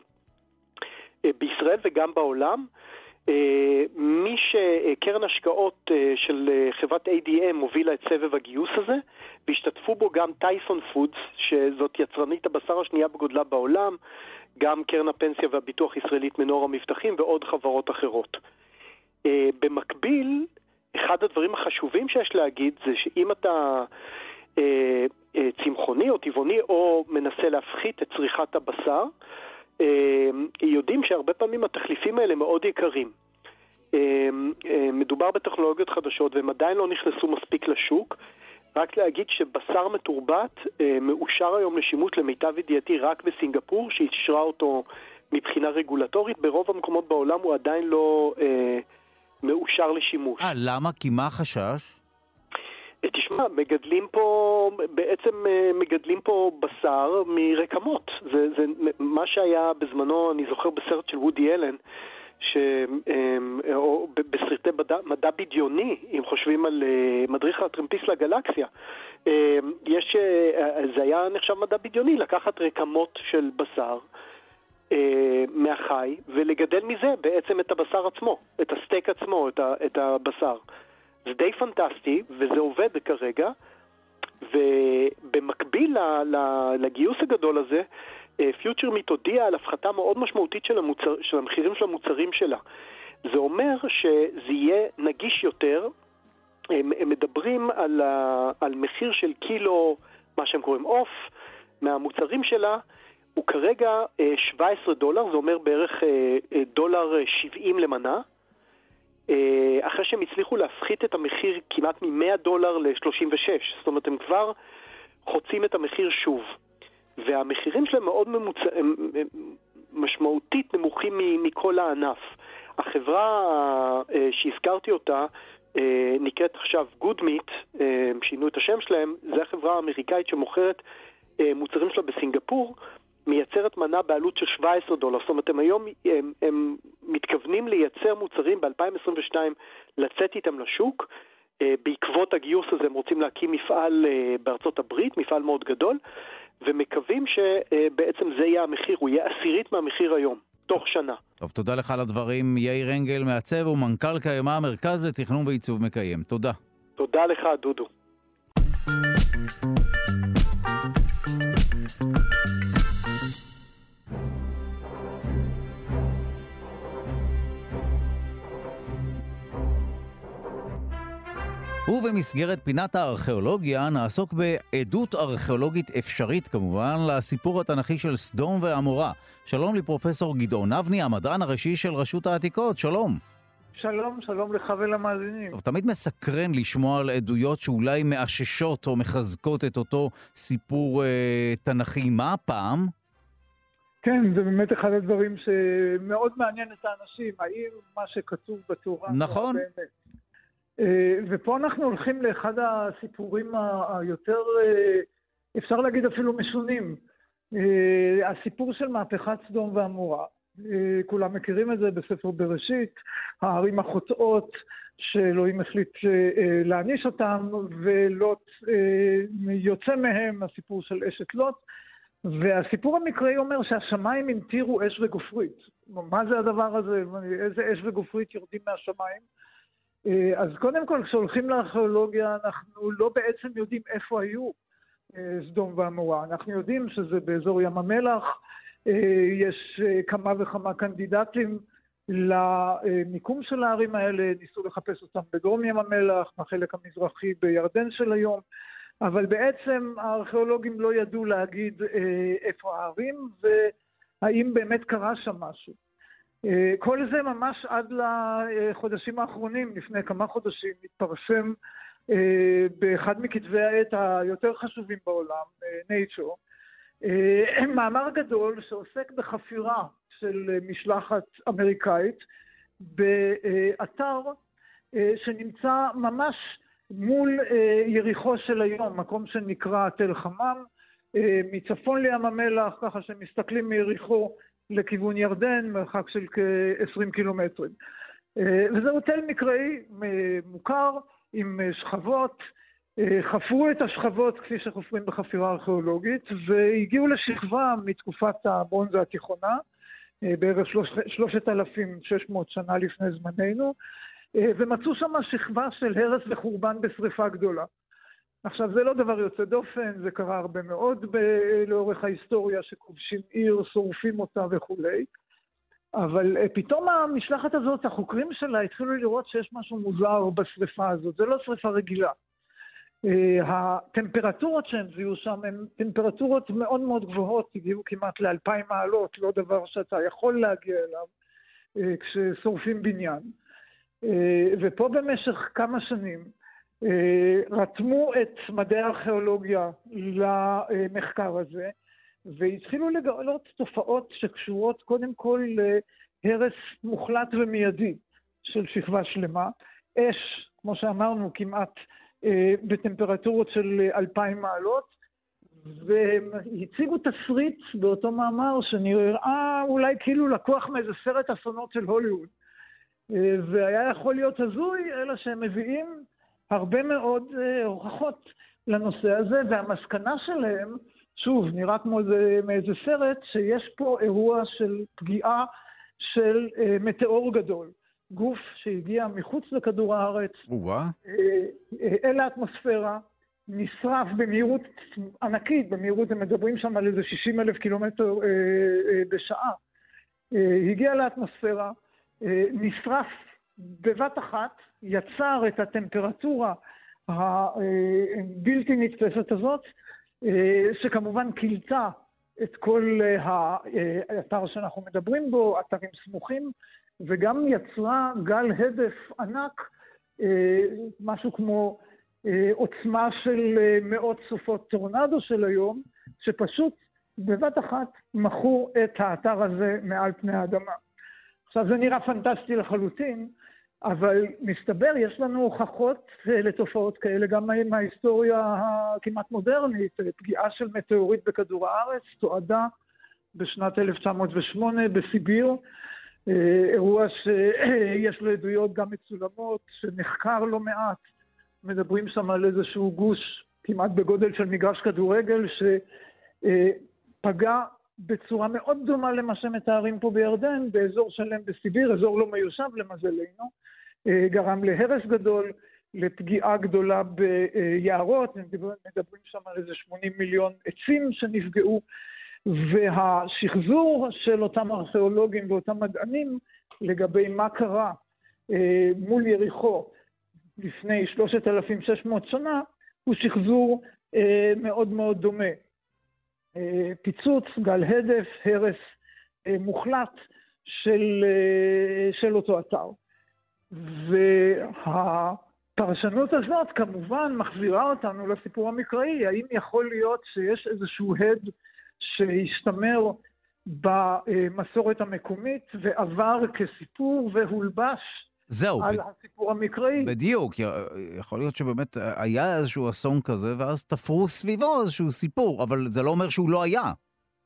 Speaker 14: uh, בישראל וגם בעולם. Uh, מי שקרן השקעות uh, של uh, חברת איי די אם מובילה את סבב הגיוס הזה, והשתתפו בו גם טייסון פודס, שזאת יצרנית הבשר השנייה בגודלה בעולם, גם קרן הפנסיה והביטוח ישראלית מנור המבטחים ועוד חברות אחרות. Uh, במקביל, אחד הדברים החשובים שיש להגיד זה שאם אתה אה, אה, צמחוני או טבעוני או מנסה להפחית את צריכת הבשר, אה, יודעים שהרבה פעמים התחליפים האלה מאוד יקרים. אה, אה, מדובר בטכנולוגיות חדשות והם עדיין לא נכנסו מספיק לשוק. רק להגיד שבשר מתורבת אה, מאושר היום לשימוש למיטב ידיעתי רק בסינגפור, שאישרה אותו מבחינה רגולטורית. ברוב המקומות בעולם הוא עדיין לא... אה, מאושר לשימוש.
Speaker 1: אה, למה? כי מה החשש?
Speaker 14: תשמע, מגדלים פה, בעצם מגדלים פה בשר מרקמות. זה, זה מה שהיה בזמנו, אני זוכר בסרט של וודי אלן, ש, או בסרטי מדע, מדע בדיוני, אם חושבים על מדריך הטרמפיסט לגלקסיה, יש, זה היה נחשב מדע בדיוני, לקחת רקמות של בשר, מהחי, ולגדל מזה בעצם את הבשר עצמו, את הסטייק עצמו, את, ה, את הבשר. זה די פנטסטי, וזה עובד כרגע, ובמקביל ל, ל, לגיוס הגדול הזה, פיוטר מיט הודיע על הפחתה מאוד משמעותית של, המוצר, של המחירים של המוצרים שלה. זה אומר שזה יהיה נגיש יותר. הם, הם מדברים על, ה, על מחיר של קילו, מה שהם קוראים אוף, מהמוצרים שלה, הוא כרגע שבע עשרה דולר, זה אומר בערך דולר שבעים למנה, אחרי שהם הצליחו להפחית את המחיר כמעט מ-מאה דולר ל-שלושים ושש, זאת אומרת הם כבר חוצים את המחיר שוב, והמחירים שלהם מאוד ממוצע, משמעותית נמוכים מכל הענף. החברה שהזכרתי אותה נקראת עכשיו גודמיט, שינו את השם שלהם, זו החברה האמריקאית שמוכרת מוצרים שלה בסינגפור, מייצרת מנה בעלות של שבע עשרה דולר. זאת אומרת, הם היום הם, הם מתכוונים לייצר מוצרים ב-אלפיים עשרים ושתיים, לצאת איתם לשוק. בעקבות הגיוס הזה הם רוצים להקים מפעל בארצות הברית, מפעל מאוד גדול, ומקווים שבעצם זה יהיה המחיר, הוא יהיה עשירית מהמחיר היום, תוך שנה.
Speaker 1: טוב, תודה לך על הדברים. יאיר אנגל, מעצב ומנכ"ל קיימה, המרכז לתכנון ועיצוב מקיים. תודה.
Speaker 14: תודה לך, דודו.
Speaker 1: ובמסגרת פינת הארכיאולוגיה נעסוק בעדות ארכיאולוגית אפשרית כמובן לסיפור התנ"כי של סדום ועמורה. שלום לפרופסור גדעון אבני, המדען הראשי של רשות העתיקות. שלום.
Speaker 15: שלום, שלום לך ולמאזינים.
Speaker 1: טוב, תמיד מסקרן לשמוע על עדויות שאולי מאששות או מחזקות את אותו סיפור אה, תנ"כי. מה הפעם?
Speaker 15: כן, זה באמת אחד הדברים שמאוד מעניין את האנשים. האם מה שכתוב בתורה...
Speaker 1: נכון.
Speaker 15: באמת. ופה אנחנו הולכים לאחד הסיפורים היותר, אפשר להגיד אפילו משונים, הסיפור של מהפכת סדום ועמורה. כולם מכירים את זה בספר בראשית, הערים החוטאות שאלוהים החליט להעניש אותם, ולוט יוצא מהם, הסיפור של אשת לוט, והסיפור המקראי אומר שהשמיים המטירו אש וגופרית. מה זה הדבר הזה? איזה אש וגופרית יורדים מהשמיים? אז קודם כל, כשהולכים לארכיאולוגיה, אנחנו לא בעצם יודעים איפה היו סדום ועמורה. אנחנו יודעים שזה באזור ים המלח, יש כמה וכמה קנדידטים למיקום של הערים האלה, ניסו לחפש אותם בדרום ים המלח, בחלק המזרחי בירדן של היום, אבל בעצם הארכיאולוגים לא ידעו להגיד איפה הערים והאם באמת קרה שם משהו. כל זה ממש עד לחודשים האחרונים, לפני כמה חודשים, התפרסם באחד מכתבי העת היותר חשובים בעולם, Nature, מאמר גדול שעוסק בחפירה של משלחת אמריקאית באתר שנמצא ממש מול יריחו של היום, מקום שנקרא תל חמם, מצפון לים המלח, ככה שמסתכלים מיריחו לכיוון ירדן, מרחק של כ-עשרים קילומטרים. וזהו תל מקראי מוכר עם שכבות, חפרו את השכבות כפי שחופרים בחפירה ארכיאולוגית, והגיעו לשכבה מתקופת הברונזה התיכונה, בערך שלושת אלפים ושש מאות שנה לפני זמננו, ומצאו שם שכבה של הרס וחורבן בשריפה גדולה. עכשיו, זה לא דבר יוצא דופן, זה קרה הרבה מאוד ב- לאורך ההיסטוריה, שכובשים עיר, שורפים אותה וכולי, אבל פתאום המשלחת הזאת, החוקרים שלה התחילו לראות שיש משהו מוזר בשריפה הזאת, זה לא שריפה רגילה. הטמפרטורות שהם זיהו שם הן טמפרטורות מאוד מאוד גבוהות, הגיעו כמעט לאלפיים מעלות, לא דבר שאתה יכול להגיע אליו כששורפים בניין. ופה במשך כמה שנים רתמו את מדעי הארכיאולוגיה למחקר הזה, והתחילו לגלות תופעות שקשורות קודם כל להרס מוחלט ומיידי של שכבה שלמה, אש, כמו שאמרנו, כמעט בטמפרטורות של אלפיים מעלות, והציגו תסריט באותו מאמר שנראה אולי כאילו לקוח מאיזה סרט אסונות של הוליווד, והיה יכול להיות הזוי, אלא שהם מביאים הרבה מאוד הוכחות לנושא הזה, והמסקנה שלהם, שוב, נראה כמו זה, מאיזה סרט, שיש פה אירוע של פגיעה של מטאור גדול. גוף שהגיע מחוץ לכדור הארץ, אל האטמוספירה, נשרף במהירות ענקית, במהירות הם מדברים שם על איזה שישים אלף קילומטר בשעה, הגיע לאטמוספירה, נשרף בבת אחת, יצר את הטמפרטורה הבלתי נתפסת הזאת, שכמובן קילתה את כל האתר שאנחנו מדברים בו, אתרים סמוכים, וגם יצרה גל הדף ענק, משהו כמו עוצמה של מאות סופות טורנדו של היום, שפשוט בבת אחת מחו את האתר הזה מעל פני האדמה. עכשיו זה נראה פנטסטי לחלוטין, אבל מסתבר, יש לנו הוכחות לתופעות כאלה גם מההיסטוריה הכמעט מודרנית. פגיעה של מטאוריט בכדור הארץ תועדה בשנת אלף תשע מאות ושמונה בסיביר, אירוע שיש לו עדויות גם מצולמות, שנחקר לא מעט. מדברים שם על איזשהו גוש כמעט בגודל של מגרש כדורגל, שפגע בצורה מאוד דומה למה שמתארים פה בירדן, באזור שלם בסיביר, אזור לא מיושב למזלנו, גרם להרס גדול, לפגיעה גדולה ביערות, מדברים שם על איזה שמונים מיליון עצים שנפגעו, והשחזור של אותם ארכיאולוגים ואותם מדענים לגבי מה קרה מול יריחו לפני שלושת אלפים ושש מאות שנה, הוא שחזור מאוד מאוד דומה. פיצוץ, גל הדף, הרס מוחלט של, של אותו אתר. והפרשנות הזאת כמובן מחזירה אותנו לסיפור המקראי, האם יכול להיות שיש איזשהו הד שהשתמר במסורת המקומית ועבר כסיפור והולבש
Speaker 1: זהו,
Speaker 15: על
Speaker 1: ב...
Speaker 15: הסיפור המקראי.
Speaker 1: בדיוק, יכול להיות שבאמת היה איזשהו אסון כזה, ואז תפרו סביבו איזשהו סיפור, אבל זה לא אומר שהוא לא היה.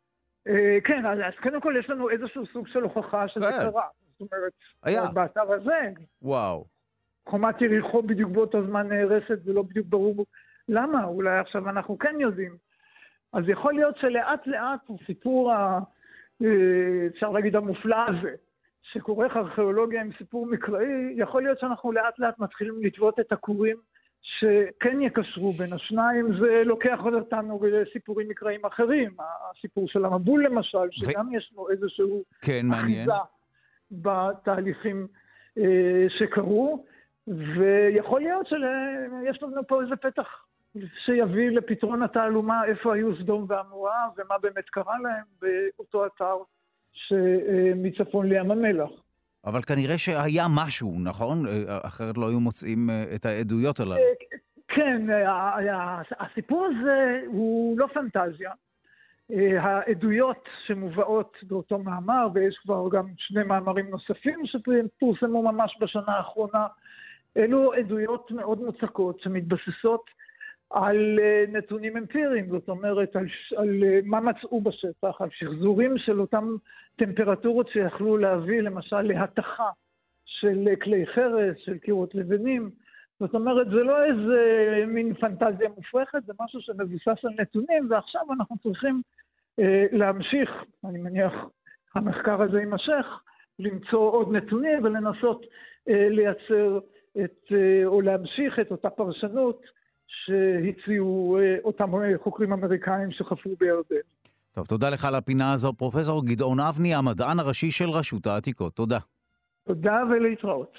Speaker 15: כן, אז קודם כל יש לנו איזשהו סוג של הוכחה שזה קרה. זאת אומרת, באתר הזה.
Speaker 1: וואו.
Speaker 15: חומת יריחו בדיוק באותו זמן נהרסת, ולא בדיוק ברור למה, אולי עכשיו אנחנו כן יודעים. אז יכול להיות שלאט לאט הסיפור, אפשר להגיד המופלא הזה, שכורך ארכיאולוגיה עם סיפור מקראי, יכול להיות שאנחנו לאט לאט מתחילים לטוות את הכורים שכן יקשרו בין השניים. זה לוקח אותנו לסיפורים מקראיים אחרים, הסיפור של המבול למשל, שגם ו... יש לו איזשהו
Speaker 1: כן, אחיזה
Speaker 15: בתהליכים אה, שקרו, ויכול להיות שיש לנו פה איזה פתח שיביא לפתרון התעלומה, איפה היו סדום ועמורה ומה באמת קרה להם באותו אתר שמצפון לים המלח.
Speaker 1: אבל כנראה שהיה משהו, נכון? אחרת לא היו מוצאים את העדויות הללו.
Speaker 15: כן, הסיפור הזה הוא לא פנטזיה. העדויות שמובאות באותו מאמר, ויש כבר גם שני מאמרים נוספים שפורסמו ממש בשנה האחרונה, אלו עדויות מאוד מוצקות שמתבססות על נתונים אמפיריים, זאת אומרת, על, על מה מצאו בשטח, על שחזורים של אותם טמפרטורות שיכלו להביא למשל להתחה של כלי חרס, של קירות לבנים. זאת אומרת, זה לא איזה מין פנטזיה מופרכת, זה משהו שמבוסס על נתונים, ועכשיו אנחנו צריכים אה, להמשיך, אני מניח, המחקר הזה יימשך, למצוא עוד נתונים ולנסות אה, לייצר את, אה, או להמשיך את אותה פרשנות שהציעו אה, אותם חוקרים אמריקאים שחפרו בירדן.
Speaker 1: טוב, תודה לך על הפינה הזו, פרופסור גדעון אבני, המדען הראשי של רשות העתיקות. תודה.
Speaker 15: תודה ולהתראות.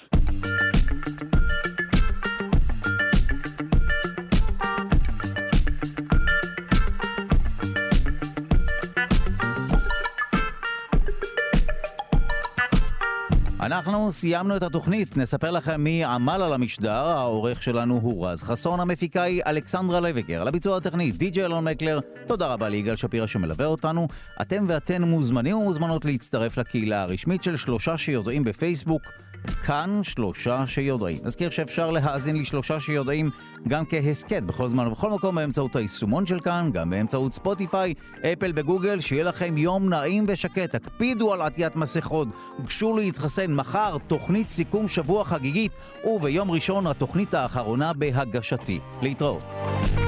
Speaker 1: אנחנו סיימנו את התוכנית, נספר לכם מי עמל על המשדר. העורך שלנו הוא רז חסון, המפיקה היא אלכסנדרה לויגר, על הביצוע הטכני די.ג'יי אלון מקלר. תודה רבה ליגאל שפירא שמלווה אותנו. אתם ואתן מוזמנים ומוזמנות להצטרף לקהילה הרשמית של שלושה שיודעים בפייסבוק, כאן שלושה שיודעים. נזכיר שאפשר להאזין לשלושה שיודעים גם כהסקט בכל זמן ובכל מקום באמצעות היישומון של כאן, גם באמצעות ספוטיפיי, אפל וגוגל. שיהיה לכם יום נעים ושקט, תקפידו על עטיית מסכות, גשו להתחסן. מחר תוכנית סיכום שבוע חגיגית, וביום ראשון התוכנית האחרונה בהגשתי. להתראות.